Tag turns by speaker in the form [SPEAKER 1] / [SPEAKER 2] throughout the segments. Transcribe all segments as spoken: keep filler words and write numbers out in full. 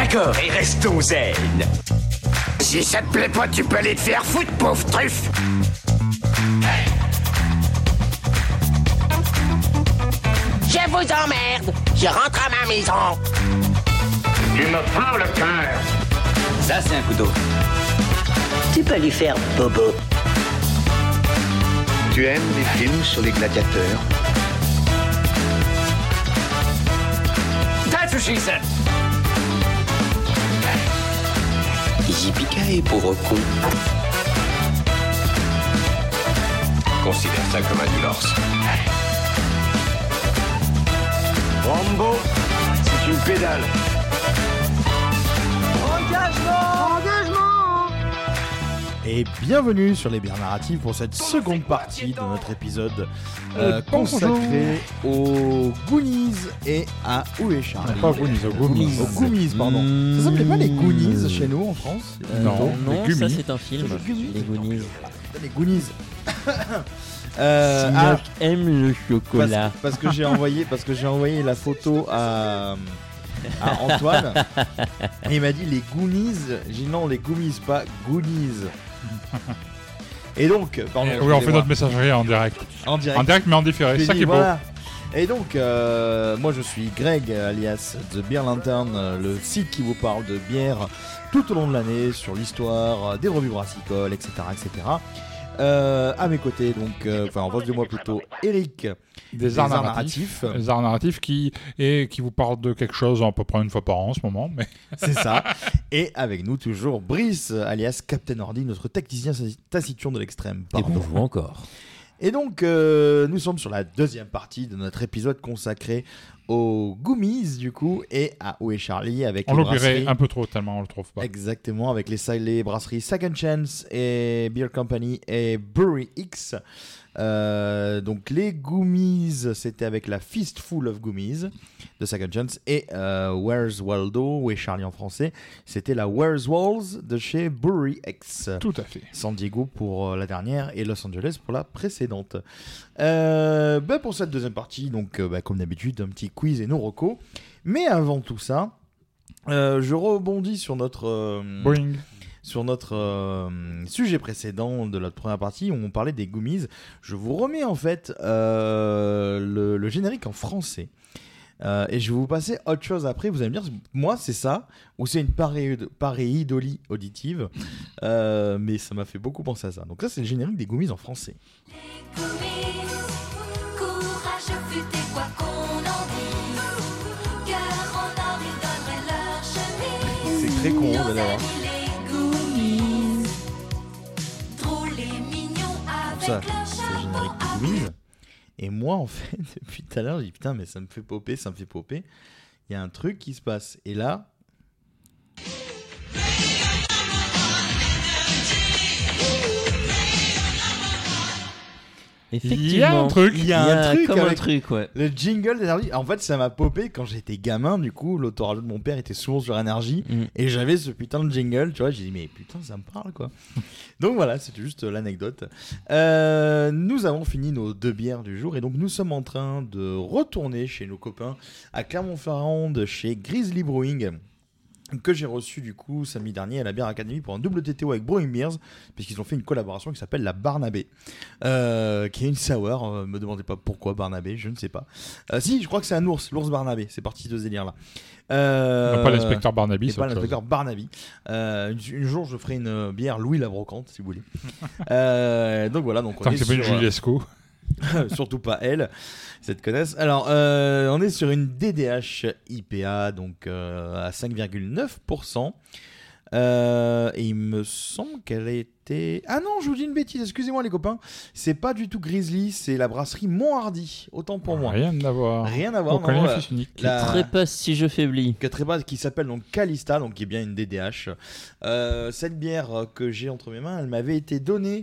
[SPEAKER 1] D'accord, et restons zen.
[SPEAKER 2] Si ça te plaît pas, tu peux aller te faire foutre, pauvre truffe.
[SPEAKER 3] Je vous emmerde. Je rentre à ma maison.
[SPEAKER 2] Tu me prends le cœur.
[SPEAKER 1] Ça, c'est un couteau.
[SPEAKER 3] Tu peux lui faire bobo.
[SPEAKER 4] Tu aimes les films sur les gladiateurs?
[SPEAKER 1] That's what she said.
[SPEAKER 5] Yippee pauvre con.
[SPEAKER 1] Considère ça comme un divorce.
[SPEAKER 2] Rambo, c'est une pédale.
[SPEAKER 6] Et bienvenue sur les bières narratives pour cette seconde partie de notre épisode euh, consacré aux Goonies et à Où est Charlie.
[SPEAKER 7] Pas Goonies, aux Goomies.
[SPEAKER 6] Aux Goomies, pardon. Ça s'appelait pas les Goonies chez nous en France
[SPEAKER 7] Euh, non,
[SPEAKER 8] Non,
[SPEAKER 7] les
[SPEAKER 8] ça
[SPEAKER 7] Gummies.
[SPEAKER 8] c'est un film. Les Goonies.
[SPEAKER 6] Les Goonies. euh, ah,
[SPEAKER 8] aime le chocolat.
[SPEAKER 6] parce, parce que j'ai envoyé, parce que j'ai envoyé la photo à, à Antoine. Et il m'a dit les Goonies. J'ai dit non, les Goomies, pas Goonies. Et donc, pardon,
[SPEAKER 7] Oui, on fait notre messagerie en direct.
[SPEAKER 6] en direct.
[SPEAKER 7] En direct, mais en différé.
[SPEAKER 6] Je
[SPEAKER 7] C'est ça
[SPEAKER 6] dis,
[SPEAKER 7] qui est beau.
[SPEAKER 6] voilà. Et donc, euh, moi je suis Greg, alias The Beer Lantern, euh, le site qui vous parle de bière tout au long de l'année, sur l'histoire euh, des revues brassicoles, et cetera, et cetera. Euh, à mes côtés, donc, euh, enfin en face de moi plutôt, Eric,
[SPEAKER 7] Des arts narratifs. Des arts narratifs qui, et qui vous parlent de quelque chose à peu près une fois par an en ce moment. Mais...
[SPEAKER 6] c'est ça. Et avec nous toujours Brice, alias Captain Ordi, notre technicien taciturne de l'extrême.
[SPEAKER 8] Et
[SPEAKER 6] Pardon.
[SPEAKER 8] bonjour encore.
[SPEAKER 6] Et donc, euh, nous sommes sur la deuxième partie de notre épisode consacré aux Goomies, du coup, et à Où est Charlie avec
[SPEAKER 7] On
[SPEAKER 6] les
[SPEAKER 7] l'oublierait
[SPEAKER 6] brasseries.
[SPEAKER 7] un peu trop tellement on le trouve pas.
[SPEAKER 6] Exactement, avec les, les brasseries Second Chance et Beer Company et Brewery X. Euh, donc les Goomies, c'était avec la Fistful of Goomies de Second Chance, et euh, Where's Waldo, Où est Charlie en français, c'était la Where's Walls de chez Brewery X.
[SPEAKER 7] Tout à fait.
[SPEAKER 6] San Diego pour la dernière et Los Angeles pour la précédente. Euh, bah pour cette deuxième partie, donc euh, bah, comme d'habitude, un petit quiz et nos recos. Mais avant tout ça, euh, je rebondis sur notre euh,
[SPEAKER 7] Boing.
[SPEAKER 6] sur notre euh, sujet précédent de notre première partie où on parlait des Goomies. Je vous remets en fait euh, le, le générique en français. Euh, et je vais vous passer autre chose après. Vous allez me dire, moi c'est ça, ou c'est une pareille- pareidolie auditive. Euh, mais ça m'a fait beaucoup penser à ça. Donc ça c'est le générique des Goomies en français.
[SPEAKER 9] Les Goomies, courageux futé quoi qu'on en dise, car en or ils donneraient leur chemise.
[SPEAKER 6] C'est très con
[SPEAKER 9] Nos
[SPEAKER 6] d'aller voir.
[SPEAKER 9] amis les Goomies, drôles et mignons avec
[SPEAKER 6] Ça,
[SPEAKER 9] leur
[SPEAKER 6] c'est le générique
[SPEAKER 9] chapeau
[SPEAKER 6] des Goomies. Et moi, en fait, depuis tout à l'heure, j'ai dit putain, mais ça me fait popper, ça me fait popper. Il y a un truc qui se passe. Et là.
[SPEAKER 8] Effectivement.
[SPEAKER 7] Il y a un truc.
[SPEAKER 6] Il y a un truc
[SPEAKER 8] comme un
[SPEAKER 6] avec-
[SPEAKER 8] truc, ouais.
[SPEAKER 6] Le jingle d'énergie, en fait, ça m'a popé quand j'étais gamin. Du coup, l'autoradio de mon père était souvent sur énergie.
[SPEAKER 8] Mm.
[SPEAKER 6] Et j'avais ce putain de jingle, tu vois. J'ai dit, mais putain, ça me parle, quoi. Donc voilà, c'était juste l'anecdote. Euh, nous avons fini nos deux bières du jour. Et donc, nous sommes en train de retourner chez nos copains à Clermont-Ferrand, de chez Grizzly Brewing, que j'ai reçu du coup samedi dernier à la Bière Academy pour un double T T O avec Brewing Beers, puisqu'ils ont fait une collaboration qui s'appelle la Barnabé, euh, qui est une sour. Euh, me demandez pas pourquoi Barnabé, je ne sais pas. Euh, si, je crois que c'est un ours, l'ours Barnabé. C'est parti de ce délire là. Euh,
[SPEAKER 7] Non, pas l'inspecteur Barnaby,
[SPEAKER 6] et
[SPEAKER 7] c'est
[SPEAKER 6] pas
[SPEAKER 7] autre
[SPEAKER 6] l'inspecteur Barnaby. Euh, une, une jour, je ferai une bière Louis la Brocante, si vous voulez. euh, donc voilà, donc on
[SPEAKER 7] Tant
[SPEAKER 6] est
[SPEAKER 7] que c'est pas une
[SPEAKER 6] sur, euh,
[SPEAKER 7] Juliesco.
[SPEAKER 6] surtout pas elle, cette connaisse. Alors, euh, on est sur une D D H I P A, donc euh, à cinq virgule neuf pour cent. Euh, et il me semble qu'elle était... Ah non, je vous dis une bêtise, excusez-moi les copains. C'est pas du tout Grizzly, c'est la brasserie Monthardy, autant pour moi.
[SPEAKER 7] Rien à voir.
[SPEAKER 6] Rien à voir.
[SPEAKER 7] On connaît
[SPEAKER 6] non,
[SPEAKER 7] le
[SPEAKER 6] la-
[SPEAKER 7] fils unique.
[SPEAKER 6] la-
[SPEAKER 8] Trépasse si je faiblis.
[SPEAKER 6] que très bas, qui s'appelle donc Calista, donc qui est bien une D D H. Euh, cette bière que j'ai entre mes mains, elle m'avait été donnée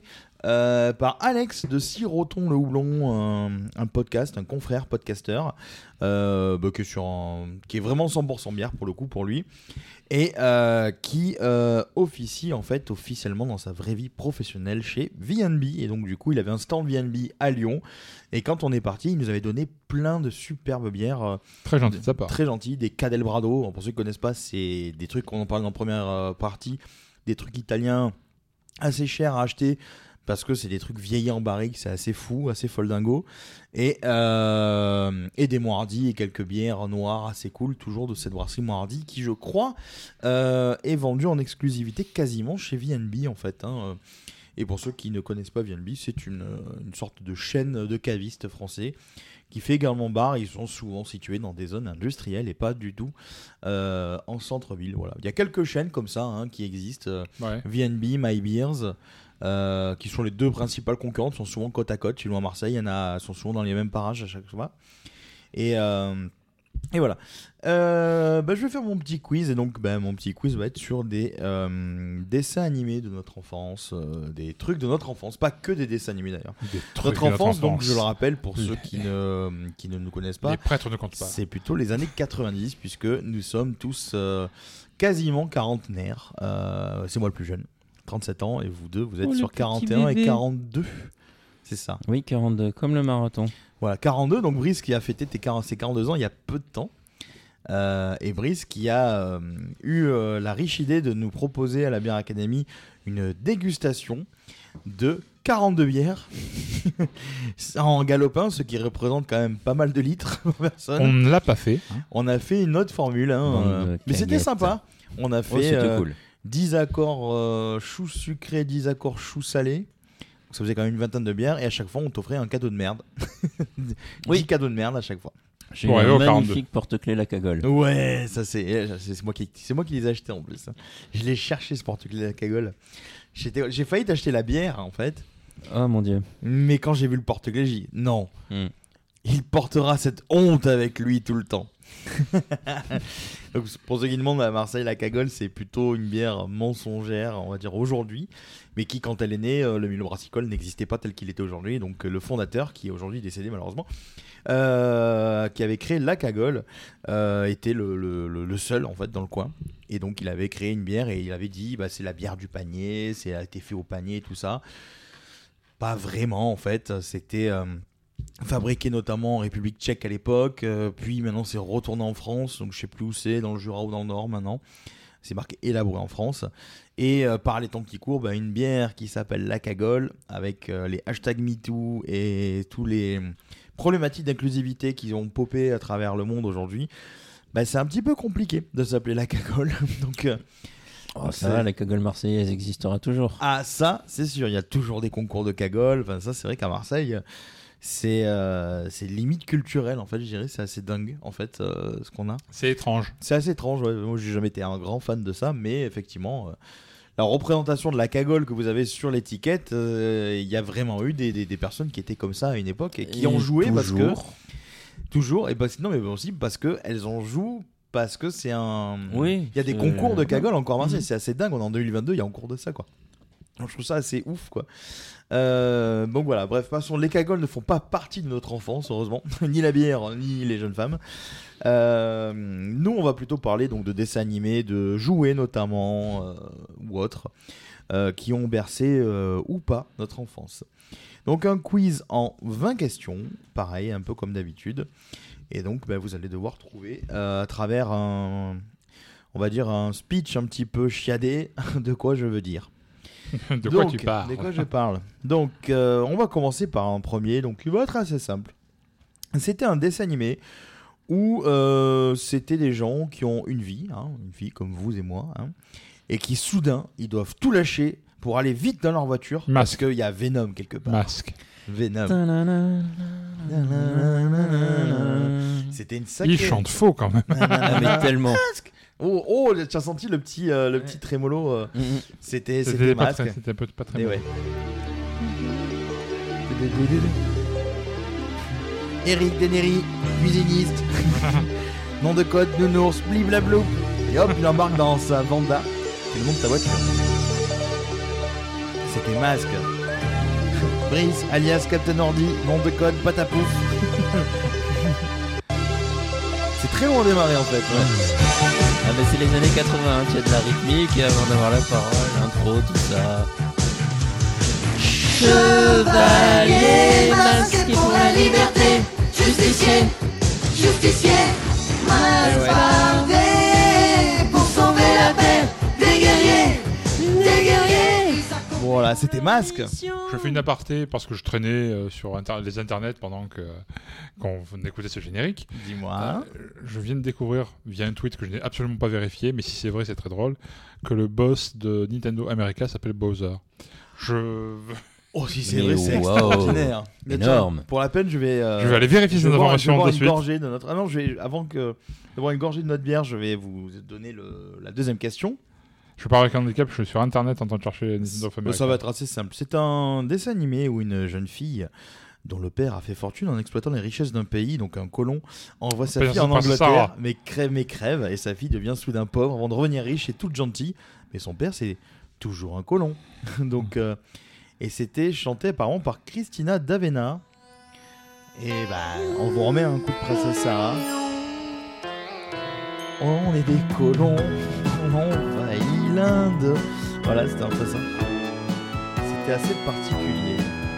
[SPEAKER 6] euh, par Alex de Siroton le Houblon, un, un podcast, un confrère podcasteur, euh, bah, qui, est sur un, qui est vraiment cent pour cent bière pour le coup pour lui, et euh, qui euh, officie en fait officiellement dans sa vraie vie professionnelle chez V and B. Et donc du coup il avait un stand V and B à Lyon, et quand on est parti il nous avait donné plein de superbes bières, euh,
[SPEAKER 7] très gentil de sa part,
[SPEAKER 6] très gentil, des Cadelbrado. Pour ceux qui ne connaissent pas, c'est des trucs qu'on en parle dans la première euh, partie, des trucs italiens assez chers à acheter parce que c'est des trucs vieillis en barrique, c'est assez fou, assez foldingo, et, euh, et des Moirdy et quelques bières noires assez cool, toujours de cette brasserie Moirdy qui je crois euh, est vendue en exclusivité quasiment chez V and B en fait, hein. Et pour ceux qui ne connaissent pas V and B, c'est une, une sorte de chaîne de cavistes français qui fait également bar. Ils sont souvent situés dans des zones industrielles et pas du tout euh, en centre-ville. Voilà. Il y a quelques chaînes comme ça hein, qui existent. Euh, ouais. V and B, My Beers, euh, qui sont les deux principales concurrentes, sont souvent côte à côte. Chez nous à Marseille, il y en a, sont souvent dans les mêmes parages à chaque fois. Et, euh, et voilà. Euh, bah, je vais faire mon petit quiz. Et donc, bah, mon petit quiz va être sur des euh, dessins animés de notre enfance, euh, des trucs de notre enfance, pas que des dessins animés d'ailleurs. Notre enfance, donc je le rappelle pour oui. ceux qui ne, qui ne nous connaissent pas.
[SPEAKER 7] Les prêtres ne comptent pas.
[SPEAKER 6] C'est plutôt les années quatre-vingt-dix, puisque nous sommes tous euh, quasiment quarantenaires. Euh, c'est moi le plus jeune, trente-sept ans, et vous deux, vous êtes oh, sur quarante et un et quarante-deux. C'est ça.
[SPEAKER 8] Oui, quarante-deux, comme le marathon.
[SPEAKER 6] Voilà, quarante-deux, donc Brice qui a fêté tes quarante, ses quarante-deux ans il y a peu de temps. Euh, et Brice qui a euh, eu euh, la riche idée de nous proposer à la Bière Academy une dégustation de quarante-deux bières en galopin, ce qui représente quand même pas mal de litres par personne.
[SPEAKER 7] On ne l'a pas fait.
[SPEAKER 6] Hein. On a fait une autre formule, hein, euh, mais c'était sympa. On a fait
[SPEAKER 8] oh,
[SPEAKER 6] euh,
[SPEAKER 8] cool.
[SPEAKER 6] dix accords euh, chou sucré, dix accords chou salé. Ça faisait quand même une vingtaine de bières, et à chaque fois on t'offrait un cadeau de merde.
[SPEAKER 8] Oui.
[SPEAKER 6] dix cadeaux de merde à chaque fois.
[SPEAKER 8] J'ai eu un magnifique porte-clés la cagole.
[SPEAKER 6] Ouais, ça c'est, c'est, moi qui, c'est moi qui les ai achetés en plus. Je l'ai cherché ce porte-clés la cagole. J'étais, j'ai failli t'acheter la bière en fait.
[SPEAKER 8] Oh mon dieu.
[SPEAKER 6] Mais quand j'ai vu le porte-clés, j'ai dit non.
[SPEAKER 8] Mm.
[SPEAKER 6] Il portera cette honte avec lui tout le temps. Donc, pour ceux qui demandent, à Marseille, la cagole, c'est plutôt une bière mensongère, on va dire aujourd'hui, mais qui, quand elle est née, euh, le milieu brassicole n'existait pas tel qu'il était aujourd'hui. Donc, euh, le fondateur, qui est aujourd'hui décédé malheureusement, euh, qui avait créé la cagole, euh, était le, le, le, le seul en fait dans le coin. Et donc, il avait créé une bière et il avait dit, bah, c'est la bière du panier, c'est a été fait au panier et tout ça. Pas vraiment en fait, c'était euh, fabriqué notamment en République tchèque à l'époque, euh, puis maintenant c'est retourné en France, donc je sais plus où c'est, dans le Jura ou dans le Nord maintenant. C'est marqué élaboré en France. Et euh, par les temps qui courent, bah, une bière qui s'appelle la cagole, avec euh, les hashtags MeToo et tous les problématiques d'inclusivité qui ont popé à travers le monde aujourd'hui, bah, c'est un petit peu compliqué de s'appeler la cagole. donc... Euh,
[SPEAKER 8] Oh, ça va, la cagole marseillaise existera toujours.
[SPEAKER 6] Ah, ça, c'est sûr, il y a toujours des concours de cagole. Enfin, ça, c'est vrai qu'à Marseille, c'est, euh, c'est limite culturel, en fait, je dirais. C'est assez dingue, en fait, euh, ce qu'on a.
[SPEAKER 7] C'est étrange.
[SPEAKER 6] C'est assez étrange, ouais. Moi, j'ai jamais été un grand fan de ça, mais effectivement, euh, la représentation de la cagole que vous avez sur l'étiquette, il euh, y a vraiment eu des, des, des personnes qui étaient comme ça à une époque et qui et ont joué
[SPEAKER 8] toujours.
[SPEAKER 6] parce que. Toujours, et bah, non, mais aussi parce qu'elles en jouent. Parce que c'est un.
[SPEAKER 8] Oui.
[SPEAKER 6] Il y a des concours de cagole encore Marseille,
[SPEAKER 8] mmh.
[SPEAKER 6] c'est assez dingue. On est en deux mille vingt-deux, il y a encore de ça, quoi. Donc, je trouve ça assez ouf, quoi. Euh, donc voilà, bref, façon, les cagoles ne font pas partie de notre enfance, heureusement, ni la bière, ni les jeunes femmes. Euh, nous, on va plutôt parler donc de dessins animés, de jouets notamment, euh, ou autres, euh, qui ont bercé euh, ou pas notre enfance. Donc un quiz en vingt questions, pareil, un peu comme d'habitude. Et donc, bah, vous allez devoir trouver euh, à travers un, on va dire un speech un petit peu chiadé de quoi je veux dire.
[SPEAKER 7] de
[SPEAKER 6] donc,
[SPEAKER 7] quoi tu parles
[SPEAKER 6] De quoi je parle. Donc, euh, on va commencer par un premier. Donc, il va être assez simple. C'était un dessin animé où euh, c'était des gens qui ont une vie, hein, une vie comme vous et moi, hein, et qui soudain, ils doivent tout lâcher pour aller vite dans leur voiture.
[SPEAKER 7] Masque.
[SPEAKER 6] Parce qu'il y a Venom quelque part.
[SPEAKER 7] Masque.
[SPEAKER 6] Venom. C'était une sacrée...
[SPEAKER 7] Il chante faux quand même.
[SPEAKER 8] Ah, mais tellement.
[SPEAKER 6] Oh, oh, tu as senti le petit, euh, le petit trémolo. Euh,
[SPEAKER 8] Mmh.
[SPEAKER 6] C'était,
[SPEAKER 7] C'était,
[SPEAKER 6] c'était
[SPEAKER 7] pas
[SPEAKER 6] Masque.
[SPEAKER 7] très, c'était pas pas très
[SPEAKER 6] Et
[SPEAKER 7] bon.
[SPEAKER 6] ouais. Eric Dennery, cuisiniste. Nom de code, nounours, bliblablou. Et hop, il embarque dans sa Vanda. Tu le montes ta voiture. C'était Masque. Brice, alias Captain Ordi, nom de code Patapouf. C'est très long à démarrer en fait.
[SPEAKER 8] Ouais. Ah bah c'est les années quatre-vingts, hein. Tu as de la rythmique avant d'avoir la parole, l'intro, tout ça.
[SPEAKER 9] Chevalier masqué pour la liberté, justicier, justicier, mal pavé pour sauver la paix, des guerriers, des guerriers.
[SPEAKER 6] Voilà, c'était Masque.
[SPEAKER 7] Je fais une aparté parce que je traînais euh, sur inter- les internets pendant que qu'on écoutait ce générique.
[SPEAKER 6] Dis-moi.
[SPEAKER 7] Euh, je viens de découvrir via un tweet que je n'ai absolument pas vérifié, mais si c'est vrai, c'est très drôle, que le boss de Nintendo America s'appelle Bowser. Je
[SPEAKER 6] Oh, si c'est
[SPEAKER 8] Mais
[SPEAKER 6] vrai, c'est
[SPEAKER 8] wow.
[SPEAKER 6] extraordinaire.
[SPEAKER 8] Énorme.
[SPEAKER 6] Tiens, pour la peine, je vais. Euh,
[SPEAKER 7] Je vais aller vérifier
[SPEAKER 6] je
[SPEAKER 7] ces
[SPEAKER 6] vais boire-
[SPEAKER 7] informations
[SPEAKER 6] je vais boire
[SPEAKER 7] de
[SPEAKER 6] une
[SPEAKER 7] suite.
[SPEAKER 6] gorgée de notre. Ah non, je vais avant que de boire une gorgée de notre bière, je vais vous donner le... la deuxième question.
[SPEAKER 7] Je parle avec un handicap, je suis sur internet en train de chercher Nintendo of America.
[SPEAKER 6] Ça va être assez simple. C'est un dessin animé où une jeune fille dont le père a fait fortune en exploitant les richesses d'un pays, donc un colon, envoie sa
[SPEAKER 7] Père
[SPEAKER 6] fille en
[SPEAKER 7] Princesse
[SPEAKER 6] Angleterre,
[SPEAKER 7] Sarah.
[SPEAKER 6] mais crève, mais crève, et sa fille devient soudain pauvre avant de revenir riche et toute gentille. Mais son père, c'est toujours un colon. donc, euh, et c'était chanté apparemment par Christina d'Avena. Et bah, on vous remet un coup de Princesse Sarah. On est des colons, on envahit l'Inde. Voilà, c'était un peu ça. C'était assez particulier.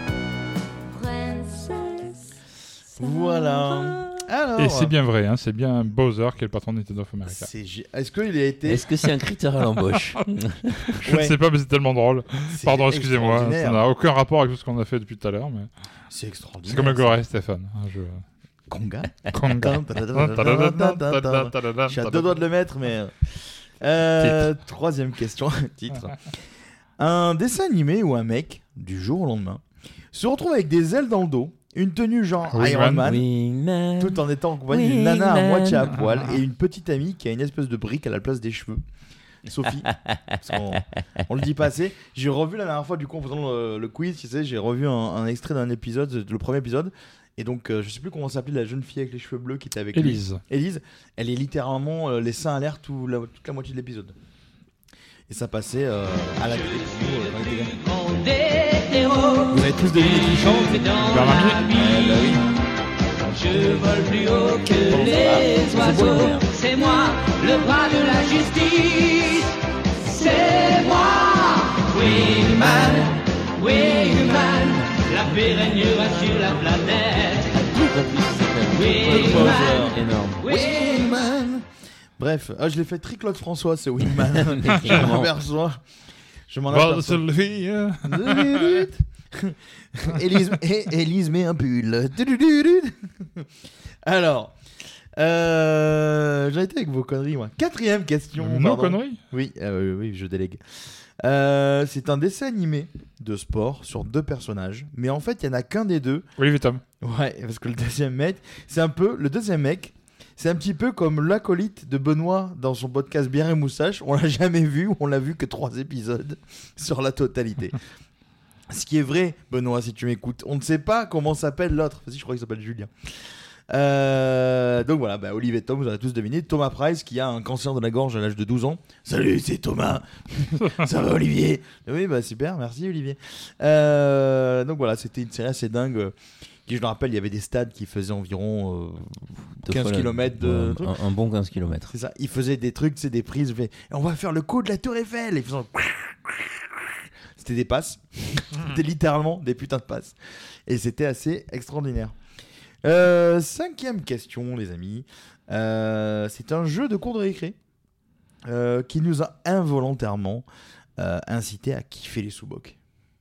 [SPEAKER 6] Voilà. Alors.
[SPEAKER 7] Et c'est bien vrai, hein, c'est bien Bowser qui est le patron de Nintendo of America.
[SPEAKER 6] C'est g- Est-ce qu'il a été.
[SPEAKER 8] Est-ce que c'est un critère à l'embauche?
[SPEAKER 7] Je
[SPEAKER 6] Ouais.
[SPEAKER 7] ne sais pas, mais c'est tellement drôle.
[SPEAKER 6] C'est
[SPEAKER 7] Pardon, excusez-moi, ça
[SPEAKER 6] extraordinaire.
[SPEAKER 7] n'a aucun rapport avec tout ce qu'on a fait depuis tout à l'heure, mais
[SPEAKER 6] C'est extraordinaire.
[SPEAKER 7] c'est comme le Gorée, Stéphane. hein, je...
[SPEAKER 6] Conga.
[SPEAKER 7] Conga.
[SPEAKER 6] Je suis à deux doigts de le mettre, mais. Euh, troisième question, titre. Un dessin animé où un mec, du jour au lendemain, se retrouve avec des ailes dans le dos, une tenue genre
[SPEAKER 7] Wingman.
[SPEAKER 6] Iron Man,
[SPEAKER 8] Wingman.
[SPEAKER 6] tout en étant accompagné d'une nana à
[SPEAKER 8] Wingman.
[SPEAKER 6] moitié à poil et une petite amie qui a une espèce de brique à la place des cheveux. Sophie, parce qu'on on le dit pas assez. J'ai revu la dernière fois, du coup, en faisant le, le quiz, tu sais, j'ai revu un, un extrait d'un épisode, le premier épisode. Et donc, euh, je sais plus comment s'appelait la jeune fille avec les cheveux bleus qui était avec
[SPEAKER 7] Élise.
[SPEAKER 6] lui. Élise. Elle est littéralement euh, les seins à l'air tout la, toute la moitié de l'épisode. Et ça passait euh, à la télé pour nous, euh, quand on était gamins. Vous avez tous deviné qui chante
[SPEAKER 7] Bernard Minet.
[SPEAKER 6] Ouais, bah oui.
[SPEAKER 5] Je vole plus haut que
[SPEAKER 6] Bon, ça va.
[SPEAKER 5] les
[SPEAKER 6] C'est beau,
[SPEAKER 5] oiseaux.
[SPEAKER 6] hein.
[SPEAKER 5] C'est moi, le bras de la justice. C'est moi, Wingman, Wingman. La paix régnera sur la planète. Wingman,
[SPEAKER 8] Énorme.
[SPEAKER 6] Wingman. Bref, ah, je l'ai fait très Claude François, c'est Wingman. je m'en aperçois. Je m'en
[SPEAKER 7] Bah,
[SPEAKER 6] aperçois.
[SPEAKER 7] c'est lui, hein.
[SPEAKER 6] Élise, et Élise met un pull. Alors, euh, j'ai été avec vos conneries, moi. Quatrième question.
[SPEAKER 7] Nos
[SPEAKER 6] pardon.
[SPEAKER 7] conneries.
[SPEAKER 6] Oui, euh, oui, je délègue. Euh, c'est un dessin animé de sport sur deux personnages, mais en fait, il y en a qu'un des deux.
[SPEAKER 7] Olivier Tom.
[SPEAKER 6] Ouais, parce que le deuxième mec, c'est un peu le deuxième mec. C'est un petit peu comme l'acolyte de Benoît dans son podcast Bière et Moustache. On l'a jamais vu, on l'a vu que trois épisodes sur la totalité. Ce qui est vrai, Benoît, si tu m'écoutes, on ne sait pas comment s'appelle l'autre. Enfin, si, je crois qu'il s'appelle Julien. Euh, donc voilà, bah, Olivier Tom, vous avez tous deviné. Thomas Price qui a un cancer de la gorge à l'âge de douze ans. Salut, c'est Thomas. Ça va, Olivier? Oui, bah super, merci Olivier. Euh, donc voilà, c'était une série assez dingue. euh, Qui, je le rappelle, il y avait des stades qui faisaient environ euh, quinze kilomètres de.
[SPEAKER 8] Un, un, un bon quinze kilomètres.
[SPEAKER 6] C'est ça, ils faisaient des trucs, c'est des prises. Fait, on va faire le coup de la Tour Eiffel. Et ils faisaient. C'était des passes. C'était littéralement des putains de passes. Et c'était assez extraordinaire. Euh, cinquième question, les amis. Euh, c'est un jeu de cours de récré euh, qui nous a involontairement euh, incité à kiffer les sous-bocs.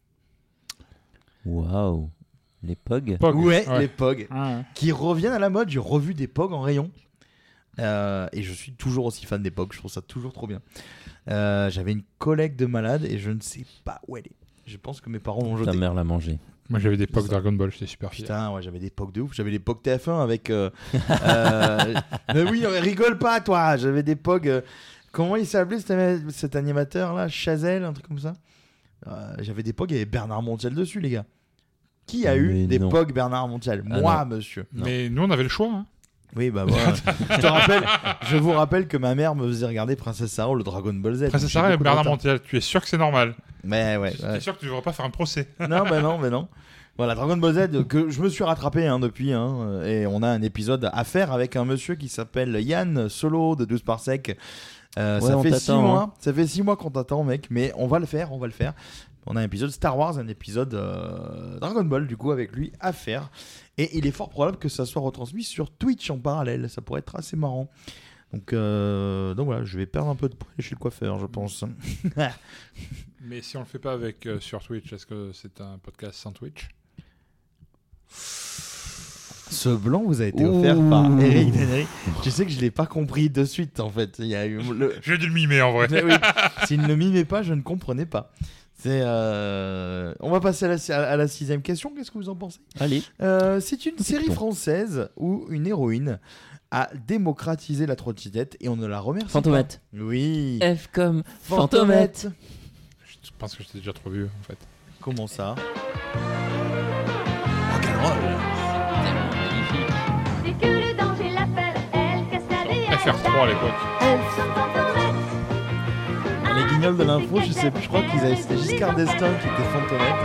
[SPEAKER 8] Waouh. Les P O G.
[SPEAKER 7] Pog.
[SPEAKER 6] Ouais,
[SPEAKER 7] Ouais.
[SPEAKER 6] les P O G.
[SPEAKER 7] Ouais.
[SPEAKER 6] Qui reviennent à la mode. J'ai revu des P O G en rayon. Euh, et je suis toujours aussi fan des P O G. Je trouve ça toujours trop bien. Euh, j'avais une collègue de malade et je ne sais pas où elle est. Je pense que mes parents l'ont
[SPEAKER 8] Ta
[SPEAKER 6] jeté.
[SPEAKER 8] mère l'a mangé.
[SPEAKER 7] Moi j'avais des P O G
[SPEAKER 6] C'est ça.
[SPEAKER 7] Dragon Ball, j'étais super fier.
[SPEAKER 6] Putain, ouais, j'avais des P O G de ouf. J'avais les P O G T F un avec. Euh, euh, mais oui, rigole pas, toi. J'avais des P O G. Euh, comment il s'appelait cet, cet animateur là, Chazelle, un truc comme ça. Euh, j'avais des P O G, il y avait Bernard Montiel dessus, les gars. Qui a eu
[SPEAKER 8] Mais
[SPEAKER 6] des
[SPEAKER 8] non.
[SPEAKER 6] P O G Bernard Montiel?
[SPEAKER 8] Ah
[SPEAKER 6] Moi, monsieur.
[SPEAKER 8] Non.
[SPEAKER 7] Mais nous on avait le choix. Hein.
[SPEAKER 6] Oui, bah voilà. je te rappelle, je vous rappelle que ma mère me faisait regarder Princesse Sarah ou le Dragon Ball Z.
[SPEAKER 7] Princesse
[SPEAKER 6] J'ai
[SPEAKER 7] Sarah et
[SPEAKER 6] beaucoup de
[SPEAKER 7] Bernard
[SPEAKER 6] retard.
[SPEAKER 7] Montiel, tu es sûr que c'est normal?
[SPEAKER 6] Mais ouais.
[SPEAKER 7] Tu
[SPEAKER 6] ouais.
[SPEAKER 7] es sûr que tu ne devrais pas faire un procès?
[SPEAKER 6] Non, bah non, mais non. Voilà, Dragon Ball Z, que je me suis rattrapé hein, depuis, hein, et on a un épisode à faire avec un monsieur qui s'appelle Yann Solo de douze parsec. Euh,
[SPEAKER 8] Ouais,
[SPEAKER 6] ça
[SPEAKER 8] on
[SPEAKER 6] fait six
[SPEAKER 8] t'attend,
[SPEAKER 6] mois,
[SPEAKER 8] hein.
[SPEAKER 6] ça fait six mois qu'on t'attend, mec, mais on va le faire, on va le faire. On a un épisode Star Wars, un épisode euh, Dragon Ball, du coup, avec lui à faire. Et il est fort probable que ça soit retransmis sur Twitch en parallèle. Ça pourrait être assez marrant. Donc, euh, donc voilà, je vais perdre un peu de poids chez le coiffeur, je pense.
[SPEAKER 7] Mais si on le fait pas avec euh, sur Twitch, est-ce que c'est un podcast sans Twitch?
[SPEAKER 6] Ce blanc vous a été offert
[SPEAKER 8] Ouh.
[SPEAKER 6] par Eric Dennery. Tu sais que je l'ai pas compris de suite, en fait. Il y a eu le...
[SPEAKER 7] J'ai dû le mimer en vrai.
[SPEAKER 6] Mais oui, s'il ne le mimait pas, je ne comprenais pas. C'est, euh... On va passer à la, à la sixième question. Qu'est-ce que vous en pensez?
[SPEAKER 8] Allez.
[SPEAKER 6] Euh, C'est une série
[SPEAKER 8] Écoutons.
[SPEAKER 6] française où une héroïne a démocratisé la trottinette et on ne la remercie
[SPEAKER 8] Fantomette.
[SPEAKER 6] pas. Oui.
[SPEAKER 8] F comme Fantomette.
[SPEAKER 7] Je pense que j'étais déjà trop vieux en fait.
[SPEAKER 6] Comment ça? Rock'n'roll.
[SPEAKER 9] Dès que le danger l'appelle, elle casse
[SPEAKER 7] F R trois à l'époque.
[SPEAKER 6] Les guignols de l'info, je sais plus, je crois qu'ils avaient c'était Giscard d'Estaing qui était Fantomette.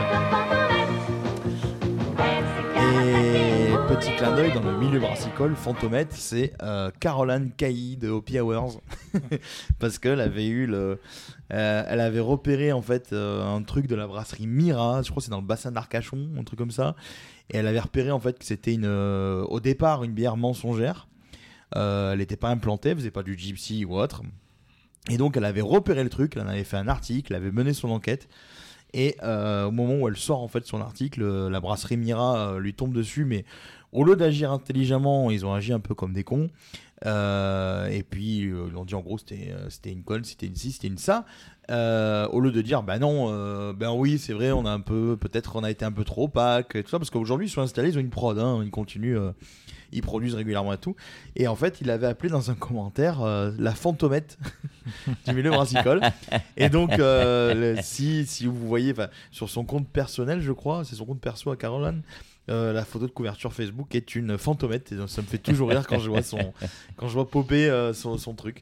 [SPEAKER 6] Et petit clin d'œil dans le milieu brassicole, Fantomette, c'est euh, Caroline Cailly de Happy Hours parce qu'elle avait eu le, euh, elle avait repéré en fait euh, un truc de la brasserie Mira, je crois que c'est dans le bassin d'Arcachon, un truc comme ça, et elle avait repéré en fait que c'était une, euh, au départ une bière mensongère. Euh, elle n'était pas implantée, elle faisait pas du gypsy ou autre. Et donc elle avait repéré le truc, elle en avait fait un article, elle avait mené son enquête. Et euh, au moment où elle sort en fait son article, euh, la brasserie Mira euh, lui tombe dessus, mais au lieu d'agir intelligemment, ils ont agi un peu comme des cons. Euh, et puis euh, ils ont dit en gros c'était euh, c'était une conne, c'était une ci, c'était une ça. Euh, au lieu de dire bah non, euh, ben oui c'est vrai, on a un peu, peut-être on a été un peu trop opaque et tout ça, parce qu'aujourd'hui ils sont installés, ils ont une prod, hein, ils continuent. Euh, Ils produisent régulièrement et tout. Et en fait, il avait appelé dans un commentaire euh, la Fantomette du milieu brassicole. Et donc, euh, le, si, si vous voyez sur son compte personnel, je crois, c'est son compte perso à Caroline, euh, la photo de couverture Facebook est une Fantomette. Et donc, ça me fait toujours rire quand je vois, son, quand je vois popper euh, son, son truc.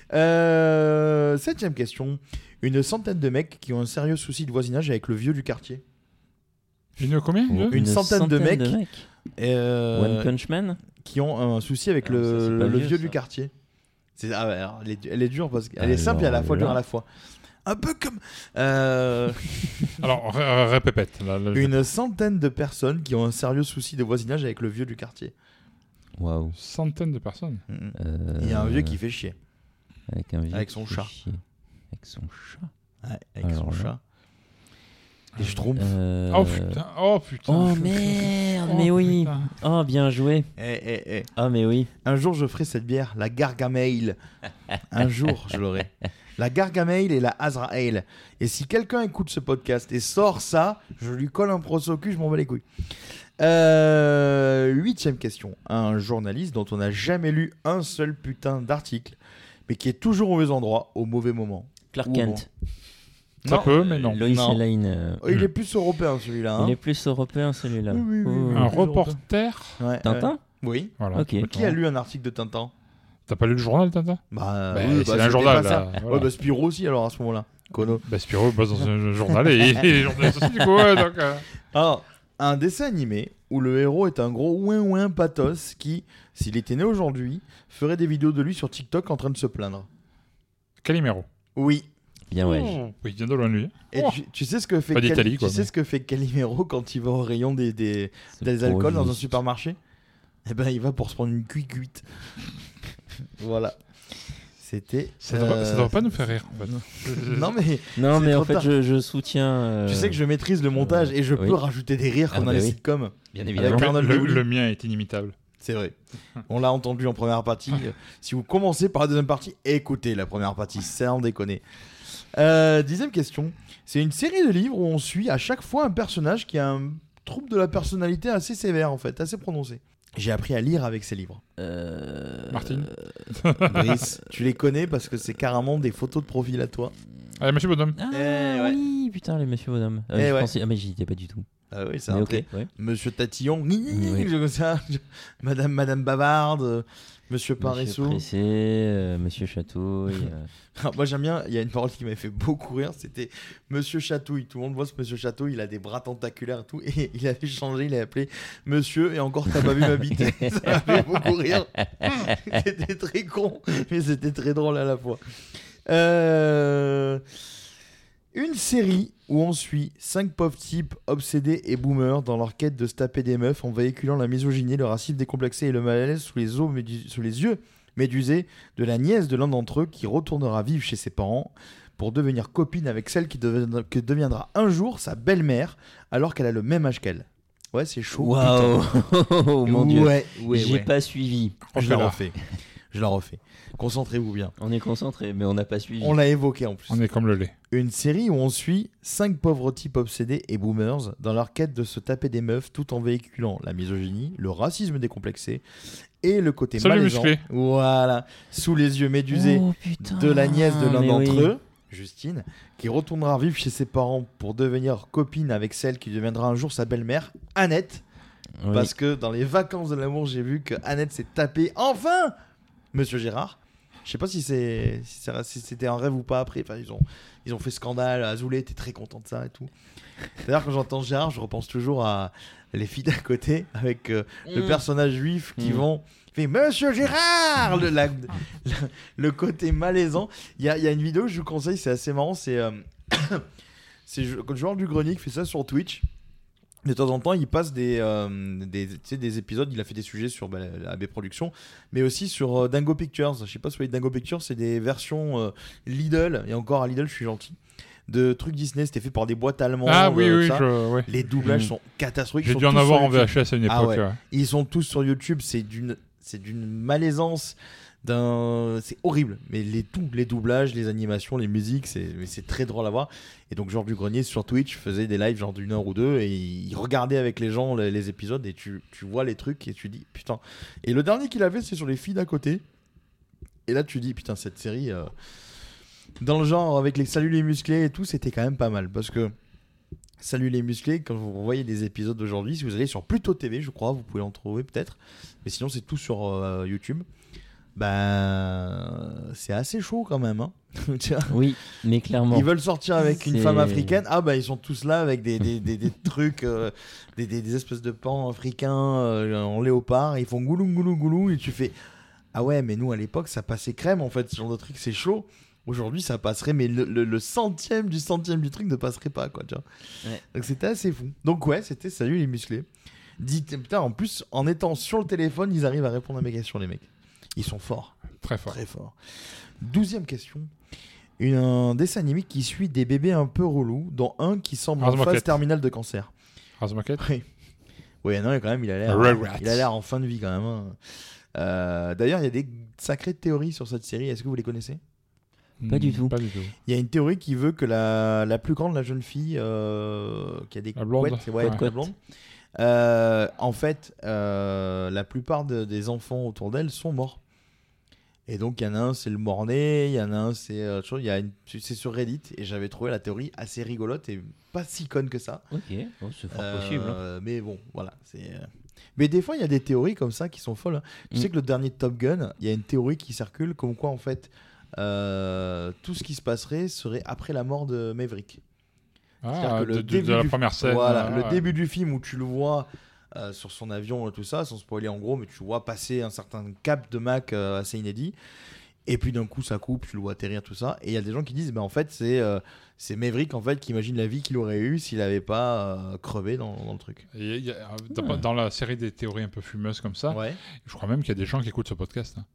[SPEAKER 6] Euh, septième question. Une centaine de mecs qui ont un sérieux souci de voisinage avec le vieux du quartier.
[SPEAKER 7] Une combien
[SPEAKER 6] Une, une centaine, centaine de mecs, de mecs. Euh,
[SPEAKER 8] One Punch Man
[SPEAKER 6] qui ont un souci avec ah, le, ça, le vieux, vieux du quartier. C'est, ah ouais, alors, elle, est, elle est dure parce qu'elle alors, est simple et à la fois là. dure à la fois. Un peu comme. Euh...
[SPEAKER 7] alors, répète. Là, là,
[SPEAKER 6] une centaine de personnes qui ont un sérieux souci de voisinage avec le vieux du quartier.
[SPEAKER 8] Waouh.
[SPEAKER 7] Centaine de personnes.
[SPEAKER 6] Mmh. Euh... Il y a un vieux qui fait chier.
[SPEAKER 8] Avec un vieux.
[SPEAKER 6] Avec son chat.
[SPEAKER 8] Chier. Avec son chat.
[SPEAKER 6] Ouais, avec alors, son là. chat. Et je trompe.
[SPEAKER 8] Euh...
[SPEAKER 7] Oh putain, oh putain.
[SPEAKER 8] Oh merde, oh, mais oui. Putain. Oh bien joué.
[SPEAKER 6] Eh, eh, eh.
[SPEAKER 8] Oh mais oui.
[SPEAKER 6] Un jour je ferai cette bière, la Gargamel. Un jour je l'aurai. La Gargamel et la Azrael. Et si quelqu'un écoute ce podcast et sort ça, je lui colle un procès au cul, je m'en bats les couilles. Euh, huitième question. Un journaliste dont on n'a jamais lu un seul putain d'article, mais qui est toujours au mauvais endroit, au mauvais moment.
[SPEAKER 8] Clark Kent.
[SPEAKER 7] Ça non, peut, mais non.
[SPEAKER 8] Lois
[SPEAKER 6] non.
[SPEAKER 8] Lane. Euh...
[SPEAKER 6] Oh, il est plus européen celui-là. Hein.
[SPEAKER 8] Il est plus européen celui-là.
[SPEAKER 6] Oui, oui, oui,
[SPEAKER 8] oh.
[SPEAKER 7] Un reporter
[SPEAKER 6] ouais,
[SPEAKER 8] Tintin
[SPEAKER 6] euh... Oui.
[SPEAKER 7] Voilà.
[SPEAKER 8] Okay.
[SPEAKER 6] Qui a lu un article de Tintin?
[SPEAKER 7] T'as pas lu le journal Tintin?
[SPEAKER 6] Bah,
[SPEAKER 7] bah
[SPEAKER 6] oui,
[SPEAKER 7] c'est
[SPEAKER 6] bah,
[SPEAKER 7] un journal.
[SPEAKER 6] Là, voilà. Ouais, bah Spirou aussi alors à ce moment-là. Kono.
[SPEAKER 7] Bah Spirou bosse dans un journal et il est journaliste aussi du coup. Ouais, donc, euh...
[SPEAKER 6] Alors, un dessin animé où le héros est un gros ouin ouin patos qui, s'il était né aujourd'hui, ferait des vidéos de lui sur TikTok en train de se plaindre.
[SPEAKER 7] Calimero.
[SPEAKER 6] Oui.
[SPEAKER 8] Bien ouais.
[SPEAKER 7] Oh, oui, il vient de loin lui.
[SPEAKER 6] Et oh. tu, tu sais ce que fait
[SPEAKER 7] Cali-
[SPEAKER 6] tu
[SPEAKER 7] quoi,
[SPEAKER 6] sais
[SPEAKER 7] mais...
[SPEAKER 6] ce que fait Calimero quand il va au rayon des des, des alcools dans un supermarché? Eh ben il va pour se prendre une cuite. Voilà. C'était.
[SPEAKER 7] Ça
[SPEAKER 6] euh...
[SPEAKER 7] devrait, ça devrait pas nous faire rire en fait.
[SPEAKER 6] non mais.
[SPEAKER 8] Non mais en fait je, je soutiens. Euh...
[SPEAKER 6] Tu sais que je maîtrise le montage euh... et je peux oui. rajouter des rires comme ah, dans bah les oui. sitcoms.
[SPEAKER 8] Bien évidemment.
[SPEAKER 7] Le, le, le mien est inimitable.
[SPEAKER 6] C'est vrai. On l'a entendu en première partie. Si vous commencez par la deuxième partie, écoutez la première partie, sans déconner. Euh, dixième question. C'est une série de livres où on suit à chaque fois un personnage qui a un trouble de la personnalité assez sévère en fait, assez prononcé. J'ai appris à lire avec ces livres.
[SPEAKER 8] Euh...
[SPEAKER 7] Martine.
[SPEAKER 6] Brice, tu les connais parce que c'est carrément des photos de profil à toi.
[SPEAKER 7] Ah, Monsieur Bonhomme.
[SPEAKER 8] Ah
[SPEAKER 6] eh, ouais.
[SPEAKER 8] oui, putain, les Monsieur Bonhomme. Euh,
[SPEAKER 6] eh
[SPEAKER 8] je
[SPEAKER 6] ouais.
[SPEAKER 8] pensais... Ah mais j'y étais pas du tout.
[SPEAKER 6] Ah oui, c'est
[SPEAKER 8] Mais
[SPEAKER 6] un
[SPEAKER 8] ok,
[SPEAKER 6] très-
[SPEAKER 8] ouais.
[SPEAKER 6] Monsieur Tatillon,
[SPEAKER 8] Oui.
[SPEAKER 6] comme ça. Madame, Madame Bavarde, euh, Monsieur Paresseux.
[SPEAKER 8] Monsieur Pressé, euh, Monsieur Chatouille. euh.
[SPEAKER 6] Alors, moi j'aime bien, il y a une parole qui m'avait fait beaucoup rire, c'était Monsieur Chatouille. Tout le monde voit ce Monsieur Chatouille, il a des bras tentaculaires et tout, et il avait changé, il a appelé Monsieur, et encore t'as pas vu ma bite. Ça m'a fait beaucoup rire. C'était très con, mais c'était très drôle à la fois. Euh... Une série où on suit cinq pauvres types obsédés et boomers dans leur quête de se taper des meufs en véhiculant la misogynie, le racisme décomplexé et le malaise sous les, os médu- sous les yeux médusés de la nièce de l'un d'entre eux qui retournera vivre chez ses parents pour devenir copine avec celle qui deviendra, que deviendra un jour sa belle-mère alors qu'elle a le même âge qu'elle. Ouais, c'est chaud.
[SPEAKER 8] Waouh. Oh mon dieu.
[SPEAKER 6] Ouais, ouais,
[SPEAKER 8] J'ai
[SPEAKER 6] ouais.
[SPEAKER 8] pas suivi.
[SPEAKER 6] Je la
[SPEAKER 7] Refais-la.
[SPEAKER 6] refais. Je la refais. Concentrez-vous bien.
[SPEAKER 8] On est concentré, mais on n'a pas suivi.
[SPEAKER 6] On l'a évoqué en plus.
[SPEAKER 7] On est comme le lait.
[SPEAKER 6] Une série où on suit cinq pauvres types obsédés et boomers dans leur quête de se taper des meufs tout en véhiculant la misogynie, le racisme décomplexé et le côté
[SPEAKER 7] Salut,
[SPEAKER 6] malaisant.
[SPEAKER 7] musclé.
[SPEAKER 6] Voilà, sous les yeux médusés
[SPEAKER 8] Oh, putain.
[SPEAKER 6] de la nièce de l'un
[SPEAKER 8] Mais
[SPEAKER 6] d'entre
[SPEAKER 8] oui.
[SPEAKER 6] eux, Justine, qui retournera vivre chez ses parents pour devenir copine avec celle qui deviendra un jour sa belle-mère, Annette.
[SPEAKER 8] Oui.
[SPEAKER 6] Parce que dans les vacances de l'amour, j'ai vu que Annette s'est tapée enfin Monsieur Gérard. Je sais pas si c'est si c'est- si c'était un rêve ou pas après. Enfin, ils ont ils ont fait scandale. Azoulay était très content de ça et tout. D'ailleurs, quand j'entends Gérard, je repense toujours à les filles d'à côté avec euh, le
[SPEAKER 8] Mm.
[SPEAKER 6] personnage juif qui
[SPEAKER 8] Mm.
[SPEAKER 6] vont fait Monsieur Gérard le, la- la- le côté malaisant. Il y a, il y a une vidéo que je vous conseille, c'est assez marrant. C'est euh, c'est le joueur du grenier qui fait ça sur Twitch. De temps en temps, il passe des, euh, des, tu sais, des épisodes. Il a fait des sujets sur bah, A B Productions, mais aussi sur euh, Dingo Pictures. Je sais pas si vous voyez Dingo Pictures, c'est des versions euh, Lidl. Et encore à Lidl, je suis gentil. De trucs Disney, c'était fait par des boîtes allemandes.
[SPEAKER 7] Ah oui,
[SPEAKER 6] euh,
[SPEAKER 7] oui,
[SPEAKER 6] ça.
[SPEAKER 7] je, ouais.
[SPEAKER 6] Les doublages
[SPEAKER 8] Mm.
[SPEAKER 6] sont catastrophiques.
[SPEAKER 7] J'ai
[SPEAKER 6] Ils
[SPEAKER 7] dû
[SPEAKER 6] sont
[SPEAKER 7] en
[SPEAKER 6] tous
[SPEAKER 7] avoir
[SPEAKER 6] sur
[SPEAKER 7] en
[SPEAKER 6] YouTube.
[SPEAKER 7] V H S à une époque.
[SPEAKER 6] Ah ouais.
[SPEAKER 7] ouais.
[SPEAKER 6] Ils sont tous sur YouTube. C'est d'une, c'est d'une malaisance. D'un... C'est horrible, mais les, tous les doublages, les animations, les musiques, c'est, mais c'est très drôle à voir. Et donc, Georges Dugrenier sur Twitch faisait des lives genre d'une heure ou deux et il regardait avec les gens les, les épisodes et tu, tu vois les trucs et tu dis putain. Et le dernier qu'il avait, c'est sur les filles d'à côté. Et là, tu dis putain, cette série, euh, dans le genre avec les Salut les musclés et tout, c'était quand même pas mal parce que Salut les musclés, quand vous voyez des épisodes d'aujourd'hui, si vous allez sur Pluto T V, je crois, vous pouvez en trouver peut-être, mais sinon, c'est tout sur euh, YouTube. Ben, c'est assez chaud quand même. Hein. Tu vois,
[SPEAKER 8] Oui, mais clairement.
[SPEAKER 6] ils veulent sortir avec une
[SPEAKER 8] C'est-
[SPEAKER 6] femme africaine. Ah bah ils sont tous là avec des, des, des, des trucs, euh, des, des, des espèces de pans africains euh, en léopard. Ils font goulou goulou goulou et tu fais ah ouais mais nous à l'époque ça passait crème en fait. Ce genre de truc c'est chaud. Aujourd'hui ça passerait mais le, le, le centième du centième du truc ne passerait pas quoi. Tu vois.
[SPEAKER 8] Ouais.
[SPEAKER 6] Donc c'était assez fou. Donc ouais c'était salut les musclés. Dites putain en plus en étant sur le téléphone ils arrivent à répondre à mes questions les mecs. Ils sont forts.
[SPEAKER 7] Très fort.
[SPEAKER 6] Très fort. Douzième question. Une, un dessin animé qui suit des bébés un peu relous, dont un qui semble en phase
[SPEAKER 7] Razmoket.
[SPEAKER 6] terminale de cancer.
[SPEAKER 7] Razmoket.
[SPEAKER 6] Oui. Oui, non, quand même, il a l'air,
[SPEAKER 7] Rugrats.
[SPEAKER 6] il a l'air en fin de vie quand même. hein. Euh, d'ailleurs, il y a des sacrées théories sur cette série. Est-ce que vous les connaissez ?
[SPEAKER 8] Pas du
[SPEAKER 7] Hmm,
[SPEAKER 8] tout.
[SPEAKER 7] Pas du tout.
[SPEAKER 6] Il y a une théorie qui veut que la, la plus grande, la jeune fille, euh, qui a des
[SPEAKER 7] La blonde.
[SPEAKER 6] couettes, ouais,
[SPEAKER 7] Ouais.
[SPEAKER 6] la
[SPEAKER 8] Couette.
[SPEAKER 6] blonde, euh, en fait, euh, la plupart de- des enfants autour d'elle sont morts. Et donc, il y en a un, c'est le mort-né, il y en a un, c'est euh, autre chose, il y a une, c'est sur Reddit, et j'avais trouvé la théorie assez rigolote et pas si conne que ça.
[SPEAKER 8] Ok, bon, c'est fort
[SPEAKER 6] Euh,
[SPEAKER 8] possible. hein.
[SPEAKER 6] Mais bon, voilà. C'est... euh. Mais des fois, il y a des théories comme ça qui sont folles. hein. Tu
[SPEAKER 8] Mm.
[SPEAKER 6] sais que le dernier Top Gun, il y a une théorie qui circule comme quoi, en fait, euh, tout ce qui se passerait serait après la mort de Maverick. C'est-à-dire
[SPEAKER 7] Ah,
[SPEAKER 6] que le
[SPEAKER 7] de, de-
[SPEAKER 6] début
[SPEAKER 7] de la
[SPEAKER 6] du-
[SPEAKER 7] première scène.
[SPEAKER 6] Voilà,
[SPEAKER 7] ah,
[SPEAKER 6] le
[SPEAKER 7] ouais.
[SPEAKER 6] début du film où tu le vois euh, sur son avion et tout ça, sans spoiler en gros, mais tu vois passer un certain cap de Mach euh, assez inédit. Et puis d'un coup, ça coupe, tu le vois atterrir, tout ça. Et il y a des gens qui disent, bah, en fait, c'est, euh, c'est Maverick en fait, qui imagine la vie qu'il aurait eue s'il n'avait pas euh, crevé dans, dans le truc.
[SPEAKER 7] Et il y a- dans, dans la série des théories un peu fumeuses comme ça,
[SPEAKER 6] Ouais.
[SPEAKER 7] je crois même qu'il y a des gens qui écoutent ce podcast. hein.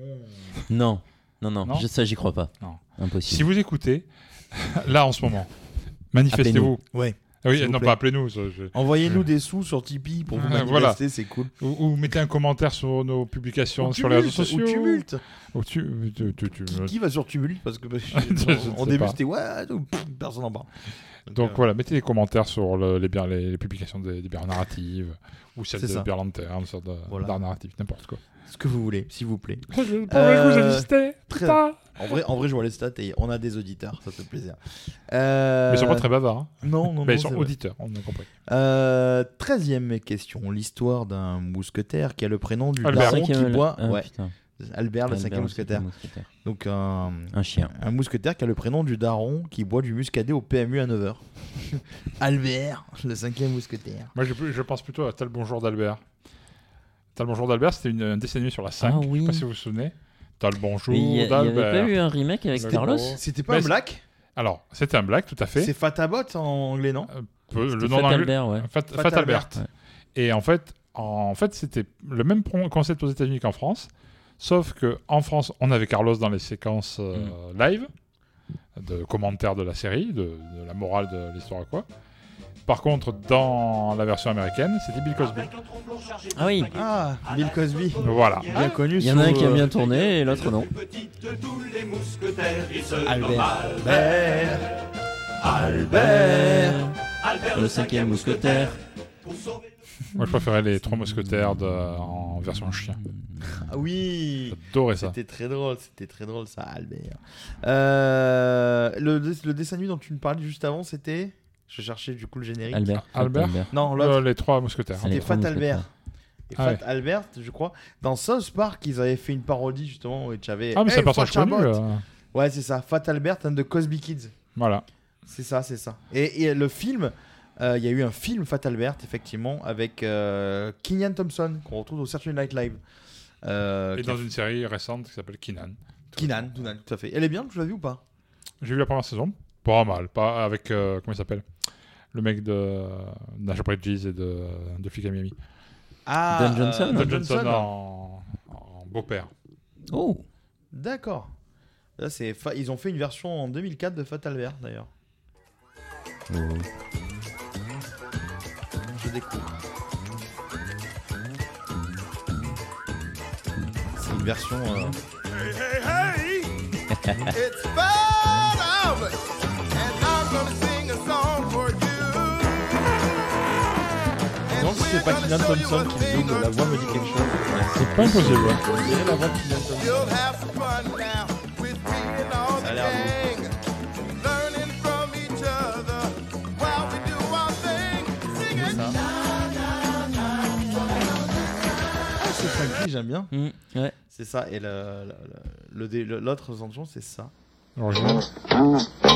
[SPEAKER 8] Non, non, non,
[SPEAKER 7] Non
[SPEAKER 8] je- ça j'y crois pas.
[SPEAKER 7] Non.
[SPEAKER 8] Impossible.
[SPEAKER 7] Si vous écoutez, là en ce moment, manifestez-vous.
[SPEAKER 6] Ouais.
[SPEAKER 7] Ah oui,
[SPEAKER 6] S'il vous
[SPEAKER 7] non,
[SPEAKER 6] plaît.
[SPEAKER 7] pas appelez-nous. ça, je-
[SPEAKER 6] Envoyez-nous des sous sur Tipeee pour vous
[SPEAKER 7] Ah,
[SPEAKER 6] manifester,
[SPEAKER 7] voilà.
[SPEAKER 6] c'est cool.
[SPEAKER 7] Ou, ou mettez un commentaire sur nos publications
[SPEAKER 6] Ou
[SPEAKER 7] sur les réseaux
[SPEAKER 6] Tumult,
[SPEAKER 7] sociaux.
[SPEAKER 6] Ou Tumulte.
[SPEAKER 7] Ou tu, tu- tu- tu-
[SPEAKER 6] Qui, qui va sur Tumult parce que bah,
[SPEAKER 7] Je ne
[SPEAKER 6] en
[SPEAKER 7] sais
[SPEAKER 6] début
[SPEAKER 7] pas.
[SPEAKER 6] c'était ouais, tout, pff, personne n'en parle.
[SPEAKER 7] Donc
[SPEAKER 6] euh,
[SPEAKER 7] voilà, mettez des commentaires sur le- les, bières- les, les publications des, des bières narratives ou celles
[SPEAKER 6] C'est
[SPEAKER 7] de
[SPEAKER 6] ça.
[SPEAKER 7] bières lanterne, celles de
[SPEAKER 6] Voilà.
[SPEAKER 7] bières narratives, n'importe quoi.
[SPEAKER 6] ce que vous voulez, s'il vous plaît.
[SPEAKER 7] Je pourrais
[SPEAKER 6] Euh,
[SPEAKER 7] vous exister.
[SPEAKER 6] très-
[SPEAKER 7] Putain.
[SPEAKER 6] En vrai, en vrai, je vois les stats et on a des auditeurs, ça fait plaisir. Euh...
[SPEAKER 7] Mais ils sont pas très bavards. Hein.
[SPEAKER 6] Non, non,
[SPEAKER 7] Mais
[SPEAKER 6] non.
[SPEAKER 7] ils sont
[SPEAKER 6] c'est
[SPEAKER 7] auditeurs, on a compris.
[SPEAKER 6] Euh, treizième question. L'histoire d'un mousquetaire qui a le prénom du
[SPEAKER 7] Albert.
[SPEAKER 6] daron qui
[SPEAKER 8] Cinquième-
[SPEAKER 6] boit.
[SPEAKER 8] Ah,
[SPEAKER 6] ouais.
[SPEAKER 8] putain.
[SPEAKER 6] Albert, le
[SPEAKER 8] Albert,
[SPEAKER 6] cinquième
[SPEAKER 8] le
[SPEAKER 6] mousquetaire.
[SPEAKER 8] cinquième mousquetaire.
[SPEAKER 6] Donc un,
[SPEAKER 8] Un chien.
[SPEAKER 6] un mousquetaire qui a le prénom du daron qui boit du muscadet au P M U à neuf heures. Albert, le cinquième mousquetaire.
[SPEAKER 7] Moi, je, je pense plutôt à T'as le bonjour d'Albert. T'as le bonjour d'Albert, c'était une, un dessin animé sur la cinq.
[SPEAKER 8] Ah
[SPEAKER 7] Je sais
[SPEAKER 8] oui.
[SPEAKER 7] pas si vous vous souvenez. T'as le bonjour
[SPEAKER 8] Mais il y, a- il y avait
[SPEAKER 7] d'Albert.
[SPEAKER 8] pas eu un remake avec
[SPEAKER 7] Le
[SPEAKER 8] Carlos
[SPEAKER 7] gros.
[SPEAKER 6] C'était pas
[SPEAKER 7] Mais
[SPEAKER 6] un
[SPEAKER 7] c'est-
[SPEAKER 6] black?
[SPEAKER 7] Alors, c'était un black, tout à fait.
[SPEAKER 6] C'est Fatabot en anglais, non?
[SPEAKER 7] Euh, peu-
[SPEAKER 8] C'était
[SPEAKER 7] le nom
[SPEAKER 8] Fat
[SPEAKER 7] d'anglais-
[SPEAKER 8] Albert, ouais.
[SPEAKER 7] Fat,
[SPEAKER 6] Fat
[SPEAKER 7] Fat Albert.
[SPEAKER 6] Albert.
[SPEAKER 8] Ouais.
[SPEAKER 7] Et en fait, en fait, c'était le même pro- concept aux États-Unis qu'en France, sauf que en France, on avait Carlos dans les séquences euh, live de commentaires de la série, de, de la morale de l'histoire ou quoi. Par contre, dans la version américaine, c'était Bill Cosby.
[SPEAKER 8] Ah oui.
[SPEAKER 6] Ah, Bill Cosby.
[SPEAKER 7] Voilà.
[SPEAKER 6] Bien connu.
[SPEAKER 8] Il y en a un
[SPEAKER 6] sous,
[SPEAKER 8] qui a
[SPEAKER 6] euh,
[SPEAKER 8] bien tourné et l'autre non.
[SPEAKER 6] Albert.
[SPEAKER 8] Albert. Le cinquième mousquetaire.
[SPEAKER 7] Moi, je préférais les Trois Mousquetaires de- en version chien.
[SPEAKER 6] Ah oui.
[SPEAKER 7] J'adorais ça.
[SPEAKER 6] C'était très drôle, c'était très drôle ça, Albert. Euh, le, le dessin animé dont tu me parlais juste avant, c'était. Je cherchais du coup le générique.
[SPEAKER 8] Albert.
[SPEAKER 7] Albert.
[SPEAKER 6] Non,
[SPEAKER 7] Euh,
[SPEAKER 6] l'autre.
[SPEAKER 7] les Trois Mousquetaires.
[SPEAKER 8] Allez,
[SPEAKER 6] C'était
[SPEAKER 8] Trois
[SPEAKER 6] Fat
[SPEAKER 8] Mousquetaires.
[SPEAKER 6] Albert. Et
[SPEAKER 7] Ah
[SPEAKER 6] Fat
[SPEAKER 7] ouais.
[SPEAKER 6] Albert, je crois. Dans South Park, ils avaient fait une parodie justement où tu avais.
[SPEAKER 7] Ah, mais c'est
[SPEAKER 6] Hey,
[SPEAKER 7] un personnage
[SPEAKER 6] Fat
[SPEAKER 7] connu.
[SPEAKER 6] Chabot.
[SPEAKER 7] euh,
[SPEAKER 6] Ouais, c'est ça. Fat Albert and the Cosby Kids.
[SPEAKER 7] Voilà.
[SPEAKER 6] C'est ça, c'est ça. Et, et le film, euh, il y a eu un film Fat Albert, effectivement, avec euh, Kenan Thompson, qu'on retrouve au Saturday Night Live. Euh,
[SPEAKER 7] Et
[SPEAKER 6] qui a-
[SPEAKER 7] dans une série récente qui s'appelle Keenan.
[SPEAKER 6] Kenan, Kenan, tout à fait. Elle est bien, tu l'as vu ou pas?
[SPEAKER 7] J'ai vu la première saison. Pas mal. Pas avec. euh, comment il s'appelle? Le mec de Nash Bridges et de, de Flic à Miami.
[SPEAKER 6] Ah,
[SPEAKER 8] Don Johnson.
[SPEAKER 7] Don Johnson en, en beau-père.
[SPEAKER 8] Oh.
[SPEAKER 6] D'accord. Là, c'est fa- Ils ont fait une version en deux mille quatre de Fat Albert, d'ailleurs.
[SPEAKER 8] Oh.
[SPEAKER 6] Je découvre. C'est une version. euh,
[SPEAKER 10] It's Fat Albert, and I'm gonna sing a song for you.
[SPEAKER 6] Non, si c'est pas Kenan Thompson qui le double, la voix me dit quelque chose.
[SPEAKER 7] C'est pas impossible. Ouais.
[SPEAKER 6] On dirait la voix de Kenan Thompson.
[SPEAKER 10] You'll have some fun now with me and all
[SPEAKER 6] Ça a
[SPEAKER 10] the
[SPEAKER 6] l'air
[SPEAKER 10] gang, learning from each other while we do our thing. Sing it.
[SPEAKER 6] Ça. Ah, c'est funky, j'aime bien.
[SPEAKER 8] Mm, ouais.
[SPEAKER 6] C'est ça, et le, le- le- le- le- l'autre chanson, c'est ça.
[SPEAKER 7] L'original.
[SPEAKER 6] Pour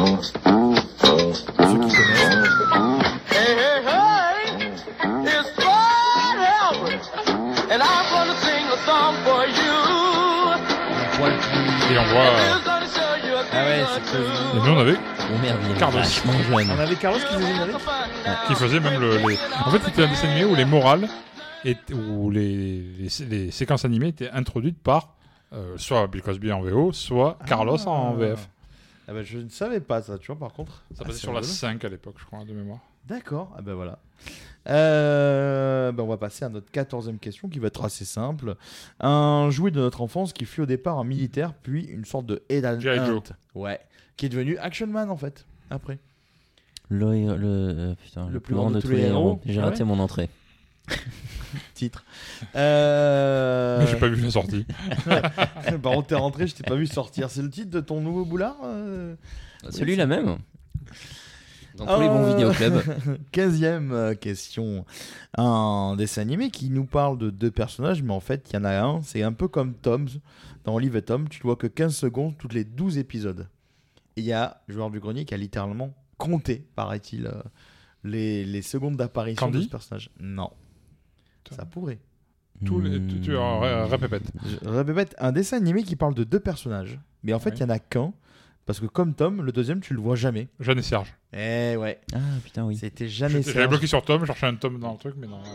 [SPEAKER 6] ceux qui connaissent.
[SPEAKER 10] Hey, hey, hey, it's Fat Albert, and I'm gonna sing a song for you.
[SPEAKER 6] Un poil plus-
[SPEAKER 7] Et on voit. euh,
[SPEAKER 10] Who's gonna show you a
[SPEAKER 6] Ah ouais,
[SPEAKER 10] thing or
[SPEAKER 6] c'est
[SPEAKER 10] two.
[SPEAKER 6] Cosby.
[SPEAKER 7] Et nous, on avait.
[SPEAKER 8] Oh merde, il est
[SPEAKER 7] Carlos.
[SPEAKER 8] vachement jeune.
[SPEAKER 6] On avait Carlos qui faisait le générique.
[SPEAKER 7] Qui faisait même le, les. En fait, c'était un dessin animé où les morales. Et où les, les, les séquences animées étaient introduites par euh, soit Bill Cosby en V O, soit Carlos
[SPEAKER 6] Ah.
[SPEAKER 7] en V F.
[SPEAKER 6] Ah bah, je ne savais pas ça, tu vois, par contre.
[SPEAKER 7] Ça
[SPEAKER 6] Ah,
[SPEAKER 7] passait
[SPEAKER 6] c'est
[SPEAKER 7] sur la
[SPEAKER 6] rigolo.
[SPEAKER 7] cinq à l'époque, je crois, de mémoire.
[SPEAKER 6] D'accord, ah ben voilà. Euh, ben on va passer à notre quatorzième question qui va être assez simple. Un jouet de notre enfance qui fut au départ un militaire, puis une sorte de head
[SPEAKER 7] G I. Joe.
[SPEAKER 6] hunt. Ouais. Qui est devenu Action Man en fait, après.
[SPEAKER 8] Le, le, euh, putain, le, plus grand de tous les héros. J'ai
[SPEAKER 6] Ah
[SPEAKER 8] raté
[SPEAKER 6] ouais
[SPEAKER 8] mon entrée.
[SPEAKER 6] Titre. Euh...
[SPEAKER 7] Mais j'ai pas vu la sortie.
[SPEAKER 6] Par contre, t'es rentré, je t'ai pas vu sortir. C'est le titre de ton nouveau boulard euh
[SPEAKER 8] Celui-là même. Dans tous les bons
[SPEAKER 6] Euh,
[SPEAKER 8] vidéoclubs.
[SPEAKER 6] quinzième euh, question. Un dessin animé qui nous parle de deux personnages, mais en fait, il y en a un. C'est un peu comme Tom's. Dans Olive et Tom, tu le vois que quinze secondes toutes les douze épisodes. Et il y a Joueur du Grenier qui a littéralement compté, paraît-il, euh, les, les secondes d'apparition de
[SPEAKER 7] Candy
[SPEAKER 6] ce personnage. Non. Ça pourrait.
[SPEAKER 7] Tous les, tu, tu
[SPEAKER 8] Hmm.
[SPEAKER 7] ré- répète.
[SPEAKER 6] Je répète, un dessin animé qui parle de deux personnages. Mais en fait, il
[SPEAKER 7] Ouais.
[SPEAKER 6] y en a qu'un. Parce que comme Tom, le deuxième, tu le vois jamais.
[SPEAKER 7] Jeanne et Serge.
[SPEAKER 6] Eh ouais.
[SPEAKER 8] Ah putain, oui.
[SPEAKER 6] C'était jamais
[SPEAKER 7] J'étais- J'avais
[SPEAKER 6] Serge.
[SPEAKER 7] bloqué sur Tom, je cherchais un Tom dans le truc, mais non.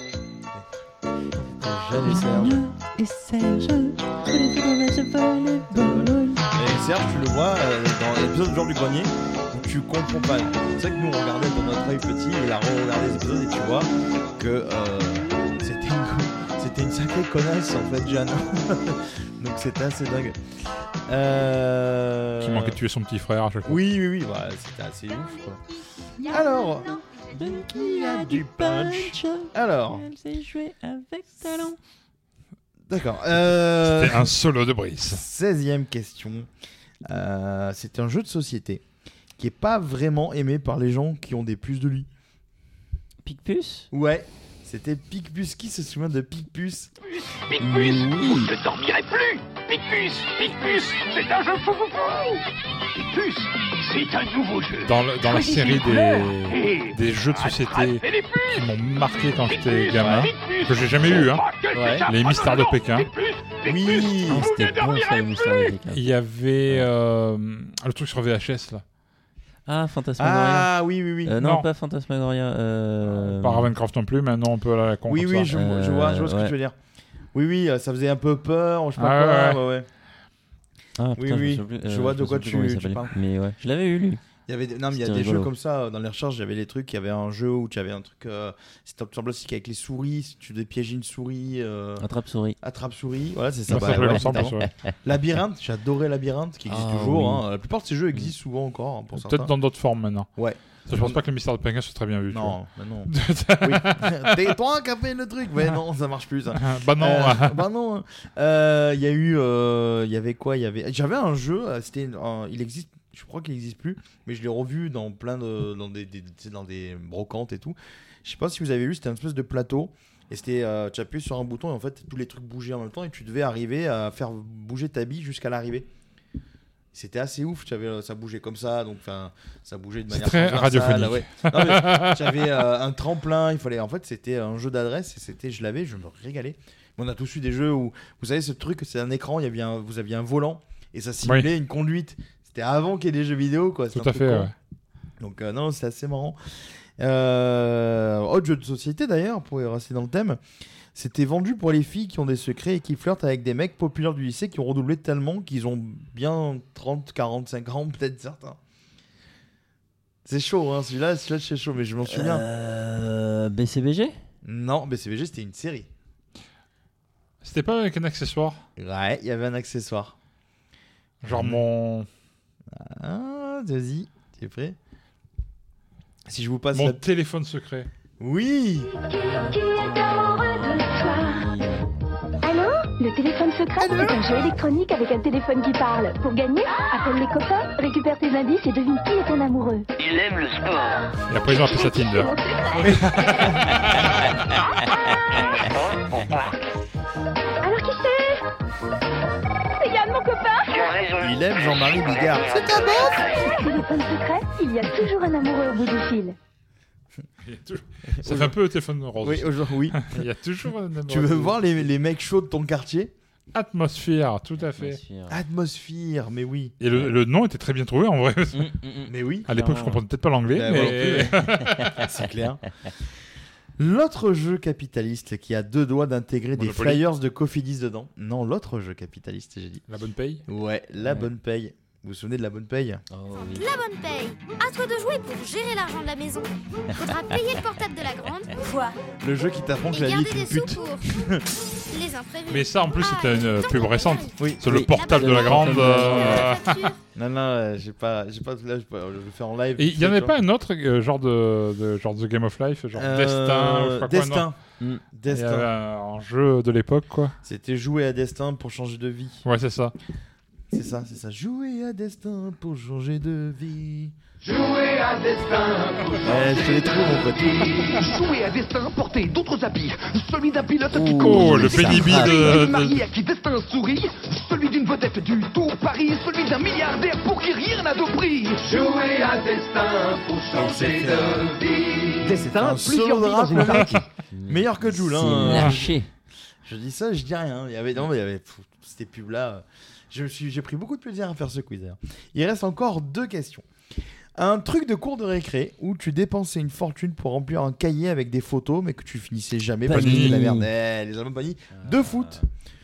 [SPEAKER 6] Jeanne et Serge.
[SPEAKER 8] Et Serge,
[SPEAKER 6] Et Serge, tu le vois euh, dans l'épisode du Joueur du Grenier où tu comprends pas. C'est vrai que nous on regardait de notre œil petit et là on regardait les épisodes et tu vois que euh, c'était une, c'était une sacrée connasse en fait, Jeanne. Donc c'était assez dingue. Euh...
[SPEAKER 7] Qui manquait de tuer son petit frère à chaque fois.
[SPEAKER 6] Oui, oui, oui, bah, c'était assez ouf quoi. Alors,
[SPEAKER 8] qui a du punch.
[SPEAKER 6] alors,
[SPEAKER 8] Elle sait jouer avec talent.
[SPEAKER 6] D'accord. Euh...
[SPEAKER 7] C'était un solo de Brice.
[SPEAKER 6] seizième question. Euh, c'est un jeu de société qui est pas vraiment aimé par les gens qui ont des puces de lit.
[SPEAKER 8] Picpus ?
[SPEAKER 6] Ouais, c'était Picpus. Qui se souvient de Picpus ?
[SPEAKER 2] Picpus, vous ne dormirez plus. Picpus, Picpus, c'est un jeu fou fou fou. Picpus, c'est un nouveau jeu.
[SPEAKER 7] Dans, le, dans la
[SPEAKER 2] Choisissez
[SPEAKER 7] série
[SPEAKER 2] une couleur et
[SPEAKER 7] des, des jeux de société
[SPEAKER 2] attrapez les puces.
[SPEAKER 7] qui m'ont marqué quand j'étais
[SPEAKER 2] Picpus,
[SPEAKER 7] gamin,
[SPEAKER 2] Picpus,
[SPEAKER 7] que j'ai jamais eu, hein.
[SPEAKER 6] Ouais.
[SPEAKER 7] Les Mystères de Pékin.
[SPEAKER 2] Picpus,
[SPEAKER 6] Oui.
[SPEAKER 2] Picpus,
[SPEAKER 8] Ah,
[SPEAKER 2] vous
[SPEAKER 8] c'était
[SPEAKER 2] ne
[SPEAKER 8] bon ça,
[SPEAKER 2] dormirez
[SPEAKER 8] les mystères de Pékin.
[SPEAKER 7] Il y avait euh, le truc sur V H S là.
[SPEAKER 8] Ah, Fantasmagoria.
[SPEAKER 6] Ah oui, oui, oui.
[SPEAKER 8] Euh, non,
[SPEAKER 7] non.
[SPEAKER 8] pas Fantasmagoria. Euh...
[SPEAKER 7] Pas Ravencroft non plus, mais non, on peut aller à la con
[SPEAKER 6] Oui,
[SPEAKER 7] comme
[SPEAKER 6] oui,
[SPEAKER 7] ça.
[SPEAKER 6] je,
[SPEAKER 8] Euh,
[SPEAKER 6] je vois, je vois ce que
[SPEAKER 8] ouais.
[SPEAKER 6] tu veux dire. Oui, oui, euh, ça faisait un peu peur, je sais pas
[SPEAKER 7] Ah,
[SPEAKER 6] quoi.
[SPEAKER 7] ouais,
[SPEAKER 6] Ouais, ouais.
[SPEAKER 8] Ah,
[SPEAKER 6] Oui,
[SPEAKER 8] putain,
[SPEAKER 6] oui,
[SPEAKER 8] je, me souviens plus-
[SPEAKER 6] je
[SPEAKER 8] euh,
[SPEAKER 6] vois de
[SPEAKER 8] me
[SPEAKER 6] quoi
[SPEAKER 8] souviens plus
[SPEAKER 6] tu-
[SPEAKER 8] comment il
[SPEAKER 6] tu
[SPEAKER 8] s'appelait.
[SPEAKER 6] parles.
[SPEAKER 8] Mais ouais, je l'avais eu lui.
[SPEAKER 6] Il y avait des... Non, mais il y a
[SPEAKER 8] C'était
[SPEAKER 6] des jeux
[SPEAKER 8] rigolo.
[SPEAKER 6] comme ça dans les recherches. J'avais les trucs. Il y avait un jeu où tu avais un truc. Euh... C'était un semble aussi qu'avec les souris, si tu devais piéger une souris. Euh...
[SPEAKER 8] Attrape-souris.
[SPEAKER 6] Attrape-souris. Voilà, c'est ça.
[SPEAKER 7] Ça
[SPEAKER 6] Bah,
[SPEAKER 7] s'appelait
[SPEAKER 6] ouais,
[SPEAKER 7] comme ça,
[SPEAKER 6] c'était
[SPEAKER 7] en plus,
[SPEAKER 6] avant.
[SPEAKER 7] ouais.
[SPEAKER 6] Labyrinthe, j'adorais Labyrinthe, qui existe
[SPEAKER 8] Ah,
[SPEAKER 6] toujours.
[SPEAKER 8] oui.
[SPEAKER 6] Hein. La plupart de ces jeux existent souvent encore, hein, pour
[SPEAKER 7] Peut-être
[SPEAKER 6] certains.
[SPEAKER 7] dans d'autres formes maintenant.
[SPEAKER 6] Ouais.
[SPEAKER 7] Je pense pas que les Mystères de Pékin soit très bien vu. tu
[SPEAKER 6] Non, bah non.
[SPEAKER 7] vois.
[SPEAKER 6] Oui. C'est toi qui as fait le truc. Mais non, ça marche plus. Ça.
[SPEAKER 7] bah non.
[SPEAKER 6] Euh, bah non. Euh, Il y a eu. euh, Il y avait quoi Il y avait. J'avais un jeu. euh, C'était. un- Il existe. Je crois qu'il n'existe plus, mais je l'ai revu dans plein de. Dans des, des, tu sais, dans des brocantes et tout. Je sais pas si vous avez vu, c'était un espèce de plateau. Et c'était. Euh, tu appuyais sur un bouton et en fait, tous les trucs bougeaient en même temps et tu devais arriver à faire bouger ta bille jusqu'à l'arrivée. C'était assez ouf, tu avais, ça bougeait comme ça, donc enfin, ça bougeait de
[SPEAKER 7] C'est
[SPEAKER 6] manière
[SPEAKER 7] très
[SPEAKER 6] transversale,
[SPEAKER 7] radiophonique.
[SPEAKER 6] ouais. Non, mais j'avais euh, un tremplin, il fallait. En fait, c'était un jeu d'adresse et c'était, je l'avais, je me régalais. On a tous eu des jeux où, vous savez, ce truc, c'est un écran, il y avait un, vous aviez un volant et ça simulait
[SPEAKER 7] Oui.
[SPEAKER 6] une conduite. C'était avant qu'il y ait des jeux vidéo, quoi.
[SPEAKER 7] Tout
[SPEAKER 6] C'était un
[SPEAKER 7] à
[SPEAKER 6] peu
[SPEAKER 7] fait.
[SPEAKER 6] con.
[SPEAKER 7] Ouais.
[SPEAKER 6] Donc euh, non, c'est assez marrant. Euh, autre jeu de société d'ailleurs, pour rester dans le thème, c'était vendu pour les filles qui ont des secrets et qui flirtent avec des mecs populaires du lycée qui ont redoublé tellement qu'ils ont bien trente, quarante-cinq ans, peut-être certains. C'est chaud, hein, celui-là, celui-là c'est chaud, mais je m'en souviens.
[SPEAKER 8] Euh, B C B G ?
[SPEAKER 6] Non, B C B G c'était une série.
[SPEAKER 7] C'était pas avec un accessoire.
[SPEAKER 6] Ouais, il y avait un accessoire.
[SPEAKER 7] Genre
[SPEAKER 6] Mhm.
[SPEAKER 7] mon
[SPEAKER 6] Ah, vas-y, tu es prêt? Si je vous passe
[SPEAKER 7] mon
[SPEAKER 6] la...
[SPEAKER 7] téléphone secret.
[SPEAKER 6] Oui.
[SPEAKER 11] Allô ? Le téléphone secret est un jeu électronique avec un téléphone qui parle. Pour gagner, appelle les copains, récupère tes indices et devine qui est ton amoureux.
[SPEAKER 2] Il aime le sport.
[SPEAKER 7] Et après ils ont appelé ça Tinder.
[SPEAKER 11] Alors qui c'est ? C'est Yann, mon copain.
[SPEAKER 6] Il aime Jean-Marie Bigard. C'est ta meuf.
[SPEAKER 11] Téléphone secret, il y a toujours un amoureux au bout du fil.
[SPEAKER 7] Il y a toujours- Ça fait un peu le téléphone rose.
[SPEAKER 6] Oui, aujourd'hui, oui.
[SPEAKER 7] Il y a toujours un
[SPEAKER 6] Tu veux voir les, les mecs chauds de ton quartier?
[SPEAKER 7] Atmosphère, tout à fait.
[SPEAKER 8] Atmosphère.
[SPEAKER 6] Atmosphère, mais oui.
[SPEAKER 7] Et le, le nom était très bien trouvé en vrai.
[SPEAKER 8] Mm, mm, mm.
[SPEAKER 6] Mais oui.
[SPEAKER 7] À l'époque, je
[SPEAKER 8] Clairement.
[SPEAKER 7] comprenais peut-être pas l'anglais,
[SPEAKER 6] Bah,
[SPEAKER 7] mais
[SPEAKER 6] moi non plus, c'est clair. L'autre jeu capitaliste qui a deux doigts d'intégrer des
[SPEAKER 7] Monopoly.
[SPEAKER 6] flyers de Cofidis dedans. Non, l'autre jeu capitaliste, j'ai dit.
[SPEAKER 7] la bonne paye.
[SPEAKER 6] Ouais, la
[SPEAKER 8] Ouais.
[SPEAKER 6] bonne paye. Vous vous souvenez de la bonne paye?
[SPEAKER 8] Oh, oui.
[SPEAKER 9] La bonne paye. À toi de jouer pour gérer l'argent de la maison. Faudra payer le portable de la grande. Quoi?
[SPEAKER 6] Le jeu qui t'apprend que
[SPEAKER 9] Et
[SPEAKER 6] la vie
[SPEAKER 9] garder
[SPEAKER 6] est
[SPEAKER 9] des
[SPEAKER 6] une
[SPEAKER 9] sous
[SPEAKER 6] pute.
[SPEAKER 9] pour les imprévus.
[SPEAKER 7] Mais ça, en plus,
[SPEAKER 9] Ah,
[SPEAKER 7] c'était
[SPEAKER 9] et
[SPEAKER 7] une
[SPEAKER 9] tant
[SPEAKER 7] pub
[SPEAKER 9] qu'on
[SPEAKER 7] récente.
[SPEAKER 9] paye.
[SPEAKER 6] Oui.
[SPEAKER 7] C'est le
[SPEAKER 8] Oui.
[SPEAKER 7] portable de la
[SPEAKER 8] Le
[SPEAKER 7] grande.
[SPEAKER 8] portable de la
[SPEAKER 7] euh,
[SPEAKER 9] La facture.
[SPEAKER 6] Non, non, euh, j'ai pas, j'ai pas, là, j'ai pas, je le fais en live.
[SPEAKER 7] Et il y en avait
[SPEAKER 6] Tu vois.
[SPEAKER 7] pas un autre euh, genre de, de genre The Game of Life, genre
[SPEAKER 6] Euh,
[SPEAKER 7] Destin, ou je sais pas quoi, non.
[SPEAKER 6] Destin.
[SPEAKER 8] Mm.
[SPEAKER 7] Il y avait
[SPEAKER 6] Destin.
[SPEAKER 7] un, un jeu de l'époque, quoi.
[SPEAKER 6] C'était jouer à Destin pour changer de vie.
[SPEAKER 7] Ouais, c'est ça.
[SPEAKER 6] C'est ça, c'est ça. Jouer à Destin pour changer de vie.
[SPEAKER 10] Jouer à destin pour
[SPEAKER 6] Ouais, je te les trouve, mon pote.
[SPEAKER 2] Jouer à destin, porter d'autres habits. Celui d'un pilote qui
[SPEAKER 8] Oh,
[SPEAKER 2] conduit
[SPEAKER 7] le
[SPEAKER 2] des
[SPEAKER 7] pénibi
[SPEAKER 2] cars.
[SPEAKER 7] de-
[SPEAKER 2] Celui
[SPEAKER 7] de-
[SPEAKER 2] d'un marié à qui destin sourit. Celui d'une vedette du Tour Paris. Celui d'un milliardaire pour qui rien n'a de prix.
[SPEAKER 10] jouer à destin pour changer de vie.
[SPEAKER 2] Destin,
[SPEAKER 6] un
[SPEAKER 2] plusieurs
[SPEAKER 6] solo de
[SPEAKER 2] vies dans
[SPEAKER 6] rap,
[SPEAKER 2] une
[SPEAKER 6] le mec.
[SPEAKER 2] partie.
[SPEAKER 6] Meilleur que Jul,
[SPEAKER 8] C'est
[SPEAKER 6] hein.
[SPEAKER 8] lâché.
[SPEAKER 6] Je dis ça, je dis rien. Il y avait, non, mais il y avait pff, ces pubs-là. Je me suis, j'ai pris beaucoup de plaisir à faire ce quiz. d'ailleurs. Il reste encore deux questions. Un truc de cours de récré où tu dépensais une fortune pour remplir un cahier avec des photos, mais que tu finissais jamais parce que
[SPEAKER 8] Panini.
[SPEAKER 6] c'était de la merde. Eh, les albums Panini de foot.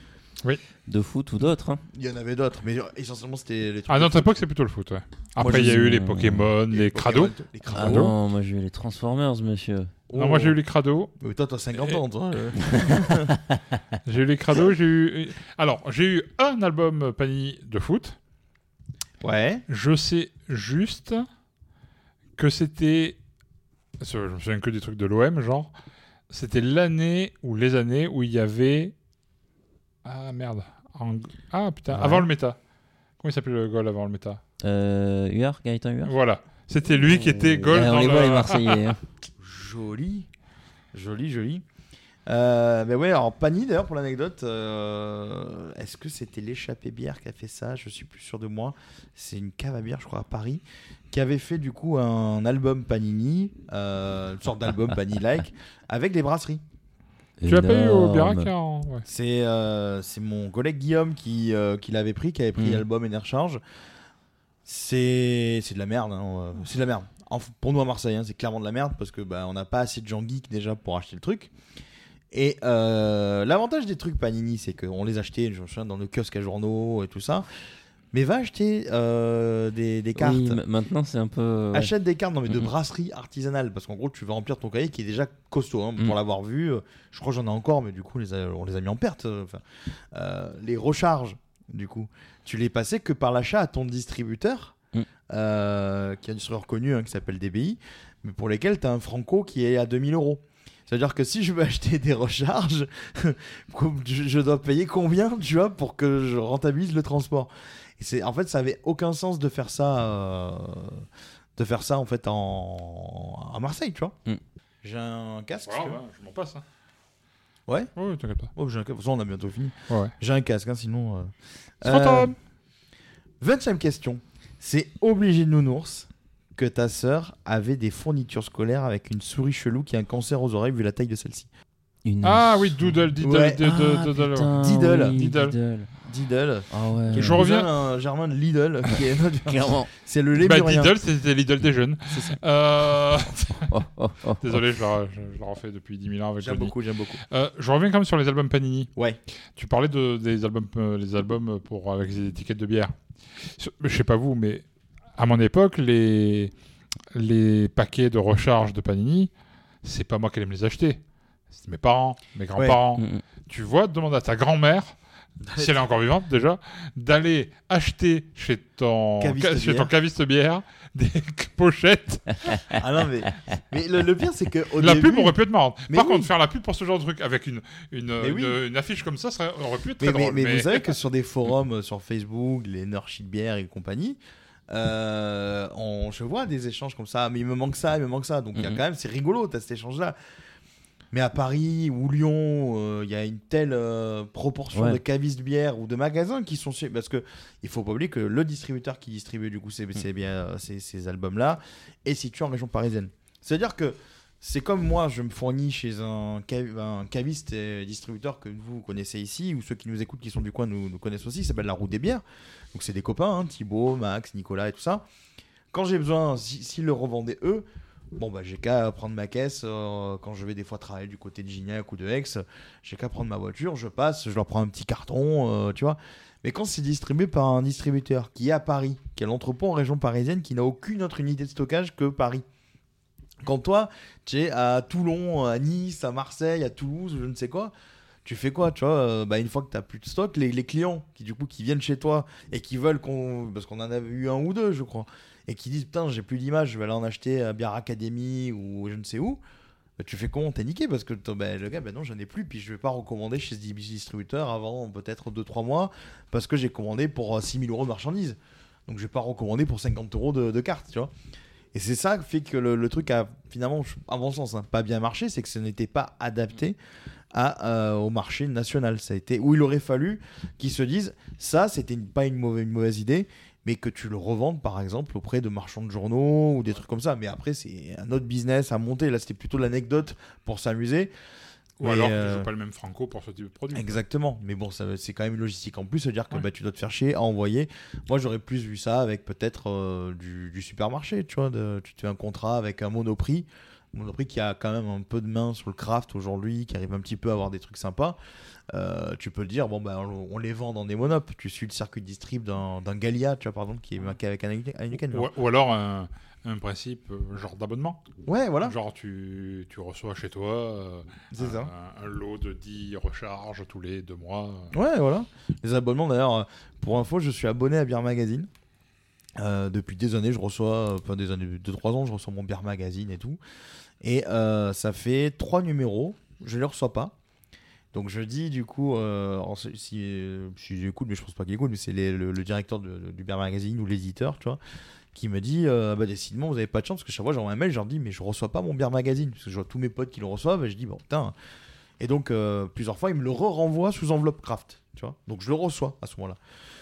[SPEAKER 8] De foot ou d'autres. Hein.
[SPEAKER 6] Il y en avait d'autres, mais essentiellement c'était les trucs.
[SPEAKER 7] À
[SPEAKER 6] de
[SPEAKER 7] notre
[SPEAKER 6] foot.
[SPEAKER 7] époque, c'est plutôt le foot, ouais. Après,
[SPEAKER 6] Moi,
[SPEAKER 7] il y a
[SPEAKER 8] je-
[SPEAKER 7] eu les Pokémon, les, crados.
[SPEAKER 6] Pokémon, Les
[SPEAKER 8] Ah
[SPEAKER 6] crados.
[SPEAKER 8] non, moi j'ai eu les Transformers, monsieur.
[SPEAKER 7] Non, moi, j'ai eu les crados.
[SPEAKER 6] Mais toi, t'as cinquante ans, toi. euh.
[SPEAKER 7] J'ai eu les crados, j'ai eu... Alors, j'ai eu un album Panini de foot.
[SPEAKER 6] Ouais.
[SPEAKER 7] Je sais juste que c'était... Je me souviens que des trucs de l'O M, genre. C'était l'année ou les années où il y avait Ah merde. En- Ah putain,
[SPEAKER 8] Ouais.
[SPEAKER 7] avant le méta. Comment il s'appelait le goal avant le méta?
[SPEAKER 8] Euh, Huard, Gaëtan Huard.
[SPEAKER 7] Voilà. C'était lui qui était goal
[SPEAKER 8] Ouais, on
[SPEAKER 7] dans
[SPEAKER 8] les
[SPEAKER 7] le...
[SPEAKER 8] voit les Marseillais. hein.
[SPEAKER 6] Joli. Joli, joli. Euh, mais ouais, alors Pani d'ailleurs pour l'anecdote, euh, est-ce que c'était l'échappée bière qui a fait ça? Je suis plus sûr de moi. C'est une cave à bière, je crois, à Paris, qui avait fait du coup un album Panini, euh, une sorte d'album Pani-like, avec des brasseries.
[SPEAKER 7] Tu l'as pas eu au
[SPEAKER 8] Énorme.
[SPEAKER 7] Birac hein ouais.
[SPEAKER 6] C'est euh, c'est mon collègue Guillaume qui, euh, qui l'avait pris, qui avait pris
[SPEAKER 8] Mm.
[SPEAKER 6] l'album Enercharge. C'est c'est de la merde, hein, euh, c'est de la merde. En- pour nous à Marseille, hein, c'est clairement de la merde parce que bah, on n'a pas assez de gens geeks déjà pour acheter le truc. Et euh, l'avantage des trucs Panini, c'est qu'on les achetait, je me souviens, dans le kiosque à journaux et tout ça. Mais va acheter euh, des, des cartes.
[SPEAKER 8] Oui, m- maintenant c'est un peu. ouais.
[SPEAKER 6] Achète des cartes non, mais de
[SPEAKER 8] Mhm.
[SPEAKER 6] brasserie artisanale parce qu'en gros tu vas remplir ton cahier qui est déjà costaud hein,
[SPEAKER 8] Mhm.
[SPEAKER 6] pour l'avoir vu. euh, Je crois que j'en ai encore, mais du coup on les a, on les a mis en perte. euh, Enfin, euh, les recharges, du coup, tu les passais que par l'achat à ton distributeur,
[SPEAKER 8] Mhm.
[SPEAKER 6] euh, qui est un distributeur connu hein, qui s'appelle D B I, mais pour lesquels tu as un franco qui est à deux mille euros. C'est-à-dire que si je veux acheter des recharges, je je dois payer combien, tu vois, pour que je rentabilise le transport. Et c'est, en fait, ça avait aucun sens de faire ça, euh, de faire ça en fait en à Marseille, tu vois.
[SPEAKER 8] Mm.
[SPEAKER 6] J'ai un casque.
[SPEAKER 7] Ouais,
[SPEAKER 6] si tu veux.
[SPEAKER 7] ouais, je m'en passe. Hein.
[SPEAKER 6] Ouais.
[SPEAKER 7] Ouais, t'inquiète pas.
[SPEAKER 6] Oh, j'ai un casque. De toute façon, on a bientôt fini.
[SPEAKER 7] Ouais, ouais.
[SPEAKER 6] J'ai un casque, hein, sinon. euh.
[SPEAKER 7] C'est pas
[SPEAKER 6] Euh,
[SPEAKER 7] toi.
[SPEAKER 6] vingtième question. C'est obligé de nounours que ta sœur avait des fournitures scolaires avec une souris chelou qui a un cancer aux oreilles vu la taille de celle-ci.
[SPEAKER 8] Une-
[SPEAKER 7] Ah oui, Doodle, Diddle,
[SPEAKER 6] Ouais.
[SPEAKER 7] Diddle,
[SPEAKER 8] Ah,
[SPEAKER 7] Diddle.
[SPEAKER 8] putain,
[SPEAKER 6] Diddle.
[SPEAKER 8] oui,
[SPEAKER 7] Diddle.
[SPEAKER 8] Diddle.
[SPEAKER 6] Diddle.
[SPEAKER 8] Ah ouais.
[SPEAKER 6] Qui est
[SPEAKER 7] Je
[SPEAKER 6] le
[SPEAKER 7] reviens-
[SPEAKER 6] cousin, euh, Germain de Lidl. Qui est notre-
[SPEAKER 8] Clairement.
[SPEAKER 6] C'est le lait
[SPEAKER 7] Bah,
[SPEAKER 6] burien.
[SPEAKER 7] Diddle, c'était Lidl des jeunes.
[SPEAKER 6] C'est ça.
[SPEAKER 7] Euh...
[SPEAKER 8] Oh, oh, oh.
[SPEAKER 7] Désolé, je le, je, je le refais depuis dix mille ans avec
[SPEAKER 6] J'aime
[SPEAKER 7] Johnny.
[SPEAKER 6] beaucoup, j'aime beaucoup.
[SPEAKER 7] Euh, je reviens quand même sur les albums Panini.
[SPEAKER 6] Ouais.
[SPEAKER 7] Tu parlais de, des albums, euh, les albums pour, avec des étiquettes de bière. Sur- Je sais pas vous, mais à mon époque, les, les paquets de recharge de Panini, c'est pas moi qui allais me les acheter. C'est mes parents, mes grands-parents.
[SPEAKER 8] Mm, mm.
[SPEAKER 7] Tu vois, demande à ta grand-mère, si elle est encore vivante déjà, d'aller acheter chez ton
[SPEAKER 6] Caviste
[SPEAKER 7] ca- chez
[SPEAKER 6] bière.
[SPEAKER 7] ton caviste bière des pochettes.
[SPEAKER 6] Ah non, mais, mais le, le pire, c'est que au
[SPEAKER 7] La
[SPEAKER 6] début,
[SPEAKER 7] pub aurait pu être marrante.
[SPEAKER 6] Mais
[SPEAKER 7] Par
[SPEAKER 6] oui.
[SPEAKER 7] contre, faire la pub pour ce genre de truc avec une, une,
[SPEAKER 6] Mais
[SPEAKER 7] une,
[SPEAKER 6] oui.
[SPEAKER 7] une affiche comme ça, ça aurait pu être
[SPEAKER 6] Mais,
[SPEAKER 7] très
[SPEAKER 6] mais-
[SPEAKER 7] drôle.
[SPEAKER 6] mais
[SPEAKER 7] mais-
[SPEAKER 6] vous savez que sur des forums euh, sur Facebook, les Nerd bière et compagnie, euh, on, je vois des échanges comme ça. Mais il me manque ça, il me manque ça. Donc il y a
[SPEAKER 8] Mhm.
[SPEAKER 6] quand même, c'est rigolo, t'as cet échange-là. Mais à Paris ou Lyon, euh, il y a une telle euh, proportion
[SPEAKER 8] Ouais.
[SPEAKER 6] de cavistes de bière ou de magasins qui sont chez... Parce que il faut pas oublier que le distributeur qui distribue du coup ces, ces, bières- ces, ces albums-là est situé en région parisienne. C'est-à-dire que c'est comme moi, je me fournis chez un, cav- un caviste et distributeur que vous connaissez ici, ou ceux qui nous écoutent qui sont du coin nous, nous connaissent aussi, il s'appelle La Route des Bières. Donc c'est des copains, hein, Thibaut, Max, Nicolas et tout ça. Quand j'ai besoin, si- s'ils le revendaient eux, bon bah j'ai qu'à prendre ma caisse euh, quand je vais des fois travailler du côté de Gignac ou de Aix, j'ai qu'à prendre ma voiture, je passe, je leur prends un petit carton, euh, tu vois. Mais quand c'est distribué par un distributeur qui est à Paris, qui a l'entrepôt en région parisienne, qui n'a aucune autre unité de stockage que Paris. Quand toi, tu es à Toulon, à Nice, à Marseille, à Toulouse, je ne sais quoi, tu fais quoi, tu vois euh, bah, une fois que tu n'as plus de stock, les, les clients qui du coup qui viennent chez toi et qui veulent qu'on... Parce qu'on en avait eu un ou deux, je crois. Et qui disent, putain, j'ai plus d'image, je vais aller en acheter à Bière Academy ou je ne sais où. Bah, tu fais comment? T'es niqué parce que bah, le gars, bah non, j'en ai plus. Puis je vais pas recommander chez ce distributeur avant peut-être deux trois mois parce que j'ai commandé pour euh, six mille euros de marchandises. Donc je vais pas recommander pour cinquante euros de, de carte, tu vois. Et c'est ça qui fait que le, le truc a finalement, à mon sens, hein, pas bien marché, c'est que ce n'était pas adapté à, euh, au marché national. Ça a été où il aurait fallu qu'ils se disent, ça, c'était une- pas une mauvaise, une mauvaise idée, mais que tu le revendes par exemple auprès de marchands de journaux ou des trucs comme ça. Mais après, c'est un autre business à monter. Là, c'était plutôt de l'anecdote pour s'amuser.
[SPEAKER 7] Ou
[SPEAKER 6] Mais,
[SPEAKER 7] alors que
[SPEAKER 6] euh,
[SPEAKER 7] tu joues pas le même franco pour ce type de produit.
[SPEAKER 6] Exactement, mais bon, ça, c'est quand même une logistique en plus, c'est-à-dire que
[SPEAKER 7] Ouais.
[SPEAKER 6] bah, tu dois te faire chier à envoyer. Moi, j'aurais plus vu ça avec peut-être euh, du, du supermarché, tu vois. De, tu te fais un contrat avec un Monoprix, Monoprix qui a quand même un peu de main sur le craft aujourd'hui, qui arrive un petit peu à avoir des trucs sympas. Euh, tu peux le dire, bon, bah, on, on les vend dans des monopes. Tu suis le circuit distrib d'un, d'un Gallia, tu vois, par exemple, qui est marqué avec un Heineken.
[SPEAKER 7] Ou, ou alors un, un principe euh, genre d'abonnement.
[SPEAKER 6] Ouais, voilà.
[SPEAKER 7] Genre tu, tu reçois chez toi euh,
[SPEAKER 6] C'est
[SPEAKER 7] un,
[SPEAKER 6] ça.
[SPEAKER 7] un- un lot de dix recharges tous les deux mois.
[SPEAKER 6] Ouais, voilà. Les abonnements, d'ailleurs, euh, pour info, je suis abonné à Bière Magazine. Euh, depuis des années, je reçois, euh, enfin des années, deux trois ans, je reçois mon Bière Magazine et tout. Et euh, ça fait trois numéros, je ne les reçois pas. Donc je dis du coup, euh, en- si, euh, si j'écoute, mais je pense pas qu'il écoute, mais c'est les- le, le directeur de- de- du Bear Magazine ou l'éditeur, tu vois, qui me dit, euh, bah décidément vous avez pas de chance, parce que chaque fois j'envoie un mail, je leur dis, mais je reçois pas mon Bear Magazine, parce que je vois tous mes potes qui le reçoivent, et je dis, bon putain. Et donc euh, plusieurs fois, il me le re-renvoie sous enveloppe craft, tu vois. Donc je le reçois à ce moment-là.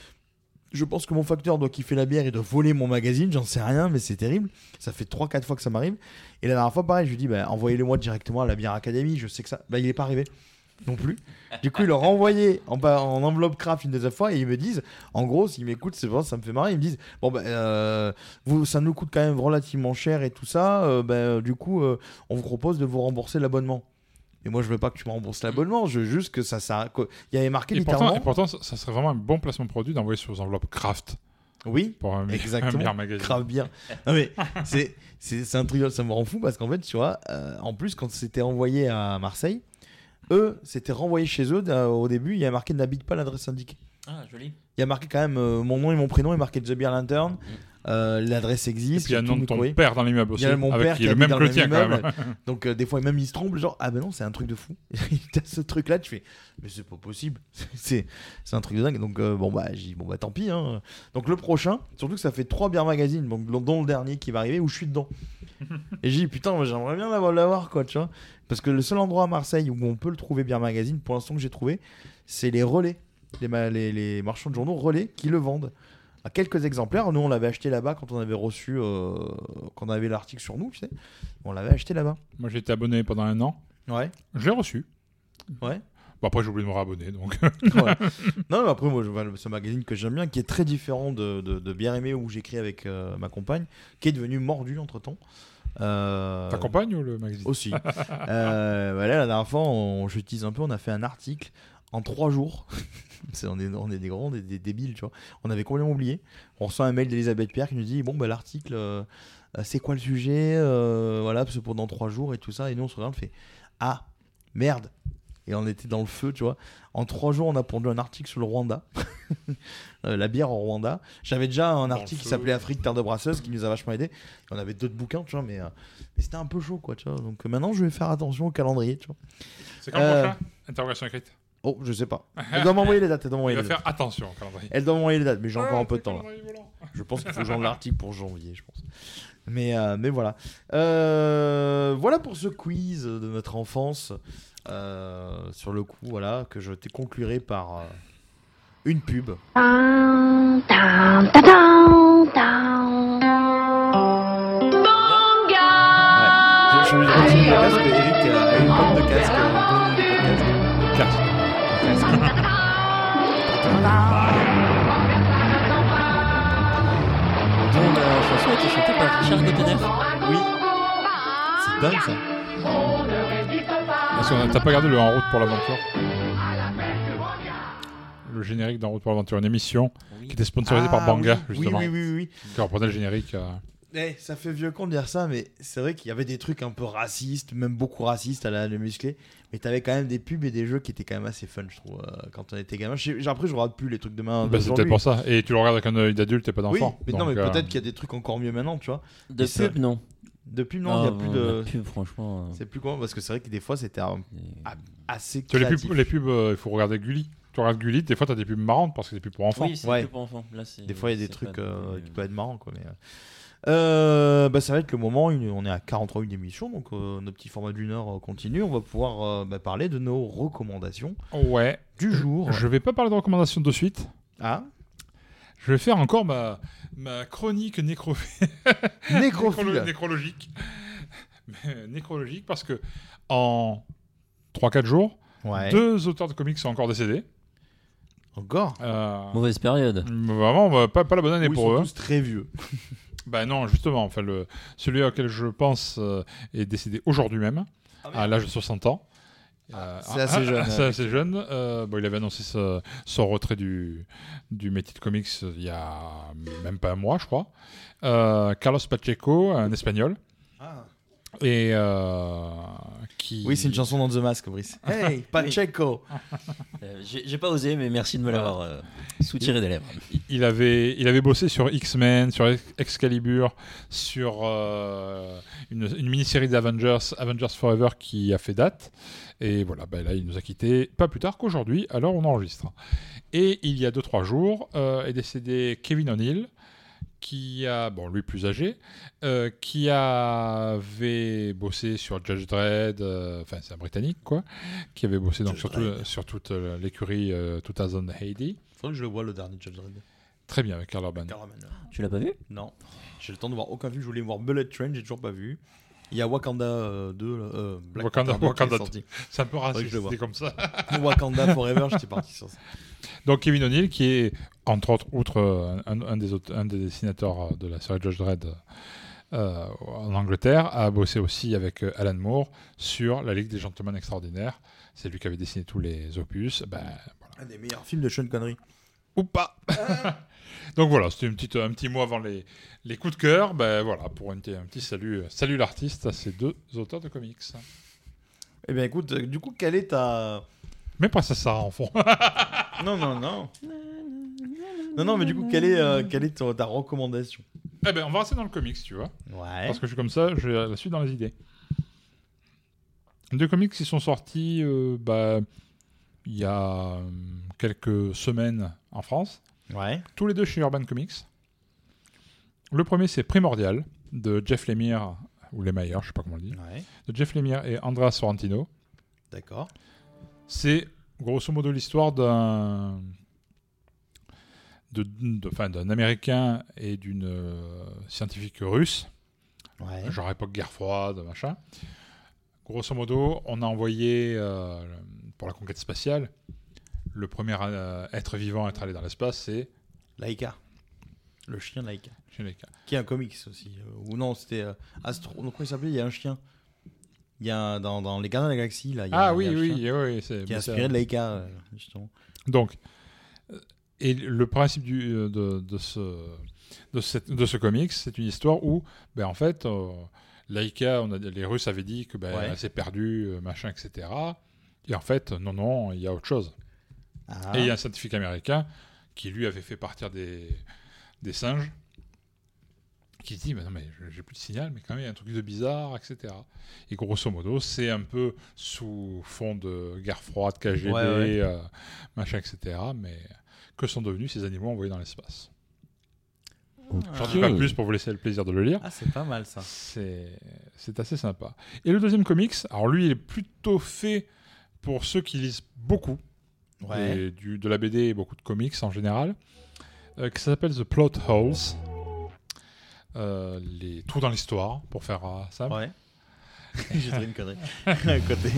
[SPEAKER 6] Je pense que mon facteur doit kiffer la bière et doit voler mon magazine, j'en sais rien, mais c'est terrible. Ça fait trois quatre fois que ça m'arrive. Et la dernière fois, pareil, je lui dis, bah, envoyez-le-moi directement à la Bière Academy, je sais que ça. Bah, il est pas arrivé non plus. Du coup, ils l'ont renvoyé en, en enveloppe craft une deuxième fois et ils me disent, en gros, s'ils m'écoutent, c'est vrai, ça me fait marrer, ils me disent, bon, bah, euh, vous, ça nous coûte quand même relativement cher et tout ça, euh, bah, du coup, euh, on vous propose de vous rembourser l'abonnement. Et moi, je veux pas que tu me rembourses l'abonnement, je veux juste que ça. ça que... Il y avait marqué
[SPEAKER 7] Et
[SPEAKER 6] littéralement.
[SPEAKER 7] pourtant, et pourtant, ça ça serait vraiment un bon placement de produit d'envoyer sur les enveloppes Craft.
[SPEAKER 6] Oui,
[SPEAKER 7] pour un,
[SPEAKER 6] exactement.
[SPEAKER 7] un meilleur magazine.
[SPEAKER 6] Craft bien. Non mais c'est c'est c'est un truc, ça me rend fou parce qu'en fait, tu vois, euh, en plus quand c'était envoyé à Marseille, eux, c'était renvoyé chez eux. euh, au début, il y a marqué n'habite pas l'adresse indiquée.
[SPEAKER 8] Ah, joli.
[SPEAKER 6] Il y a marqué quand même euh, mon nom et mon prénom, il y a marqué The Beer Lantern. Euh, l'adresse existe.
[SPEAKER 7] Et puis il y a le nom de ton
[SPEAKER 6] courrier.
[SPEAKER 7] père dans l'immeuble aussi.
[SPEAKER 6] Il y a mon
[SPEAKER 7] avec
[SPEAKER 6] père
[SPEAKER 7] qui
[SPEAKER 6] qui
[SPEAKER 7] est le
[SPEAKER 6] habite
[SPEAKER 7] même
[SPEAKER 6] dans
[SPEAKER 7] que le tien quand
[SPEAKER 6] immeuble.
[SPEAKER 7] même.
[SPEAKER 6] Donc euh, des fois même il se trompe, genre ah ben non c'est un truc de fou. T'as ce truc là, tu fais mais c'est pas possible. c'est c'est un truc de dingue. Donc euh, bon bah j'ai dit, bon bah tant pis. Hein. Donc le prochain, surtout que ça fait trois bières magazines, donc dont le dernier qui va arriver où je suis dedans. Et j'ai dit putain moi, j'aimerais bien l'avoir, l'avoir quoi tu vois. Parce que le seul endroit à Marseille où on peut le trouver bière magazine pour l'instant que j'ai trouvé, c'est les relais, les, ma- les, les marchands de journaux relais qui le vendent. À quelques exemplaires, nous on l'avait acheté là-bas quand on avait reçu, euh, quand on avait l'article sur nous, tu sais, on l'avait acheté là-bas.
[SPEAKER 7] Moi j'ai été abonné pendant un an.
[SPEAKER 6] Ouais.
[SPEAKER 7] Je l'ai reçu.
[SPEAKER 6] Ouais.
[SPEAKER 7] Bon, après j'ai oublié de me réabonner donc.
[SPEAKER 6] Ouais. Non mais après moi je vois ce magazine que j'aime bien, qui est très différent de, de, de Bien Aimé où j'écris avec euh, ma compagne, qui est devenu mordu entre temps. Euh...
[SPEAKER 7] Ta compagne ou le magazine?
[SPEAKER 6] Aussi. euh, voilà, la dernière fois, on, j'utilise un peu, on a fait un article en trois jours. C'est, on, est, on est des grands, des, des débiles, tu vois. On avait complètement oublié. On reçoit un mail d'Elisabeth Pierre qui nous dit bon, bah, l'article, euh, c'est quoi le sujet euh, Voilà, parce que pendant trois jours et tout ça. Et nous, on se regarde, on fait ah, merde. Et on était dans le feu, tu vois. En trois jours, on a pondu un article sur le Rwanda. euh, la bière au Rwanda. J'avais déjà un
[SPEAKER 7] Dans
[SPEAKER 6] article
[SPEAKER 7] le
[SPEAKER 6] qui
[SPEAKER 7] feu.
[SPEAKER 6] s'appelait Afrique, terre de brasseuse, qui nous a vachement aidé. Et on avait d'autres bouquins, tu vois, mais, euh, mais c'était un peu chaud, quoi, tu vois. Donc euh, maintenant, je vais faire attention au calendrier, tu vois.
[SPEAKER 7] C'est quand le
[SPEAKER 6] Euh,
[SPEAKER 7] prochain? Interrogation écrite.
[SPEAKER 6] Oh, je sais pas. Elle doit m'envoyer les dates. Elle doit
[SPEAKER 7] Il
[SPEAKER 6] m'envoyer
[SPEAKER 7] va
[SPEAKER 6] les
[SPEAKER 7] faire
[SPEAKER 6] dates.
[SPEAKER 7] attention au calendrier.
[SPEAKER 6] Elle doit m'envoyer les dates, mais j'ai encore
[SPEAKER 7] Ah,
[SPEAKER 6] un peu de
[SPEAKER 7] c'est
[SPEAKER 6] temps là.
[SPEAKER 7] calendrier volant.
[SPEAKER 6] Je pense qu'il faut que j'envoie l'article pour janvier, je pense. Mais, euh, mais voilà. Euh, voilà pour ce quiz de notre enfance. Euh, sur le coup, voilà, que je te conclurai par euh, une pub.
[SPEAKER 11] Tan, tan, tan, tan, tan. Banga.
[SPEAKER 6] Ouais. J'ai changé de retirer le casque. Eric a une bande de casque. euh, dans le podcast.
[SPEAKER 7] Casque.
[SPEAKER 6] Casque.
[SPEAKER 8] Dont la chanson a été chantée par Richard Gottener.
[SPEAKER 6] Oui. C'est dingue ça.
[SPEAKER 7] Parce que t'as pas regardé le En route pour l'aventure? Le générique d'En route pour l'aventure, une émission
[SPEAKER 8] Oui.
[SPEAKER 7] qui était sponsorisée
[SPEAKER 6] Ah,
[SPEAKER 7] par Banga,
[SPEAKER 6] oui,
[SPEAKER 7] justement.
[SPEAKER 6] Oui, oui, oui, oui.
[SPEAKER 7] Qui reprenait le générique. euh,
[SPEAKER 6] Eh, ça fait vieux con de dire ça, mais c'est vrai qu'il y avait des trucs un peu racistes, même beaucoup racistes à la le musclé. Mais t'avais quand même des pubs et des jeux qui étaient quand même assez fun, je trouve, euh, quand on était gamin. Je sais- Après, je regarde plus les trucs de main.
[SPEAKER 7] Bah, c'est peut-être pour ça. Et tu le regardes avec un œil d'adulte et pas
[SPEAKER 6] Oui,
[SPEAKER 7] d'enfant.
[SPEAKER 6] mais non,
[SPEAKER 7] Donc,
[SPEAKER 6] mais
[SPEAKER 7] euh,
[SPEAKER 6] peut-être qu'il y a des trucs encore mieux maintenant, tu vois.
[SPEAKER 8] De
[SPEAKER 6] Et ça-
[SPEAKER 8] pub, non.
[SPEAKER 6] De pub, non, il n'y a
[SPEAKER 8] Ah,
[SPEAKER 6] plus
[SPEAKER 8] non,
[SPEAKER 6] de.
[SPEAKER 8] la pub, franchement. euh,
[SPEAKER 6] C'est plus quoi Parce que c'est vrai que des fois, c'était un- a- assez
[SPEAKER 7] Tu vois, les
[SPEAKER 6] créatif.
[SPEAKER 7] pubs, les pubs euh, il faut regarder Gulli. Tu regardes Gulli, des fois t'as des pubs marrantes parce que c'est des pubs pour enfants.
[SPEAKER 8] Oui, c'est
[SPEAKER 6] Ouais.
[SPEAKER 8] que pour enfants. Là, c'est-
[SPEAKER 6] Des fois, il y a des
[SPEAKER 8] c'est
[SPEAKER 6] trucs
[SPEAKER 8] pas
[SPEAKER 6] euh,
[SPEAKER 8] des-
[SPEAKER 6] qui peuvent être marrants, quoi. Mais, euh, euh, bah, ça va être le moment. une- On est à quarante-trois minutes d'émission, donc euh, nos petits formats d'une heure euh, continuent. On va pouvoir euh, bah, parler de nos recommandations
[SPEAKER 7] Ouais.
[SPEAKER 6] du jour.
[SPEAKER 7] Je vais pas parler de recommandations de suite.
[SPEAKER 6] Ah,
[SPEAKER 7] Je vais faire encore ma, ma chronique nécro...
[SPEAKER 6] nécrophile.
[SPEAKER 7] nécrolo- nécrologique. Mais nécrologique parce que en trois quatre jours,
[SPEAKER 6] Ouais.
[SPEAKER 7] deux auteurs de comics sont encore décédés.
[SPEAKER 6] Encore
[SPEAKER 7] Euh,
[SPEAKER 8] Mauvaise période.
[SPEAKER 7] Vraiment, bah, pas, pas la bonne année
[SPEAKER 6] Oui, ils
[SPEAKER 7] pour
[SPEAKER 6] sont
[SPEAKER 7] eux.
[SPEAKER 6] tous très vieux.
[SPEAKER 7] Bah non, justement, enfin, le, celui auquel je pense euh, est décédé aujourd'hui même, à l'âge de soixante ans. Euh,
[SPEAKER 6] c'est assez jeune,
[SPEAKER 7] C'est
[SPEAKER 6] ouais.
[SPEAKER 7] assez jeune. Euh, bon, il avait annoncé ce- son retrait du, du métier de comics euh, il y a même pas un mois, je crois. Euh, Carlos Pacheco, un Espagnol.
[SPEAKER 6] Ah.
[SPEAKER 7] Et euh, qui...
[SPEAKER 6] Oui, c'est une chanson dans The Mask, Brice. Hey, Pacheco.
[SPEAKER 8] Euh, j'ai, j'ai pas osé, mais merci de me l'avoir euh, soutiré des lèvres.
[SPEAKER 7] Il avait, il avait bossé sur X-Men, sur Excalibur, sur euh, une, une mini-série d'Avengers, Avengers Forever, qui a fait date. Et voilà, bah là, il nous a quittés pas plus tard qu'aujourd'hui, alors on enregistre. Et il y a deux trois jours, euh, est décédé Kevin O'Neill, qui a, bon, lui plus âgé, euh, qui avait bossé sur Judge Dredd, euh, enfin c'est un Britannique quoi, qui avait bossé donc sur, tout, sur toute euh, l'écurie euh, deux mille A D.
[SPEAKER 6] Faudrait que je le vois le dernier Judge Dredd.
[SPEAKER 7] Très bien avec Karl Urban.
[SPEAKER 6] Karl Urban, ouais.
[SPEAKER 8] Tu l'as pas vu ?
[SPEAKER 6] Non. J'ai le temps de voir aucun film. Je voulais voir Bullet Train, j'ai toujours pas vu. Il y a Wakanda euh, deux, euh, Black
[SPEAKER 7] Wakanda,
[SPEAKER 6] Panther
[SPEAKER 7] Wakanda
[SPEAKER 6] qui est sorti.
[SPEAKER 7] c'est un peu
[SPEAKER 6] Faudrait que
[SPEAKER 7] raciste,
[SPEAKER 6] je le vois.
[SPEAKER 7] c'est comme ça.
[SPEAKER 6] Wakanda Forever, j'étais parti sur ça.
[SPEAKER 7] Donc Kevin O'Neill, qui est entre autres, outre euh, un, un, des autres, un des dessinateurs de la série Judge Dredd euh, en Angleterre, a bossé aussi avec euh, Alan Moore sur La Ligue des Gentlemen Extraordinaires. C'est lui qui avait dessiné tous les opus. Ben, voilà.
[SPEAKER 6] Un des meilleurs films de Sean Connery.
[SPEAKER 7] Ou pas. Donc voilà, c'était une petite, un petit mot avant les, les coups de cœur. Ben voilà, pour un petit, un petit salut, salut l'artiste à ces deux auteurs de comics.
[SPEAKER 6] Eh bien écoute, euh, du coup, quelle est ta...
[SPEAKER 7] Mais pas ça, ça en fond.
[SPEAKER 6] Non, non, non. Non, non, mais du coup, quelle est, euh, quelle est ta, ta recommandation ?
[SPEAKER 7] Eh ben, on va rester dans le comics, tu vois.
[SPEAKER 6] Ouais.
[SPEAKER 7] Parce que je suis comme ça, j'ai la suite dans les idées. Deux comics qui sont sortis euh, bah, il y a euh, quelques semaines en France.
[SPEAKER 6] Ouais.
[SPEAKER 7] Tous les deux chez Urban Comics. Le premier, c'est Primordial, de Jeff Lemire, ou Lemire, je sais pas comment on le dit.
[SPEAKER 6] Ouais.
[SPEAKER 7] De Jeff Lemire et Andrea Sorrentino.
[SPEAKER 6] D'accord.
[SPEAKER 7] C'est grosso modo l'histoire d'un de, de, enfin, d'un Américain et d'une euh, scientifique russe,
[SPEAKER 6] ouais.
[SPEAKER 7] genre époque guerre froide, machin. Grosso modo, on a envoyé euh, pour la conquête spatiale, le premier euh, être vivant à être allé dans l'espace, c'est
[SPEAKER 6] Laika. Le chien de Laika.
[SPEAKER 7] Le chien de Laika.
[SPEAKER 6] Qui est un comics aussi. Euh, ou non, c'était euh, Astro. Donc, comment il s'appelait ? Il y a un chien. Il y a un, dans, dans Les Gardiens de la Galaxie, là. Il y a
[SPEAKER 7] ah
[SPEAKER 6] un,
[SPEAKER 7] oui,
[SPEAKER 6] il y a un
[SPEAKER 7] oui,
[SPEAKER 6] chien
[SPEAKER 7] oui, c'est
[SPEAKER 6] qui est inspiré de Laika, euh, justement.
[SPEAKER 7] Donc, et le principe du, de, de, ce, de, cette, de ce comics, c'est une histoire où, ben, en fait, euh, Laika, on a, les Russes avaient dit que ben,
[SPEAKER 6] ouais.
[SPEAKER 7] elle s'est perdue, euh, machin, et cetera. Et en fait, non, non, il y a autre chose.
[SPEAKER 6] Ah.
[SPEAKER 7] Et il y a un scientifique américain qui, lui, avait fait partir des, des singes, qui se dit, ben non, mais j'ai plus de signal, mais quand même, il y a un truc de bizarre, et cetera. Et grosso modo, c'est un peu sous fond de guerre froide, K G B,
[SPEAKER 6] ouais, ouais.
[SPEAKER 7] Euh, machin, et cetera. Mais que sont devenus ces animaux envoyés dans l'espace ?
[SPEAKER 6] Okay.
[SPEAKER 7] J'en dis pas plus pour vous laisser le plaisir de le lire.
[SPEAKER 6] Ah, c'est pas mal ça.
[SPEAKER 7] C'est, c'est assez sympa. Et le deuxième comics, alors lui, il est plutôt fait pour ceux qui lisent beaucoup,
[SPEAKER 6] ouais.
[SPEAKER 7] des, du, de la B D et beaucoup de comics en général, euh, qui s'appelle The Plot Holes. Euh, les trous dans l'histoire, pour faire euh, simple.
[SPEAKER 6] Ouais. J'ai trouvé une connerie à côté.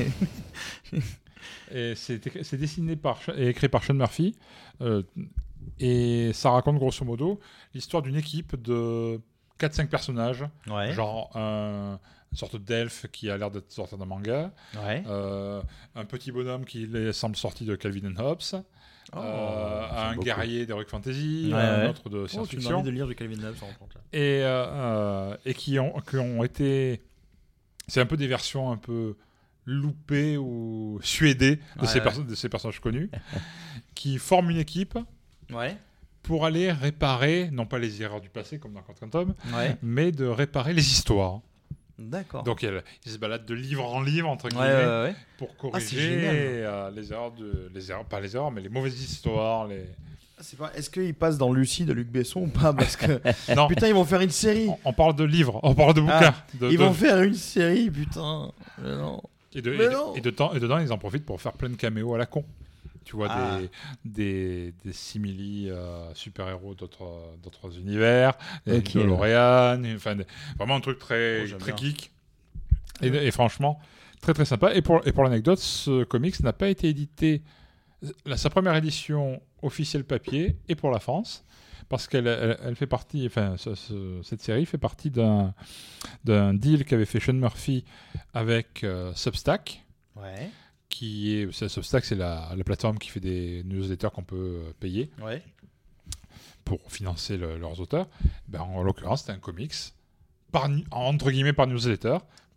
[SPEAKER 7] Et c'est, c'est dessiné par, et écrit par Sean Murphy. Euh, et ça raconte grosso modo l'histoire d'une équipe de quatre cinq personnages.
[SPEAKER 6] Ouais.
[SPEAKER 7] Genre un, une sorte d'elfe qui a l'air d'être sorti d'un manga.
[SPEAKER 6] Ouais.
[SPEAKER 7] Euh, un petit bonhomme qui semble sorti de Calvin and Hobbes. Oh, euh, un beaucoup. Guerrier d'Heroic Fantasy,
[SPEAKER 6] ouais,
[SPEAKER 7] un
[SPEAKER 6] ouais.
[SPEAKER 7] autre de science-fiction.
[SPEAKER 6] Oh, tu m'as envie de lire du Calvin Hobbes, en compte, là.
[SPEAKER 7] Et, euh, euh, et qui, ont, qui ont été... C'est un peu des versions un peu loupées ou suédées de,
[SPEAKER 6] ouais,
[SPEAKER 7] ces,
[SPEAKER 6] ouais.
[SPEAKER 7] perso- de ces personnages connus, qui forment une équipe
[SPEAKER 6] ouais.
[SPEAKER 7] pour aller réparer, non pas les erreurs du passé, comme dans Quantum,
[SPEAKER 6] ouais.
[SPEAKER 7] mais de réparer les histoires.
[SPEAKER 6] D'accord.
[SPEAKER 7] Donc ils se baladent de livre en livre entre guillemets
[SPEAKER 6] ouais, ouais, ouais.
[SPEAKER 7] pour corriger ah, euh, les erreurs de les erreurs pas les erreurs mais les mauvaises histoires les
[SPEAKER 6] ah, c'est pas est-ce qu'ils passent dans Lucie de Luc Besson ou pas parce que
[SPEAKER 7] non.
[SPEAKER 6] Putain ils vont faire une série.
[SPEAKER 7] On, on parle de livres, on parle de bouquins.
[SPEAKER 6] Ah,
[SPEAKER 7] de,
[SPEAKER 6] ils
[SPEAKER 7] de...
[SPEAKER 6] vont faire une série putain. Mais non.
[SPEAKER 7] Et de,
[SPEAKER 6] mais
[SPEAKER 7] et,
[SPEAKER 6] non.
[SPEAKER 7] De, et, de temps, et dedans ils en profitent pour faire plein de caméos à la con. Tu vois
[SPEAKER 6] ah.
[SPEAKER 7] des, des, des simili euh, super-héros d'autres, d'autres univers, des okay, DeLorean, ouais. Enfin, des, vraiment un truc très, oh, très geek. Et, et franchement, très très sympa. Et pour, et pour l'anecdote, ce comics n'a pas été édité, la, sa première édition officielle papier est pour la France, parce qu'elle elle, elle fait partie, enfin, ce, ce, cette série fait partie d'un, d'un deal qu'avait fait Sean Murphy avec euh, Substack.
[SPEAKER 6] Ouais.
[SPEAKER 7] Qui est, c'est, Substack, c'est la, la plateforme qui fait des newsletters qu'on peut payer
[SPEAKER 6] ouais.
[SPEAKER 7] pour financer le, leurs auteurs. Ben, en, en l'occurrence, c'était un comics, par, entre guillemets par newsletter,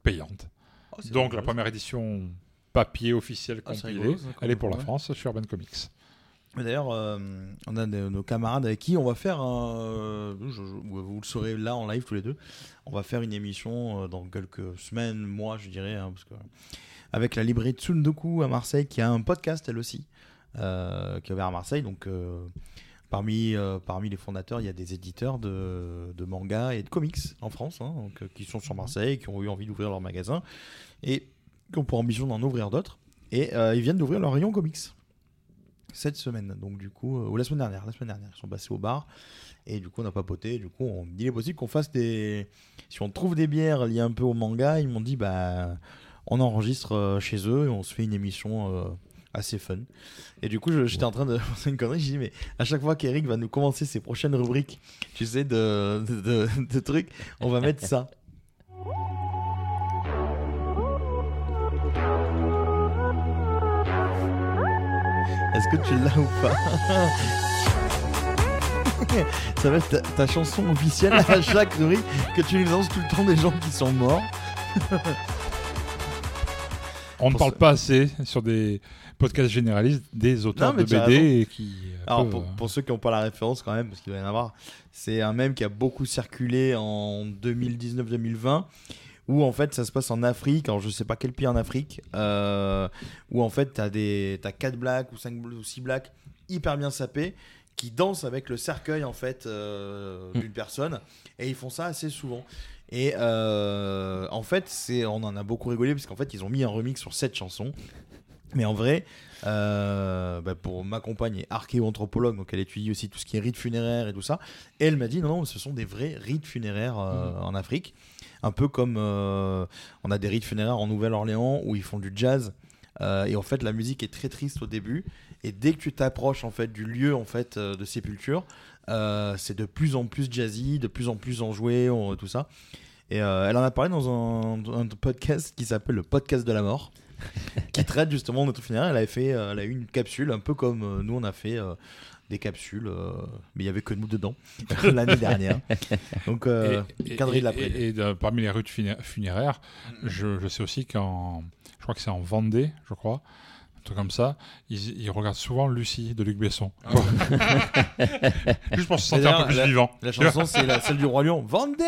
[SPEAKER 7] payante.
[SPEAKER 6] Oh, c'est
[SPEAKER 7] Donc
[SPEAKER 6] rigolo,
[SPEAKER 7] la première édition papier officiel
[SPEAKER 6] Ah, c'est
[SPEAKER 7] compilée,
[SPEAKER 6] rigolo, ça,
[SPEAKER 7] elle est pour la
[SPEAKER 6] ouais.
[SPEAKER 7] France sur Urban Comics.
[SPEAKER 6] D'ailleurs, euh, on a de- nos camarades avec qui on va faire, un, je- je- vous le saurez là en live tous les deux, on va faire une émission euh, dans quelques semaines, mois je dirais, hein, parce que, avec la librairie Tsundoku à Marseille qui a un podcast elle aussi, euh, qui est ouvert à Marseille. Donc euh, parmi, euh, parmi les fondateurs, il y a des éditeurs de, de manga et de comics en France, hein, donc, euh, qui sont sur Marseille, qui ont eu envie d'ouvrir leur magasin et qui ont pour ambition d'en ouvrir d'autres. Et euh, ils viennent d'ouvrir leur rayon comics cette semaine, donc du coup, euh, ou la semaine dernière, la semaine dernière, ils sont passés au bar et du coup on a papoté. Du coup, on dit il est possible qu'on fasse des, si on trouve des bières liées un peu au manga, ils m'ont dit bah on enregistre euh, chez eux et on se fait une émission euh, assez fun. Et du coup, je- j'étais en train de penser une connerie. Je dis mais à chaque fois qu'Eric va nous commencer ses prochaines rubriques, tu sais de de, de, de trucs, on va mettre ça. Est-ce que tu l'as ou pas? Ça va être ta, ta chanson officielle à chaque rubrique que tu nous annonces tout le temps des gens qui sont morts.
[SPEAKER 7] On ne
[SPEAKER 6] Pour
[SPEAKER 7] parle
[SPEAKER 6] ce-
[SPEAKER 7] pas assez sur des podcasts généralistes des auteurs
[SPEAKER 6] Non, mais
[SPEAKER 7] de
[SPEAKER 6] tu as
[SPEAKER 7] B D
[SPEAKER 6] raison.
[SPEAKER 7] et qui.
[SPEAKER 6] Alors
[SPEAKER 7] peuvent,
[SPEAKER 6] pour,
[SPEAKER 7] euh,
[SPEAKER 6] pour ceux qui n'ont pas la référence quand même, parce qu'il va y en avoir, c'est un mème qui a beaucoup circulé en deux mille dix-neuf deux mille vingt, où en fait ça se passe en Afrique, alors je sais pas quel pays en Afrique, euh, où en fait t'as des t'as quatre blacks ou cinq ou six blacks hyper bien sapés qui dansent avec le cercueil en fait euh, d'une personne, et ils font ça assez souvent. Et euh, en fait c'est on en a beaucoup rigolé parce qu'en fait ils ont mis un remix sur cette chanson. Mais en vrai, euh, bah pour ma compagne est archéo-anthropologue, donc elle étudie aussi tout ce qui est rites funéraires et tout ça. Et elle m'a dit non, non, ce sont des vrais rites funéraires euh,
[SPEAKER 7] Mhm.
[SPEAKER 6] en Afrique. Un peu comme euh, on a des rites funéraires en Nouvelle-Orléans où ils font du jazz. Euh, et en fait, la musique est très triste au début. Et dès que tu t'approches en fait du lieu en fait euh, de sépulture, euh, c'est de plus en plus jazzy, de plus en plus enjoué, on- tout ça. Et euh, elle en a parlé dans un, un podcast qui s'appelle le podcast de la mort, qui traite justement de notre funéraire. Elle avait fait, euh, elle a eu une capsule, un peu comme euh, nous on a fait euh, des capsules, euh, mais il y avait que nous dedans l'année dernière. Donc euh,
[SPEAKER 7] et,
[SPEAKER 6] cadrer
[SPEAKER 7] et-
[SPEAKER 6] de l'après.
[SPEAKER 7] et- et de- parmi les rues funé- funéraires, je, je sais aussi qu'en, je crois que c'est en Vendée, je crois, un truc comme ça, ils, ils regardent souvent Lucie de Luc Besson. Juste pour se sentir un peu plus
[SPEAKER 6] la,
[SPEAKER 7] vivant.
[SPEAKER 6] La chanson c'est la, celle du Roi Lion. Vendée.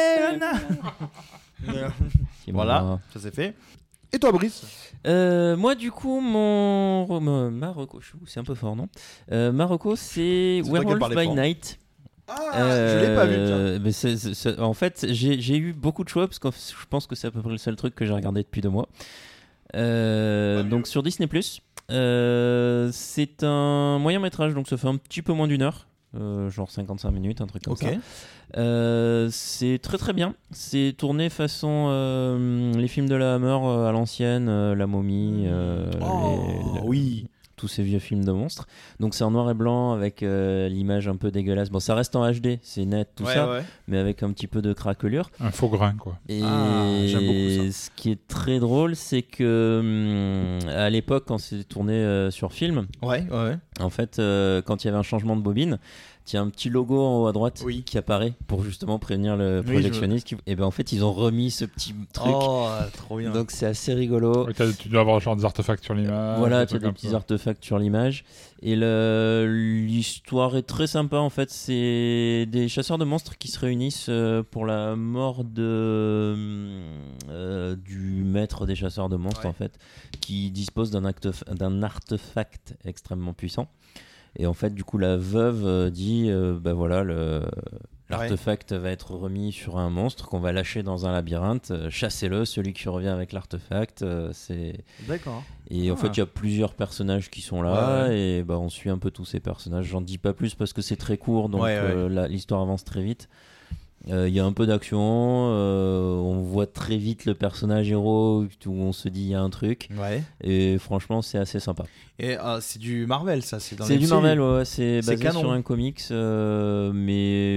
[SPEAKER 6] Voilà, ça c'est fait. Et toi, Brice?
[SPEAKER 8] Euh, moi, du coup, mon re- ma- ma reco, chou, c'est un peu fort, non? Euh, ma reco, c'est
[SPEAKER 6] C'est toi qui as
[SPEAKER 8] Werewolf
[SPEAKER 6] parlé
[SPEAKER 8] by
[SPEAKER 6] fort.
[SPEAKER 8] Night.
[SPEAKER 6] Ah, je l'ai pas vu, tiens.
[SPEAKER 8] Mais c'est- c'est- c'est- en fait, j'ai j'ai eu beaucoup de choix parce que je pense que c'est à peu près le seul truc que j'ai regardé depuis deux mois. Euh, donc sur Disney plus, euh, c'est un moyen métrage, donc ça fait un petit peu moins d'une heure, euh, genre cinquante-cinq minutes, un truc comme
[SPEAKER 6] Ok.
[SPEAKER 8] ça. Euh, c'est très très bien. C'est tourné façon euh, les films de la Hammer euh, à l'ancienne, euh, La Momie, euh,
[SPEAKER 6] Oh,
[SPEAKER 8] les- les-
[SPEAKER 6] oui.
[SPEAKER 8] tous ces vieux films de monstres. Donc c'est en noir et blanc avec euh, l'image un peu dégueulasse. Bon, ça reste en H D, c'est net tout
[SPEAKER 6] Ouais,
[SPEAKER 8] ça,
[SPEAKER 6] ouais.
[SPEAKER 8] mais avec un petit peu de craquelure.
[SPEAKER 7] Un faux grain, quoi.
[SPEAKER 8] Et
[SPEAKER 6] Ah, j'aime beaucoup
[SPEAKER 8] ce qui est très drôle, c'est que hum, à l'époque, quand c'est tourné euh, sur film,
[SPEAKER 6] Ouais, ouais.
[SPEAKER 8] en fait, euh, quand il y avait un changement de bobine, il y a un petit logo en haut à droite
[SPEAKER 6] Oui.
[SPEAKER 8] qui apparaît pour justement prévenir le
[SPEAKER 6] Oui,
[SPEAKER 8] projectionniste. qui- Et ben en fait, ils ont remis ce petit truc.
[SPEAKER 6] Oh, trop bien.
[SPEAKER 8] Donc c'est assez rigolo.
[SPEAKER 7] Ouais, t'as- tu dois avoir genre des artefacts sur l'image.
[SPEAKER 8] Voilà,
[SPEAKER 7] des
[SPEAKER 8] tu as
[SPEAKER 7] trucs
[SPEAKER 8] des
[SPEAKER 7] un
[SPEAKER 8] petits
[SPEAKER 7] peu.
[SPEAKER 8] artefacts sur l'image. Et le- l'histoire est très sympa en fait. C'est des chasseurs de monstres qui se réunissent euh, pour la mort de, euh, du maître des chasseurs de monstres
[SPEAKER 6] Ouais.
[SPEAKER 8] en fait, qui dispose d'un acte- d'un artefact extrêmement puissant. Et en fait, du coup, la veuve euh, dit euh, bah voilà, le. L'artefact va être remis sur un monstre qu'on va lâcher dans un labyrinthe. Euh, chassez-le, celui qui revient avec l'artefact. euh, c'est
[SPEAKER 6] D'accord.
[SPEAKER 8] et en
[SPEAKER 6] Ah.
[SPEAKER 8] fait, il y a plusieurs personnages qui sont là,
[SPEAKER 6] Ouais, ouais.
[SPEAKER 8] et bah, on suit un peu tous ces personnages. J'en dis pas plus parce que c'est très court, donc
[SPEAKER 6] Ouais, ouais.
[SPEAKER 8] euh, la- l'histoire avance très vite. Euh, Il y a un peu d'action, euh, on voit très vite le personnage héros où on se dit il y a un truc,
[SPEAKER 6] Ouais.
[SPEAKER 8] et franchement, c'est assez sympa.
[SPEAKER 6] Et euh, c'est du Marvel, ça. C'est dans
[SPEAKER 8] C'est
[SPEAKER 6] les
[SPEAKER 8] du
[SPEAKER 6] M C U.
[SPEAKER 8] Marvel, ouais, ouais, c'est
[SPEAKER 6] C'est
[SPEAKER 8] basé
[SPEAKER 6] canon.
[SPEAKER 8] sur un comics, euh, mais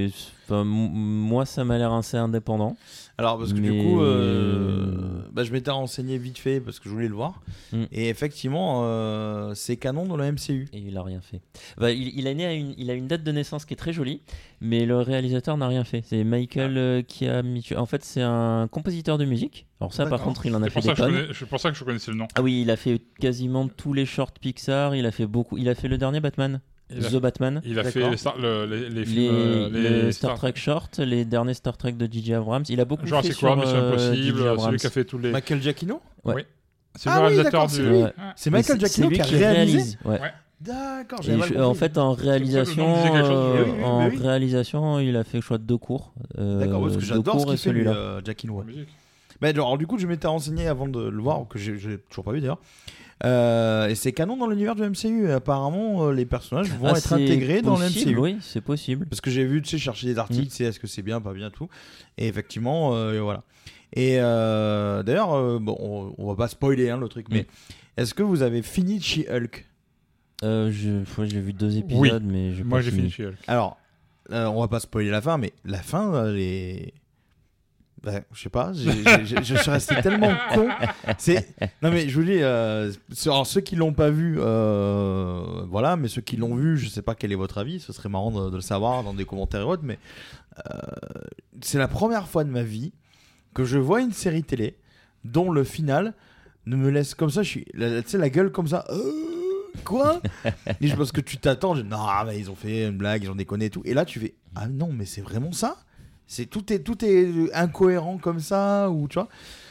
[SPEAKER 8] Enfin, m- moi, ça m'a l'air assez indépendant.
[SPEAKER 6] Alors, parce que
[SPEAKER 8] mais...
[SPEAKER 6] du coup, euh, bah, je m'étais renseigné vite fait parce que je voulais le voir.
[SPEAKER 8] Mm.
[SPEAKER 6] Et effectivement, euh, c'est canon dans le M C U.
[SPEAKER 8] Et il a rien fait. Bah, il, il, a né à une, il a une date de naissance qui est très jolie, mais le réalisateur n'a rien fait. C'est Michael euh, qui a mis. En fait, c'est un compositeur de musique. Alors, ça,
[SPEAKER 7] D'accord.
[SPEAKER 8] par contre, il en a
[SPEAKER 7] C'est
[SPEAKER 8] fait
[SPEAKER 7] pour ça
[SPEAKER 8] des
[SPEAKER 7] que je
[SPEAKER 8] tonnes.
[SPEAKER 7] connais- C'est pour ça que je connaissais le nom.
[SPEAKER 8] Ah oui, il a fait quasiment tous les shorts Pixar. Il a fait beaucoup. Il a fait le dernier Batman.
[SPEAKER 7] Il a-
[SPEAKER 8] The Batman.
[SPEAKER 7] Il a fait
[SPEAKER 6] D'accord.
[SPEAKER 7] les, Star- le- les, les
[SPEAKER 8] Les,
[SPEAKER 7] films. euh,
[SPEAKER 8] le
[SPEAKER 7] les
[SPEAKER 8] Star Trek short, les derniers Star Trek de J J Abrams. Il a beaucoup
[SPEAKER 7] Genre,
[SPEAKER 8] fait
[SPEAKER 7] c'est quoi
[SPEAKER 8] sur
[SPEAKER 7] Mission
[SPEAKER 8] euh,
[SPEAKER 7] Impossible,
[SPEAKER 8] J J
[SPEAKER 7] celui
[SPEAKER 8] Abrams.
[SPEAKER 7] qui a fait tous les.
[SPEAKER 6] Michael Giacchino
[SPEAKER 8] Ouais.
[SPEAKER 7] Oui. C'est
[SPEAKER 6] Ah
[SPEAKER 7] le
[SPEAKER 6] oui,
[SPEAKER 7] réalisateur
[SPEAKER 6] d'accord,
[SPEAKER 7] du.
[SPEAKER 6] c'est lui.
[SPEAKER 8] Ouais.
[SPEAKER 6] C'est
[SPEAKER 8] Mais
[SPEAKER 6] Michael
[SPEAKER 8] c'est-
[SPEAKER 6] Giacchino
[SPEAKER 8] c'est lui
[SPEAKER 6] qui a
[SPEAKER 8] qui
[SPEAKER 6] réalisé.
[SPEAKER 8] réalise. Ouais.
[SPEAKER 7] Ouais.
[SPEAKER 6] D'accord,
[SPEAKER 8] Et
[SPEAKER 6] j'avais mal
[SPEAKER 8] je-
[SPEAKER 6] compris.
[SPEAKER 8] en fait, en réalisation,
[SPEAKER 7] le nom disait quelque chose.
[SPEAKER 8] euh,
[SPEAKER 6] Oui, oui, oui,
[SPEAKER 8] en
[SPEAKER 6] oui.
[SPEAKER 8] réalisation, il a fait je crois deux cours. Euh,
[SPEAKER 6] D'accord, parce que
[SPEAKER 8] deux
[SPEAKER 6] j'adore ce
[SPEAKER 8] cours et
[SPEAKER 6] qu'il fait, lui,
[SPEAKER 8] celui-là.
[SPEAKER 6] euh, Giacchino. ouais.
[SPEAKER 7] La musique.
[SPEAKER 6] Bah, alors, du coup, je m'étais renseigné avant de le voir, que j'ai j'ai toujours pas vu d'ailleurs. Euh, et c'est canon dans l'univers du M C U. Et apparemment, euh, les personnages vont
[SPEAKER 8] Ah,
[SPEAKER 6] être
[SPEAKER 8] c'est
[SPEAKER 6] intégrés dans le M
[SPEAKER 8] possible,
[SPEAKER 6] C U.
[SPEAKER 8] Oui, c'est possible.
[SPEAKER 6] Parce que j'ai vu, tu sais, chercher des articles,
[SPEAKER 8] Mm.
[SPEAKER 6] tu sais, est-ce que c'est bien, pas bien, tout. Et effectivement, euh, et voilà. Et euh, d'ailleurs, euh, bon, on, on va pas spoiler hein, le truc, mais est-ce que vous avez fini She-Hulk?
[SPEAKER 8] Euh, je, fois, j'ai vu deux épisodes,
[SPEAKER 7] Oui.
[SPEAKER 8] mais j'ai
[SPEAKER 7] Moi,
[SPEAKER 8] pas
[SPEAKER 7] j'ai
[SPEAKER 8] fini.
[SPEAKER 7] fini chez elle.
[SPEAKER 6] Alors, euh, on va pas spoiler la fin, mais la fin, elle est. Bah, je sais pas, j'ai- j'ai- j'ai- je suis resté tellement con. C'est... Non, mais je vous dis, euh, alors, ceux qui l'ont pas vu, euh, voilà, mais ceux qui l'ont vu, je sais pas quel est votre avis, ce serait marrant de, de le savoir dans des commentaires et autres, mais euh, c'est la première fois de ma vie que je vois une série télé dont le final ne me laisse comme ça, je suis, la- tu sais, la gueule comme ça. Euh, quoi? Et je pense que tu t'attends, je, non, mais ils ont fait une blague, ils ont déconné et tout. Et là, tu fais, ah non, mais c'est vraiment ça? C'est tout est tout est incohérent comme ça ou tu vois,